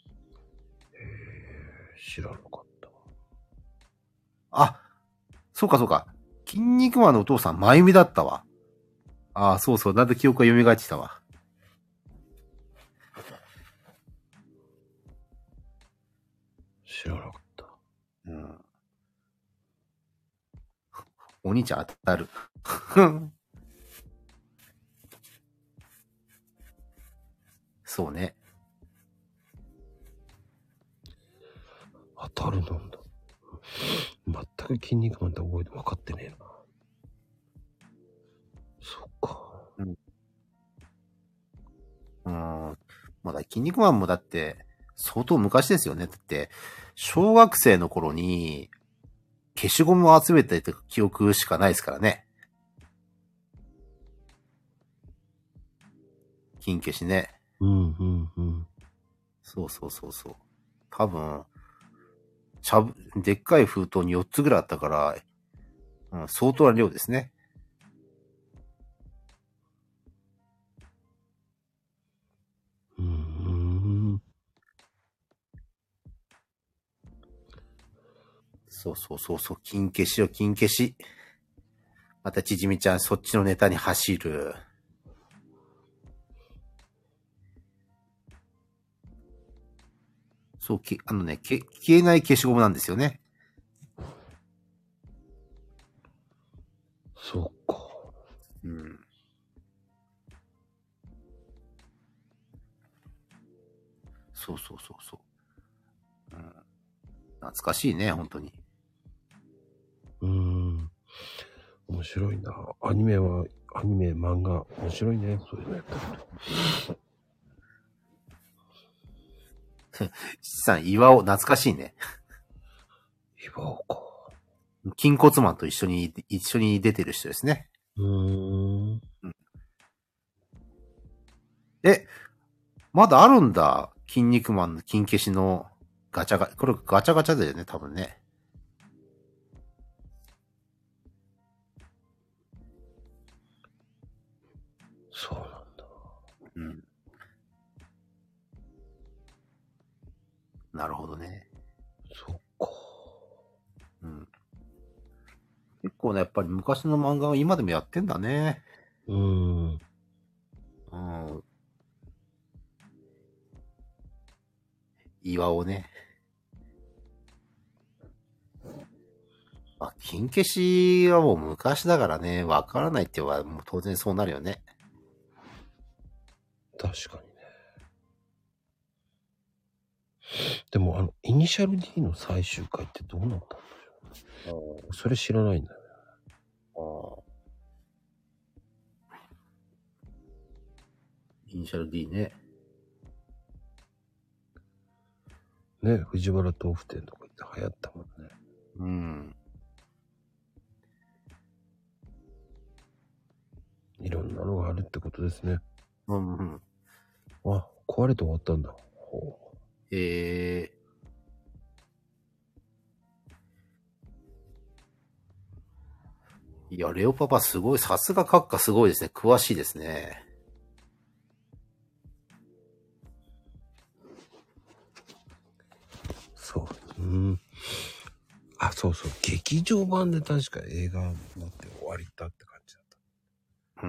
え、知らなかったわ。 あ、そうかそうか。筋肉マンのお父さん、真由美だったわ。ああ、そうそう。だんだん記憶が蘇ってきたわ。 知らなかった。 うん。お兄ちゃん当たる。そうね。 当たるなんだ。全く筋肉マンって覚えて分かってねえな。そっか。まだ筋肉マンもだって、相当昔ですよね。だって、小学生の頃に、消しゴムを集めてた記憶しかないですからね。金消しね。 うんうんうん。 そうそうそうそう。多分、でっかい封筒に4つぐらいあったから、相当な量ですね。そうそうそうそう。金消しよ、金消し。またちじみちゃん、そっちのネタに走る。そう、消えない消しゴムなんですよね。 そっか。 うん。そうそうそうそう。うん。懐かしいね、本当に。 面白いな。アニメ、漫画、面白いね。そういうのやったこと。 七さん、岩尾、懐かしいね。 岩尾か。 筋骨マンと一緒に出てる人ですね。まだあるんだ。筋肉マンの金消しのこれガチャガチャだよね、多分ね。 そうなんだ。 うん。なるほどね。 そっか。 うん。結構ね、やっぱり昔の漫画は今でもやってんだね。うん。岩をね。金消しはもう昔だからね、わからないって言えばもう当然そうなるよね。 確かにね。でもイニシャル D の最終回ってどうなったんでしょう。それ知らないんだよイニシャル D ね。 ね。藤原豆腐店とか行って流行ったもんね。 うん。 いろんなのがあるってことですね。 うんうん。 あ、壊れて終わったんだ。ほう。 いや、レオパパすごい、さすが閣下すごいですね。詳しいですね。 そう。あ、そうそう。劇場版で確か映画になって終わりだって感じだっうん。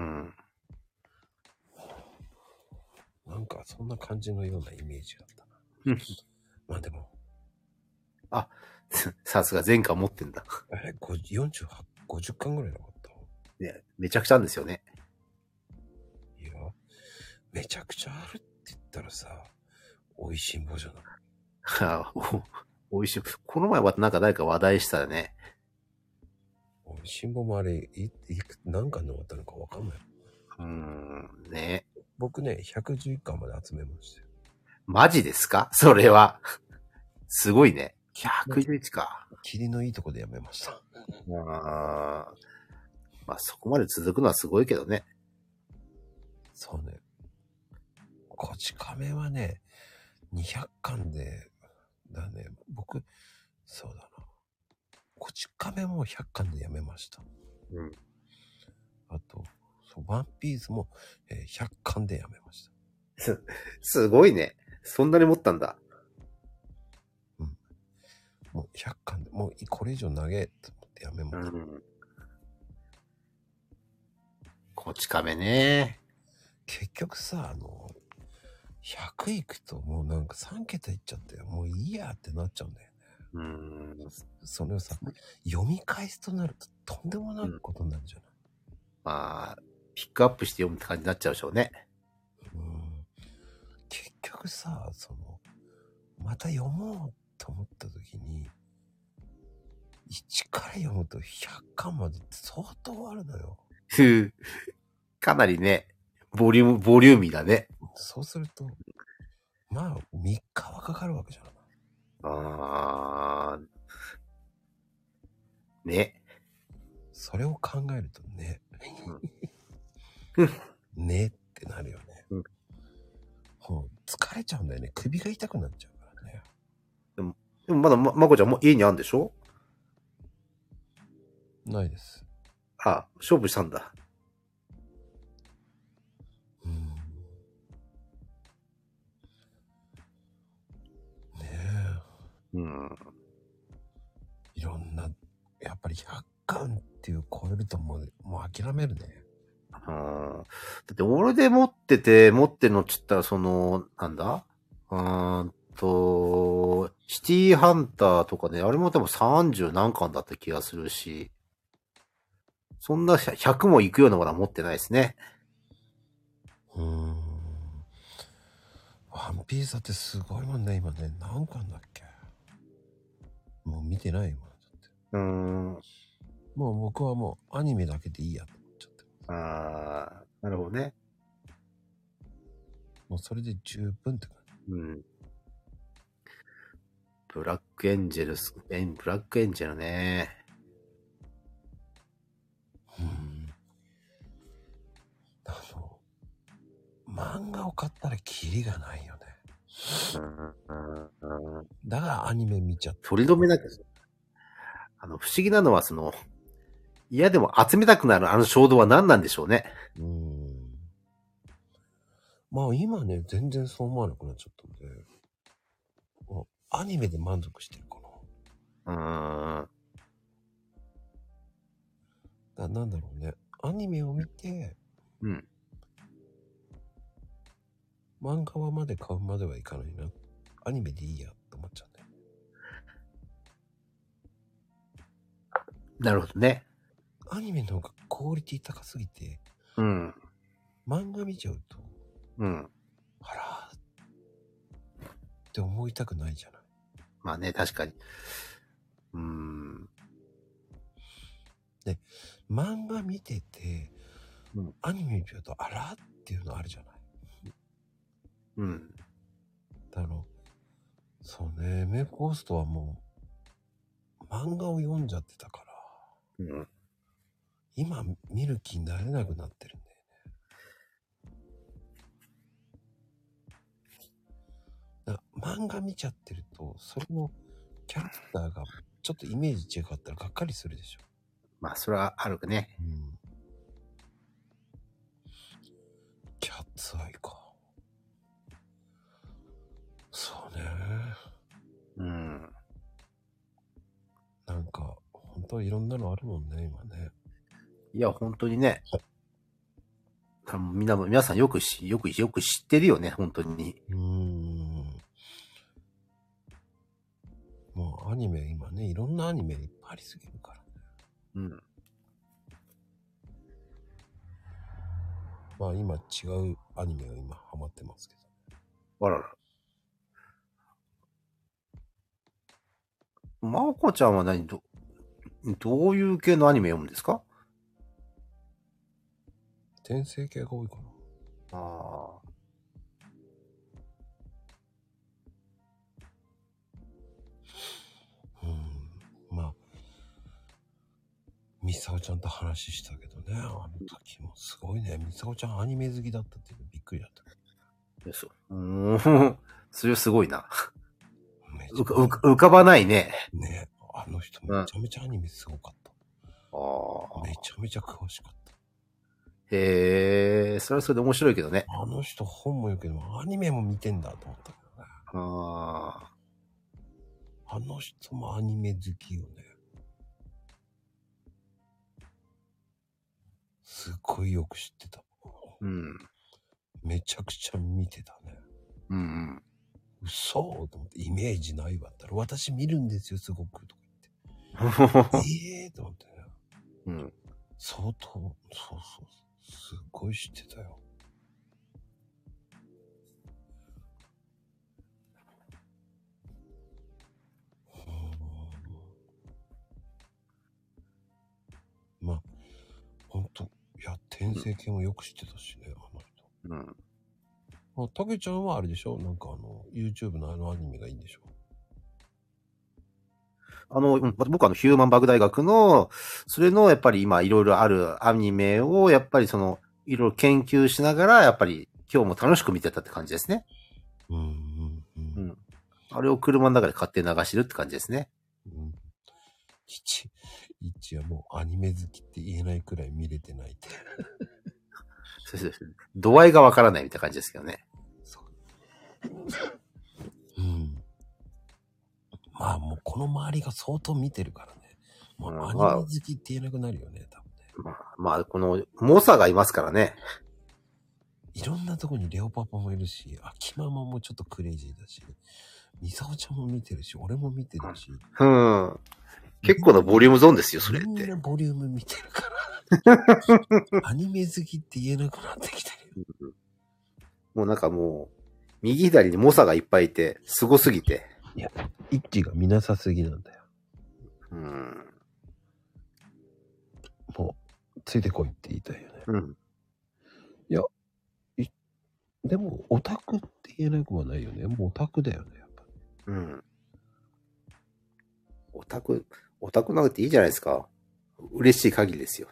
た。なんかそんな感じのようなイメージだったな。 うん。 まあでも。 あ、さすが前回持ってんだ。 あれ、48、50巻ぐらいなかった。 ね、めちゃくちゃあるんですよね。 いや、めちゃくちゃあるって言ったらさ、美味しんぼじゃない。 おいしい。この前はなんか誰か話題したらね。 美味しんぼもあれ、何巻で終わったのかわかんない。 ね。 僕ね、111巻まで集めましたよ。 マジですかそれは。すごいね。111か。 霧のいいとこでやめました。 まあそこまで続くのはすごいけどね。 そうね。こち亀はね、200巻で、だね、僕、そうだな。こち亀も100巻でやめました。 うん。 あと、ワンピースも、100巻でやめました。 すごいね。そんなに持ったんだ。 うん。もう100巻で、もうこれ以上投げって思ってやめました。 こち亀ね。 結局さ、100いくともうなんか3桁いっちゃってもういいやってなっちゃうんだよね。それをさ、読み返すとなるととんでもないことになるじゃない。 まあ、ピックアップして読むって感じになっちゃうでしょうね。 結局さ、また読もうと思った時に、1から読むと100巻までって相当あるのよ。 かなりね、ボリューミーだね。 そうすると、まあ、3日はかかるわけじゃない。 ね。 それを考えるとね。ねってなるよね。もう疲れちゃうんだよね。首が痛くなっちゃうからね。 でもまだまこちゃんも家にあるんでしょ？ ないです。 あ、勝負したんだ。 ねえ。いろんな、やっぱり100巻っていう超えるともう諦めるね。 だって俺で持ってるのって言ったらなんだシティハンターとかね、あれもでも30何巻だった気がするし、そんな100も行くようなものは持ってないですね。 ワンピースだってすごいもんね、今ね。何巻だっけ？もう見てないよ、だって。もう僕はもうアニメだけでいいやと思っちゃって。 なるほどね。 もうそれで十分って感じ。 ブラックエンジェルね。 漫画を買ったらキリがないよね。だからアニメ見ちゃって。 取り留めなきゃ。不思議なのは嫌でも集めたくなるあの衝動は何なんでしょうね。 まあ今ね、全然そう思わなくなっちゃったんで、もうアニメで満足してるかな。なんだろうね。アニメを見て、漫画まで買うまではいかないな。アニメでいいやって思っちゃうんだよ。 なるほどね。 アニメの方がクオリティ高すぎて、漫画見ちゃうと、 って思いたくないじゃない。 まあね、確かに。 で、漫画見てて、 うん、 アニメ見ると、あらっていうのあるじゃない。 うん。 そうね、メイクゴーストはもう、漫画を読んじゃってたから、 うん。 今見る気になれなくなってるんだよね。だから漫画見ちゃってると、それのキャラクターがちょっとイメージ違かったらがっかりするでしょ。 まあ、それはあるね。 うん。キャッツアイか。そうね。 うん。 なんか、本当いろんなのあるもんね、今ね。 いや、本当にね。多分皆さんよく知ってるよね、本当に。 もうアニメ今ね、いろんなアニメいっぱいありすぎるからね。 うん。 まあ今違うアニメが今ハマってますけあらら。まおこちゃんはどういう系のアニメ読むんですか？ ど。転生系が多いかな。 ああ。 まあ、ミサオちゃんと話したけどね、あの時もすごいね。ミサオちゃんアニメ好きだったっていうのびっくりだった。 そう。それはすごいな。 浮浮かばないね。 ね、あの人めちゃめちゃアニメすごかった。めちゃめちゃ詳しかった。 へえ、それはそれで面白いけどね。 あの人本も読むけど、アニメも見てんだと思ったけどね。あの人もアニメ好きよね。すっごいよく知ってた。 うん。 めちゃくちゃ見てたね。 うんうん。 嘘と思って、イメージないわったら、私見るんですよ、すごく。とか言って。ええと思ってね。 うん。 相当、そうそう。すっごい知ってたよ。まあ、ほんと、いや、転生系もよく知ってたしね、あの人。 うん。 たけちゃんはあれでしょ？なんかYouTube のあのアニメがいいんでしょ？ 僕はヒューマンバグ大学の、それのやっぱり今いろいろあるアニメをやっぱりいろいろ研究しながら、やっぱり今日も楽しく見てたって感じですね。うん。あれを車の中で勝手に流してるって感じですね。 一はもうアニメ好きって言えないくらい見れてないって。 そう。度合いがわからないみたいな感じですけどね。そう。 まあもうこの周りが相当見てるからね。もうアニメ好きって言えなくなるよね、多分ね。 まあ、この猛者がいますからね。 いろんなとこにレオパパもいるし、秋ママもちょっとクレイジーだし、ミサオちゃんも見てるし、俺も見てるし。 結構なボリュームゾーンですよ、それって。 みんなボリューム見てるから。アニメ好きって言えなくなってきてる。 もうなんかもう、右左に猛者がいっぱいいて、すごすぎて。 いや、一致が見なさすぎなんだよ。もう、ついてこいって言いたいよね。いや、でも、オタクって言えなくはないよね。もうオタクだよね、やっぱ。 オタクなんていいじゃないですか。嬉しい限りですよ。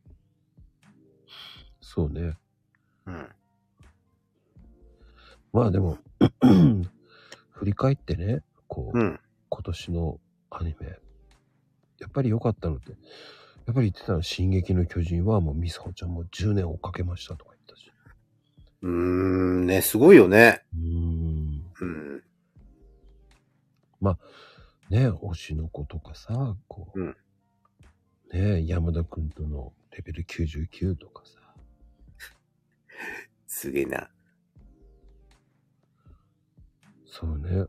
そうね。まあでも、振り返ってね、今年のアニメ、やっぱり良かったのって、やっぱり言ってたの、進撃の巨人はもうミサオちゃんも10年追っかけましたとか言ったし。 ね、すごいよね。 まあ、ね、推しの子とかさ、ね、山田くんとのレベル99とかさ。 すげえな。 そうね。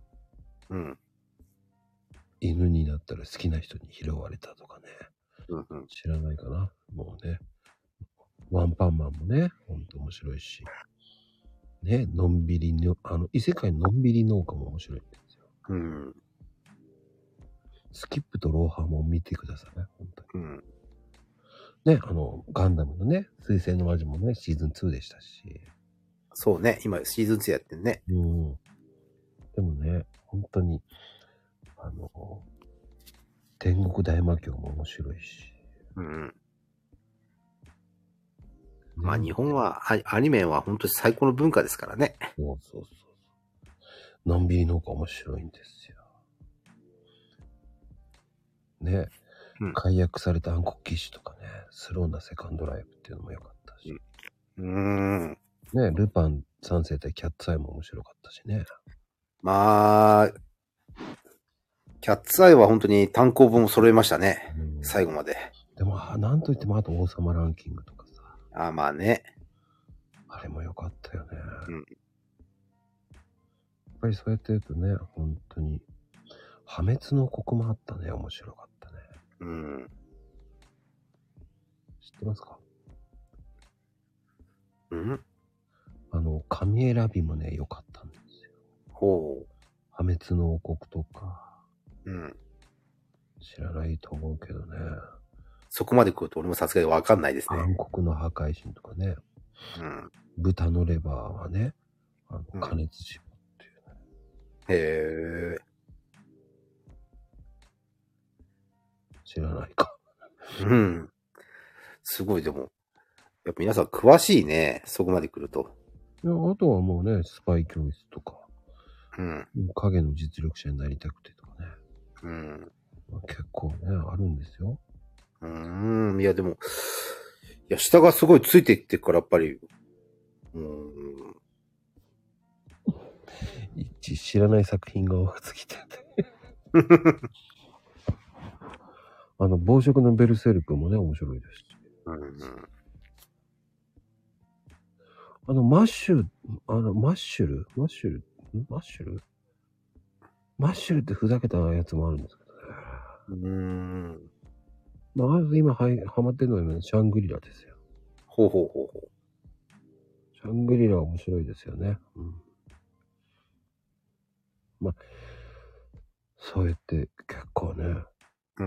犬になったら好きな人に拾われたとかね。知らないかな。もうね。ワンパンマンもね、ほんと面白いし。 ね、のんびりの、異世界のんびり農家も面白いんですよ。 うん。 スキップとローハーも見てくださいね、本当に。 うん。 ね、ガンダムのね、水星の魔女もね、シーズン2でしたし。 そうね。今、シーズン2やってんね。 うん。でもね、本当に、天国大魔教も面白いし。 うん。 ね、 まあ、日本は、アニメは本当に最高の文化ですからね。 そうそうそう。のんびり農家面白いんですよ。ね。 うん。 解約された暗黒騎士とかね、スローなセカンドライブっていうのも良かったし。ね、ルパン三世対キャッツアイも面白かったしね。 まあ、キャッツアイは本当に単行本も揃えましたね。最後まで。 でも、なんといってもあと王様ランキングとかさ。 まあね。 あれも良かったよね。 うん。 やっぱりそうやって言うとね、本当に、破滅の国もあったね。面白かったね。 うん。 知ってますか？ うん。 神選びもね、良かったんですよ。 ほう。 破滅の王国とか。 うん。 知らないと思うけどね。 そこまで来ると俺もさすがにわかんないですね。 暗黒の破壊神とかね。 うん。 豚のレバーはね、加熱しろっていうね。 へえ。 知らないか。 うん。すごい、でも、やっぱ皆さん詳しいね。そこまで来ると。 いや、あとはもうね、スパイ教室とか、 うん。 影の実力者になりたくてとかね。 うん。 結構ね、あるんですよ。 いや、でも、いや、下がすごいついていってから、やっぱり、 知らない作品が多すぎて。暴食のベルセルクもね、面白いですし。マッシュルってふざけたやつもあるんですけどね。まず今ハマってるのは、ね、シャングリラですよ。 ほうほうほうほう。 シャングリラは面白いですよね。うん。まあ、そうやって結構ね。 うん。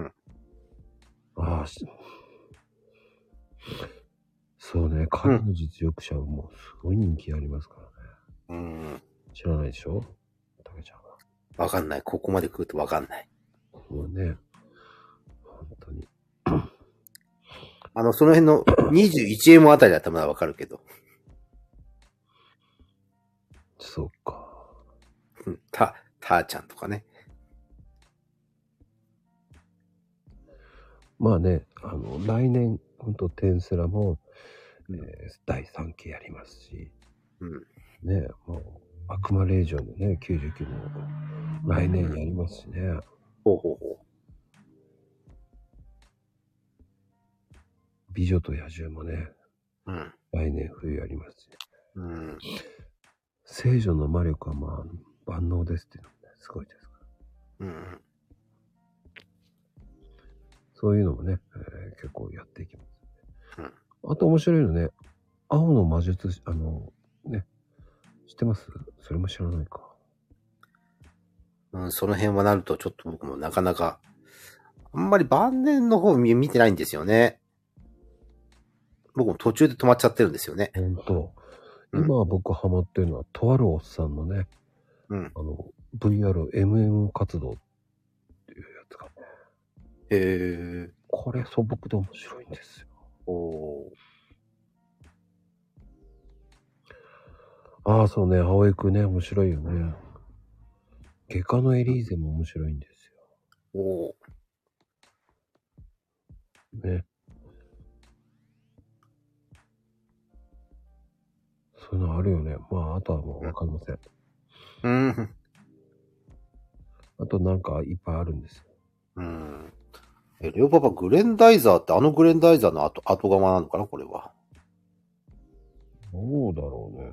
そうね、影の実力者はもうすごい人気ありますからね。知らないでしょ？たけちゃんは。 わかんない。ここまで来るとわかんない。 もうね、本当に。 その辺の 21M あたりだったらまだわかるけど。 そうか。 たーちゃんとかね。 まあね、来年、ほんとテンスラも、第3期やりますし、ね、もう、悪魔令嬢のね、99も来年やりますしね。 ほうほうほう。 美女と野獣もね、来年冬やりますしね。聖女の魔力はまあ、万能ですっていうのもね、すごいですから。そういうのもね、結構やっていきます、あと面白いのね、青の魔術師、ね、知ってます？それも知らないか。 その辺はなるとちょっと僕もなかなか、あんまり晩年の方見てないんですよね。僕も途中で止まっちゃってるんですよね。 ほんと。今僕ハマってるのは、とあるおっさんのね、VR、MM 活動っていうやつがね。これ素朴で面白いんですよ。ああ、そうね、青江くんね、面白いよね。外科のエリーゼも面白いんですよ。ね。そういうのあるよね。まあ、あとはもうわかりません。あとなんかいっぱいあるんですよ。 レオパパ、グレンダイザーってグレンダイザーの後釜なのかなこれは。 どうだろうね。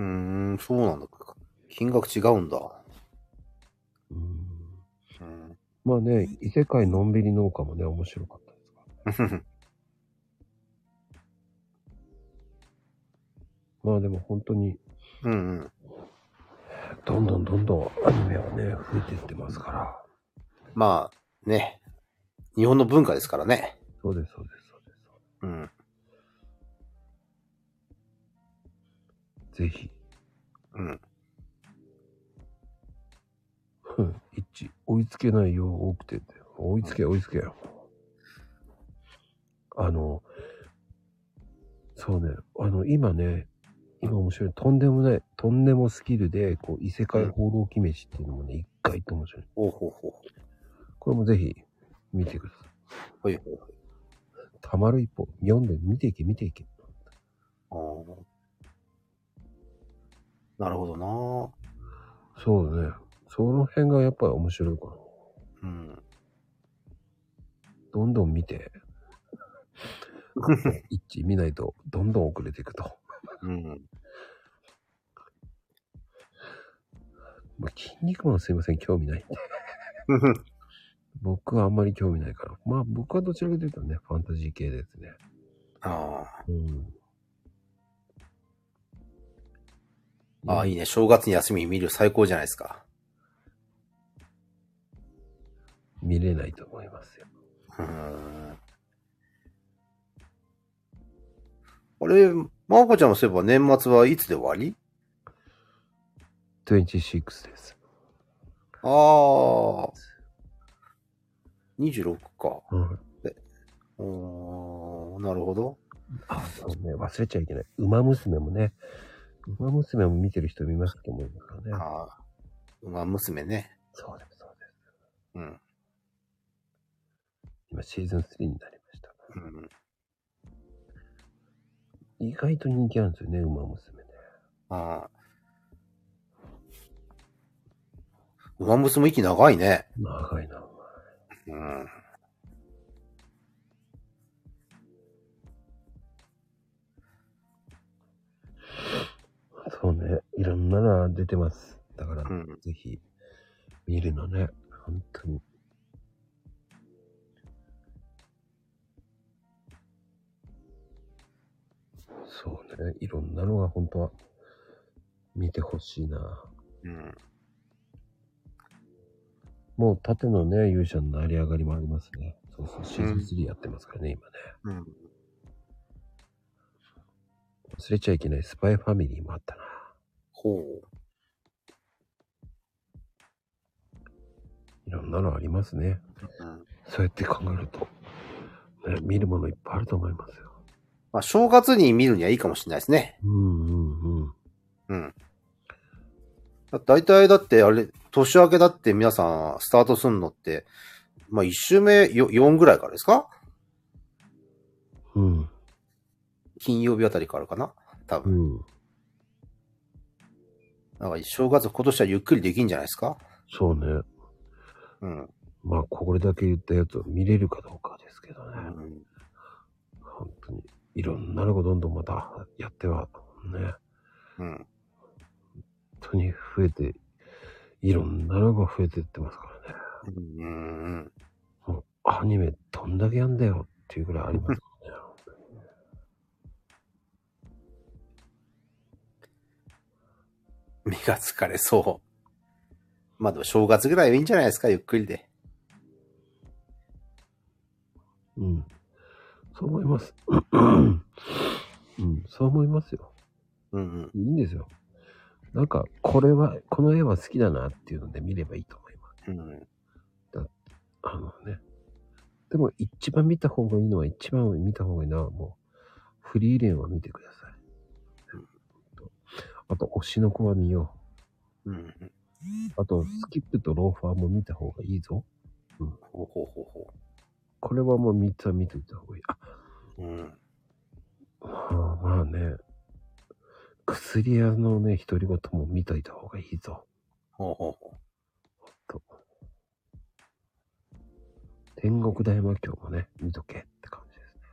そうなんだ。金額違うんだ。 まあね、異世界のんびり農家もね、面白かったですから。まあでも本当に、 うんうん。 どんどんアニメはね、増えていってますから。 まあ、ね。日本の文化ですからね。 そうです。 うん。 ぜひ。 うん。 一致、追いつけないよ、多くてって。追いつけよ。そうね、今面白い、とんでもスキルで、こう、異世界放浪記飯っていうのもね、一回と面白い。 ほう。 これもぜひ、見てください。 ほい。 たまる一歩、読んで、見ていけ。 ああ。なるほどな。 そうね。その辺がやっぱり面白いから。 うん。 どんどん見て。一致見ないと、どんどん遅れていくと。 うん。 まあ、筋肉マンすいません、興味ないんで。僕はあんまり興味ないから。まあ、僕はどちらかというとね、ファンタジー系ですね。 ああ。 ああ、いいね。正月に休み見る最高じゃないですか。 見れないと思いますよ。 あれ、まおこちゃんもそういえば年末はいつで終わり 26です。 ああ。26か。なるほど。 そうね、忘れちゃいけない。馬娘もね、馬娘も見てる人見ますと思いますからね。 ああ。馬娘ね。 そうです。 うん。 今シーズン3になりました。 うん。 意外と人気あるんですよね、馬娘ね。 ああ。馬娘息長いね。 長いな。 うん。 そうね、いろんなのが出てます。だから、ぜひ、見るのね、本当に。そうね、いろんなのが本当は見てほしいな。もう縦のね、勇者の成り上がりもありますね。そうシーズン3やってますからね、今ね。忘れちゃいけないスパイファミリーもあったな。 ほう。 いろんなのありますね。そうやって考えると、ね、見るものいっぱいあると思いますよ。 まあ、正月に見るにはいいかもしれないですね。 うん。 大体だってあれ、年明けだって皆さんスタートするのって、まあ1週目4ぐらいからですか？ うん。 金曜日あたりからかな多分。なんか正月今年はゆっくりできんじゃないですか？ そうね。まあ、これだけ言ったやつを見れるかどうかですけどね。本当に。いろんなのがどんどんまたやってはね。本当に増えて、いろんなのが増えていってますからね。もうアニメどんだけやんだよっていうぐらいありますからね。 目が疲れそう。まあでも正月ぐらいはいいんじゃないですか、ゆっくりで。 そう思います。そう思いますよ。いいんですよ。なんか、この絵は好きだなっていうので見ればいいと思います。でも一番見た方がいいのは、もう、フリーレンは見てください。あと、推しの子は見よう。あと、スキップとローファーも見た方がいいぞ。これはもう3つは見といた方がいい。まあね。薬屋のね、独り言も見といた方がいいぞ。天国大魔教もね、見とけって感じですね。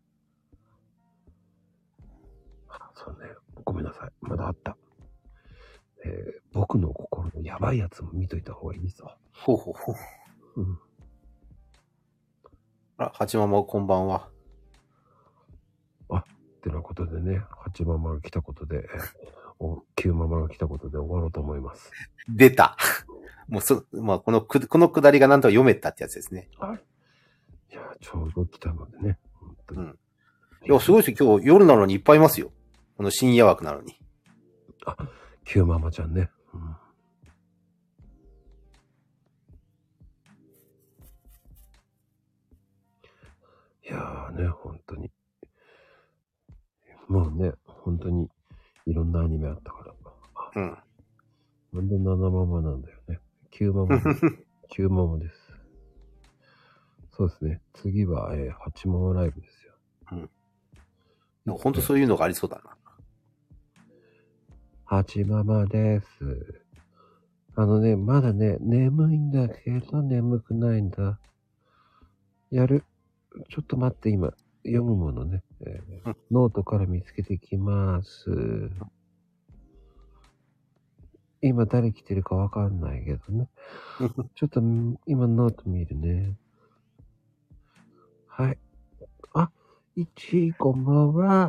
そうね。ごめんなさい。まだあった。僕の心のやばいやつも見といた方がいいぞ。 うん。 あ、八ママこんばんは。 ってなことでね、8ママが来たことで、9ママが来たことで終わろうと思います。 出た。もうまあ、このくだりがなんとか読めたってやつですね。 はい。いや、ちょうど来たのでね。本当に。 うん。いや、すごいですよ。今日夜なのにいっぱいいますよ。この深夜枠なのに。 あ、9ママちゃんね。うん。いやーね、本当に。もうね、本当にいろんなアニメあったから。 うん。 なんで7ママなんだよね。9ママ。9ママです。そうですね。次は、8ママライブですよ。 うん。本当そういうのがありそうだな。 8ママです。まだね、眠いんだけど眠くないんだ。やる。ちょっと待って、今、読むものね。ノートから見つけてきます。今誰来てるかわかんないけどね。ちょっと今ノート見るね。はい。あ、こんばんは。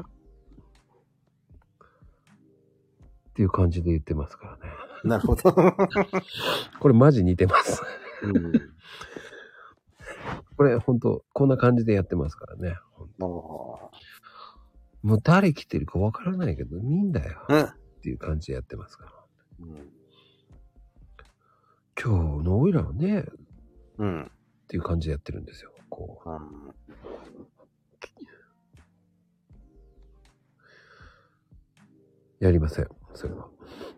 っていう感じで言ってますからね。 なるほど。 これマジ似てます。 うん。 これほんと、こんな感じでやってますからね。もう誰来てるかわからないけど、いいんだよ。っていう感じでやってますから。 うん、 今日のオイラはね、 うん。 っていう感じでやってるんですよ。こう。やりません。それは。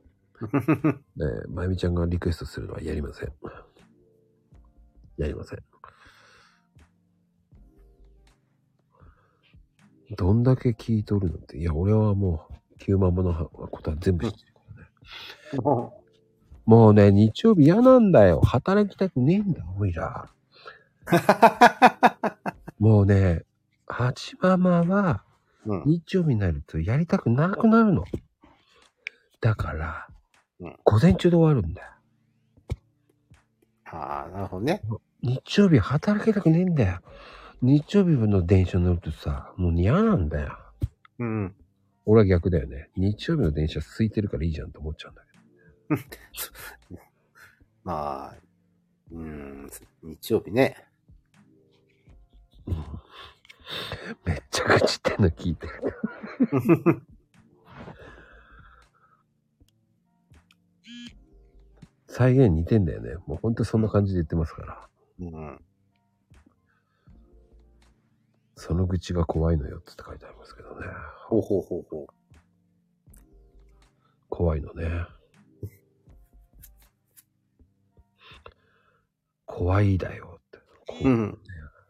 まゆみちゃんがリクエストするのはやりません。やりません。どんだけ聞いとるのって。いや、俺はもう、9ママのことは全部知ってるからね。もうね、日曜日嫌なんだよ。働きたくねえんだ、おいら。もうね、8ママは、日曜日になるとやりたくなくなるの。だから、午前中で終わるんだよ。 ああ、なるほどね。 日曜日働きたくねえんだよ。日曜日の電車乗るとさ、もう嫌なんだよ。 うん。 俺は逆だよね。日曜日の電車空いてるからいいじゃんと思っちゃうんだけど。まあ、日曜日ね。 めっちゃ愚痴ってんの聞いてる。再現似てんだよね。もうほんとそんな感じで言ってますから。うん。その愚痴が怖いのよって書いてありますけどね。 ほうほうほうほう。 怖いのね。怖いだよって。うん。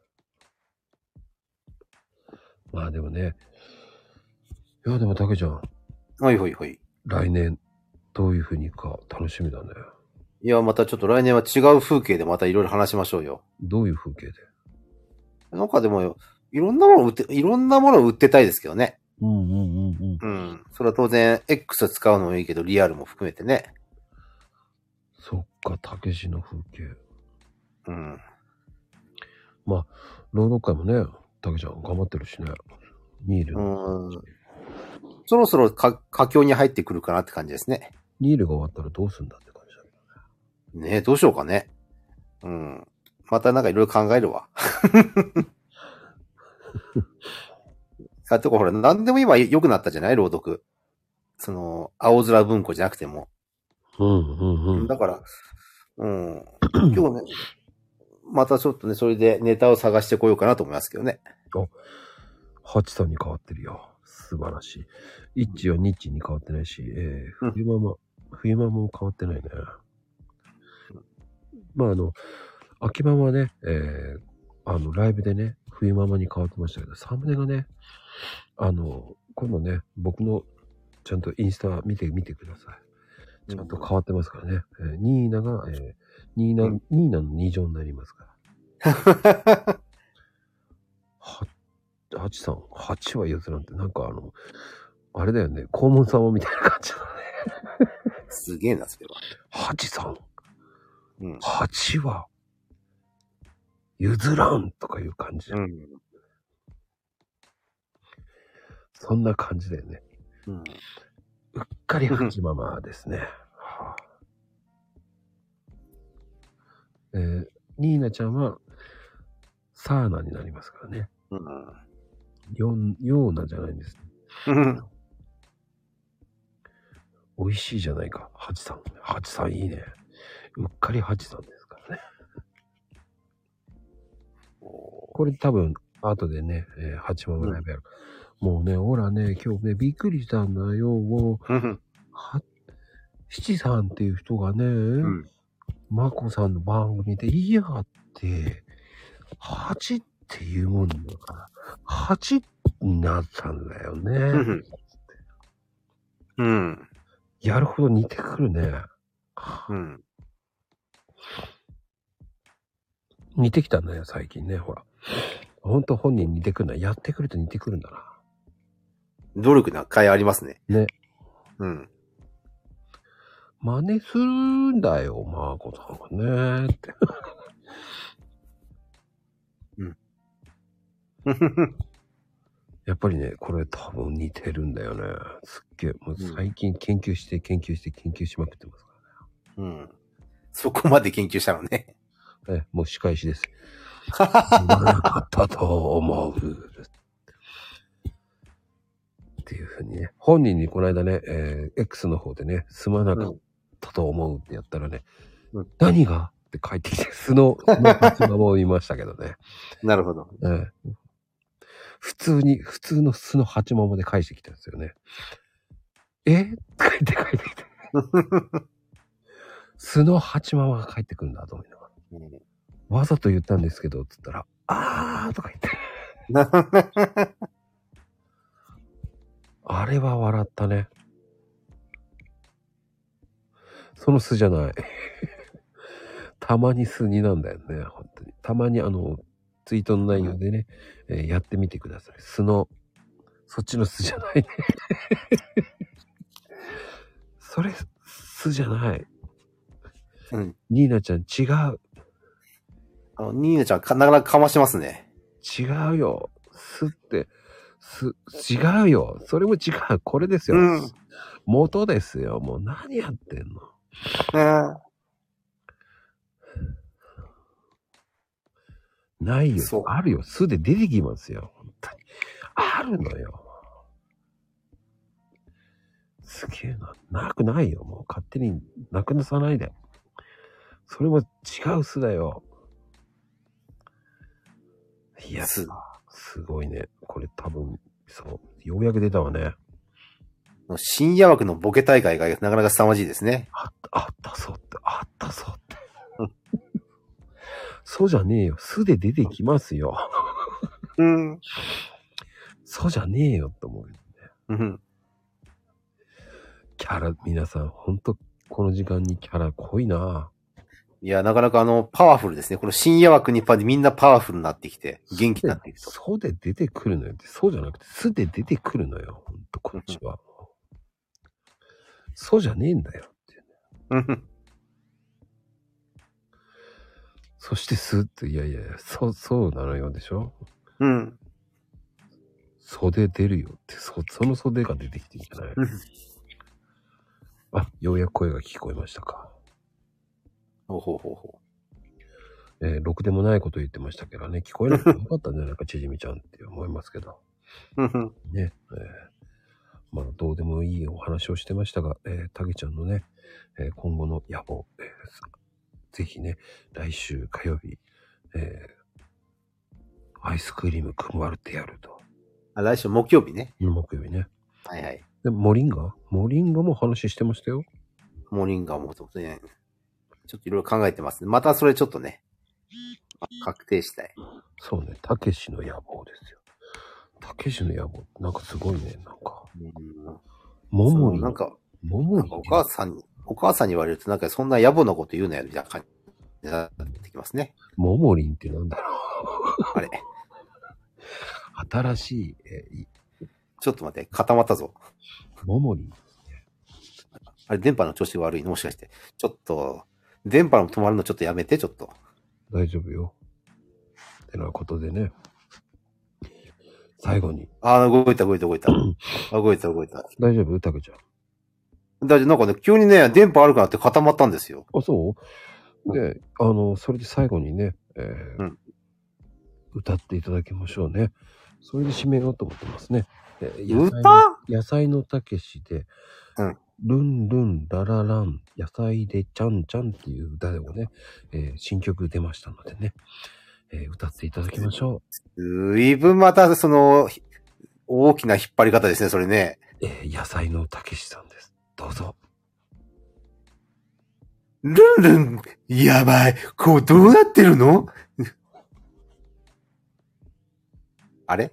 まあでもね。いやでもたけちゃん。 はいはいはい。 来年どういう風にか楽しみだね。 いや、またちょっと来年は違う風景でまたいろいろ話しましょうよ。 どういう風景で？ なんかでも、いろんなものを売ってたいですけどね。 うんうんうんうん。 うん。それは当然、X 使うのもいいけど、リアルも含めてね。 そっか、たけしの風景。 うん。 まあ、朗読会もね、たけちゃん頑張ってるしね。ニール。 そろそろ佳境に入ってくるかなって感じですね。 ニールが終わったらどうすんだって感じだけどね。ねえ、どうしようかね。うん。またなんかいろいろ考えるわ。あとかほら、何でも今良くなったじゃない？朗読。青空文庫じゃなくても。 うんうんうん。 だから、うん。今日ね、またちょっとね、それでネタを探してこようかなと思いますけどね。 ハチさんに変わってるよ。素晴らしい。イッチはニッチに変わってないし、冬ママも変わってないね。まあ秋ママはね、ライブでね、冬ママに変わってましたけど、サムネがね、今度ね、僕のちゃんとインスタ見てください。ちゃんと変わってますからね。ニーナが、ニーナの2乗になりますから。ハチさん、8は譲らんって、なんかあれだよね、黄門様みたいな感じだね。 すげえな、それは。 ハチさん。8は、 譲らんとかいう感じじゃん。そんな感じだよね。うっかりハチママですね。はあ、ニーナちゃんはサーナになりますからね。ヨーナじゃないんです。美味しいじゃないか。ハチさん。ハチさんいいね。うっかりハチさんですからね。これ多分、後でね、ハチママライブやる。もうね、ほらね、今日ね、びっくりしたんだよ。もう、七さんっていう人がね、マコさんの番組で、いやって、八っていうもんだから、八になったんだよね。やるほど似てくるね。似てきたんだよ、最近ね、ほら。ほんと本人似てくるんだ。やってくると似てくるんだな。 努力な甲斐ありますね。 ね。真似するんだよ、マーコさんがねって。やっぱりね、これ多分似てるんだよね。すっげえ。もう最近研究しまくってますからね。 そこまで研究したのね。 もう仕返しです。言わなかったと思う。っていうふうにね。本人にこの間ね、X の方でね、すまなかったと思うってやったらね、何がって帰ってきて、素の立場も言いましたけどね。 なるほど。 普通の素の八ママで返してきたんですよね。って帰ってきて。素の八ママが帰ってくるんだと思いながら。わざと言ったんですけど、つったら、とか言って。あれは笑ったね。その素じゃない。たまに素になんだよね、本当に。たまにツイートの内容でね、やってみてください。素の、そっちの素じゃないね。それ、素じゃない。ニーナちゃん違う。 ニーナちゃんなかなかかましてますね。 違うよ。素って、違うよ。それも違う。これですよ。元ですよ。もう何やってんの。ないよ。あるよ。素で出てきますよ。本当に。あるのよ。すげえな。なくないよ。もう勝手になくなさないで。それも違う素だよ。いや、すごいね。これ多分、そう。ようやく出たわね。 深夜枠のボケ大会がなかなか凄まじいですね。 あったそうって。そうじゃねえよ。素で出てきますよ。そうじゃねえよって思うよね。キャラ、皆さん、ほんと、この時間にキャラ濃いな。 いや、なかなかパワフルですね。この深夜枠にみんなパワフルになってきて、元気になってきて。 そうで出てくるのよって、そうじゃなくて、素で出てくるのよ。ほんと、こっちは。そうじゃねえんだよって、ね。そして素って、いや、そうなのよでしょ。袖出るよって、その袖が出てきてんじゃない。ようやく声が聞こえましたか。ろくでもないこと言ってましたけどね、聞こえなくてよかったんじゃないか、ちじみちゃんって思いますけど。ね、まあ、どうでもいいお話をしてましたが、たけちゃんのね、今後の野望、ぜひね、来週火曜日、アイスクリーム配ってやると。 来週木曜日ね。 木曜日ね。 はいはい。 で、モリンガも話してましたよ。 モリンガもちょっとね、ちょっといろいろ考えてますね。またそれちょっとね、確定したい。 そうね、たけしの野望ですよ。たけしの野望、なんかすごいね、なんか。ももり。 なんかお母さんに言われるとなんかそんな野暮なこと言うなよ、みたいな感じになってきますね。 ももりんってなんだろう。 あれ。 新しい、 ちょっと待って、固まったぞ。 ももりん。 あれ、電波の調子悪いのもしかして。ちょっと、電波の止まるのちょっとやめて、ちょっと。 大丈夫よ。 てなことでね。最後に。 動いた。動いた。大丈夫たけちゃん。 なんかね、急にね、電波悪くなって固まったんですよ。 あ、そうで、それで最後にね、歌っていただきましょうね。それで締めようと思ってますね。野菜のたけしで、ルンルンラララン、野菜でちゃんちゃんっていう歌をね、新曲出ましたのでね、歌っていただきましょう。ずいぶんまた、大きな引っ張り方ですね、それね。 野菜のたけしさんです。どうぞ。 ルンルン、やばい。こう、どうなってるの？あれ？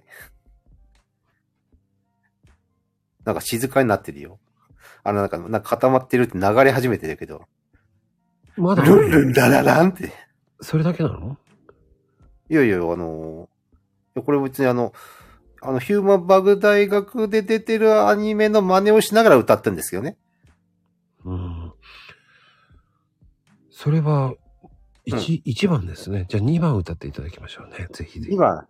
なんか静かになってるよ。なんか固まってるって流れ始めてるけど。 まだルンルンララランって。 それだけなの？ いや、これ別にヒューマンバグ大学で出てるアニメの真似をしながら歌ってるんですよね。 それは、1番ですね。じゃあ2番歌っていただきましょうね。ぜひぜひ。 2番。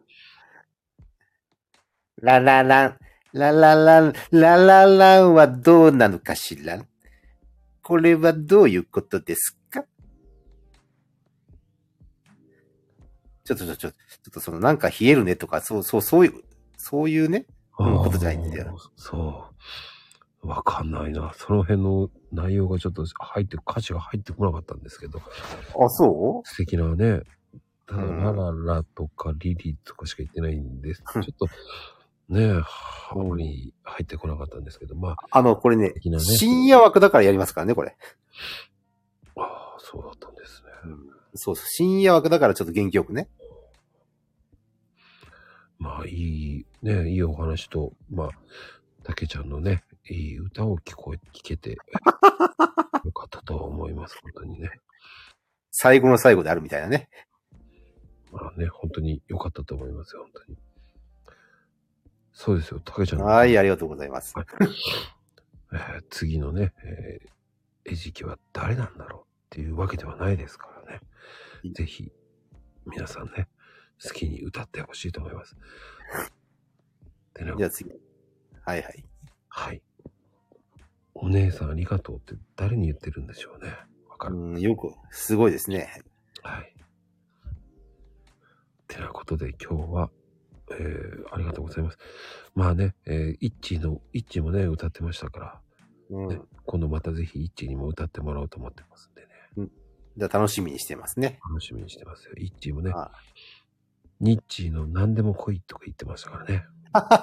ラララン、ラララン、ララランはどうなのかしら？これはどういうことですか？ちょっとなんか冷えるねとか、そういうね、ことじゃないんだよ。 そう。わかんないな。その辺の内容がちょっと歌詞が入ってこなかったんですけど。 あ、そう？ 素敵なね。ただ、ラララとかリリとかしか言ってないんです。ちょっと、ねあまり入ってこなかったんですけど、まあ。 これね、深夜枠だからやりますからね、これ。 ああ、そうだったんですね。 そう、深夜枠だからちょっと元気よくね。 まあ、いいお話と、まあ、たけちゃんのね、いい歌を聞けて、よかったと思います、本当にね。 最後の最後であるみたいなね。 まあね、本当に良かったと思いますよ、本当に。そうですよ、たけちゃんの。 はい、ありがとうございます。 次のね、餌食は誰なんだろうっていうわけではないですからね。ぜひ、皆さんね、好きに歌ってほしいと思います。 じゃあ次。はい。 はい。お姉さんありがとうって誰に言ってるんでしょうね。わかる。 よく、すごいですね。 はい。てなことで今日は、ありがとうございます。まあね、イッチーもね、歌ってましたから、ね、今度またぜひイッチーにも歌ってもらおうと思ってますんでね。 じゃあ楽しみにしてますね。 楽しみにしてますよ。イッチーもね。ニッチーの何でも来いとか言ってましたからね。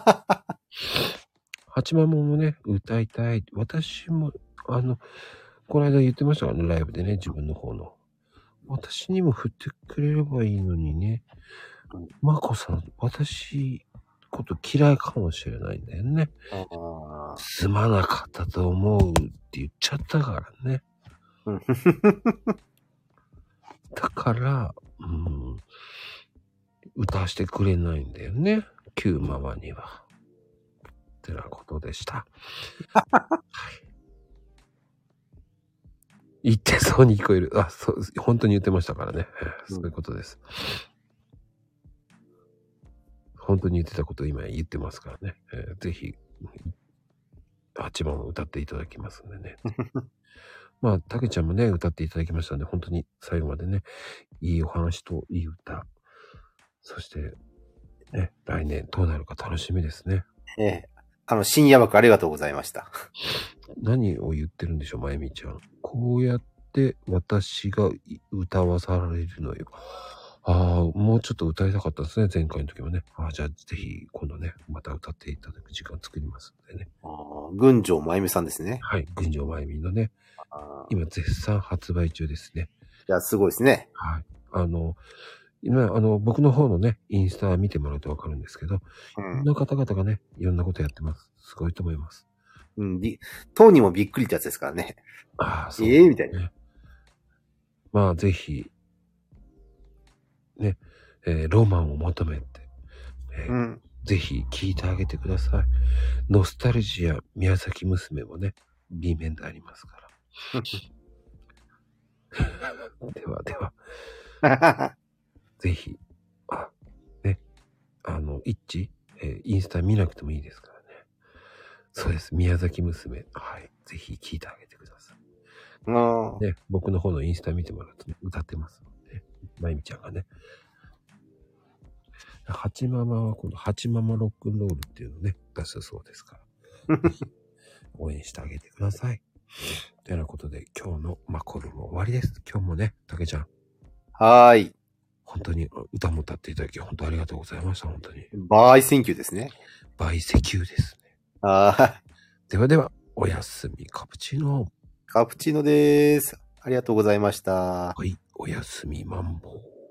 八幡もね、歌いたい。私も、この間言ってましたからね、ライブでね、自分の方の。私にも振ってくれればいいのにね。まこさん、私、こと嫌いかもしれないんだよね。すまなかったと思うって言っちゃったからね。だから、歌わせてくれないんだよね。旧ママには。ってなことでした。はい。言ってそうに聞こえる。あ、そう、本当に言ってましたからね。そういうことです。本当に言ってたことを今言ってますからね。ぜひ、8番を歌っていただきますんでね。まあ、たけちゃんもね、歌っていただきましたんで、本当に最後までね、いいお話といい歌、そして、ね、来年どうなるか楽しみですね。 深夜枠ありがとうございました。 何を言ってるんでしょう、まゆみちゃん。こうやって私が歌わされるのよ。もうちょっと歌いたかったですね、前回の時もね。じゃあぜひ今度ね、また歌っていただく時間作りますんでね。 群青まゆみさんですね。 はい、群青まゆみのね、今絶賛発売中ですね。 いや、すごいですね。 はい。今、僕の方のね、インスタ見てもらうとわかるんですけど、いろんな方々がね、いろんなことやってます。すごいと思います。 当にもびっくりってやつですからね。 そう。 みたいな。 まあ、ぜひ、ね、ロマンを求めて、ぜひ聴いてあげてください。ノスタルジア宮崎娘もね、B 面でありますから。では、ぜひ、 イッチ、インスタ見なくてもいいですからね。そうです。宮崎娘。はい。ぜひ聞いてあげてください。ね、僕の方のインスタ見てもらうとね、歌ってますので、ね。まゆみちゃんがね。ハチママはこのハチママロックンロールっていうのをね、出すそうですから。応援してあげてください。というようなことで、今日のマコルも終わりです。今日もね、たけちゃん。 はーい。 本当に歌も歌っていただき、本当ありがとうございました。本当に。 バイセンキューですね。 バイセキューですね。 はい。 ではでは、おやすみカプチーノ。 カプチーノです。ありがとうございました。 はい、おやすみマンボウ。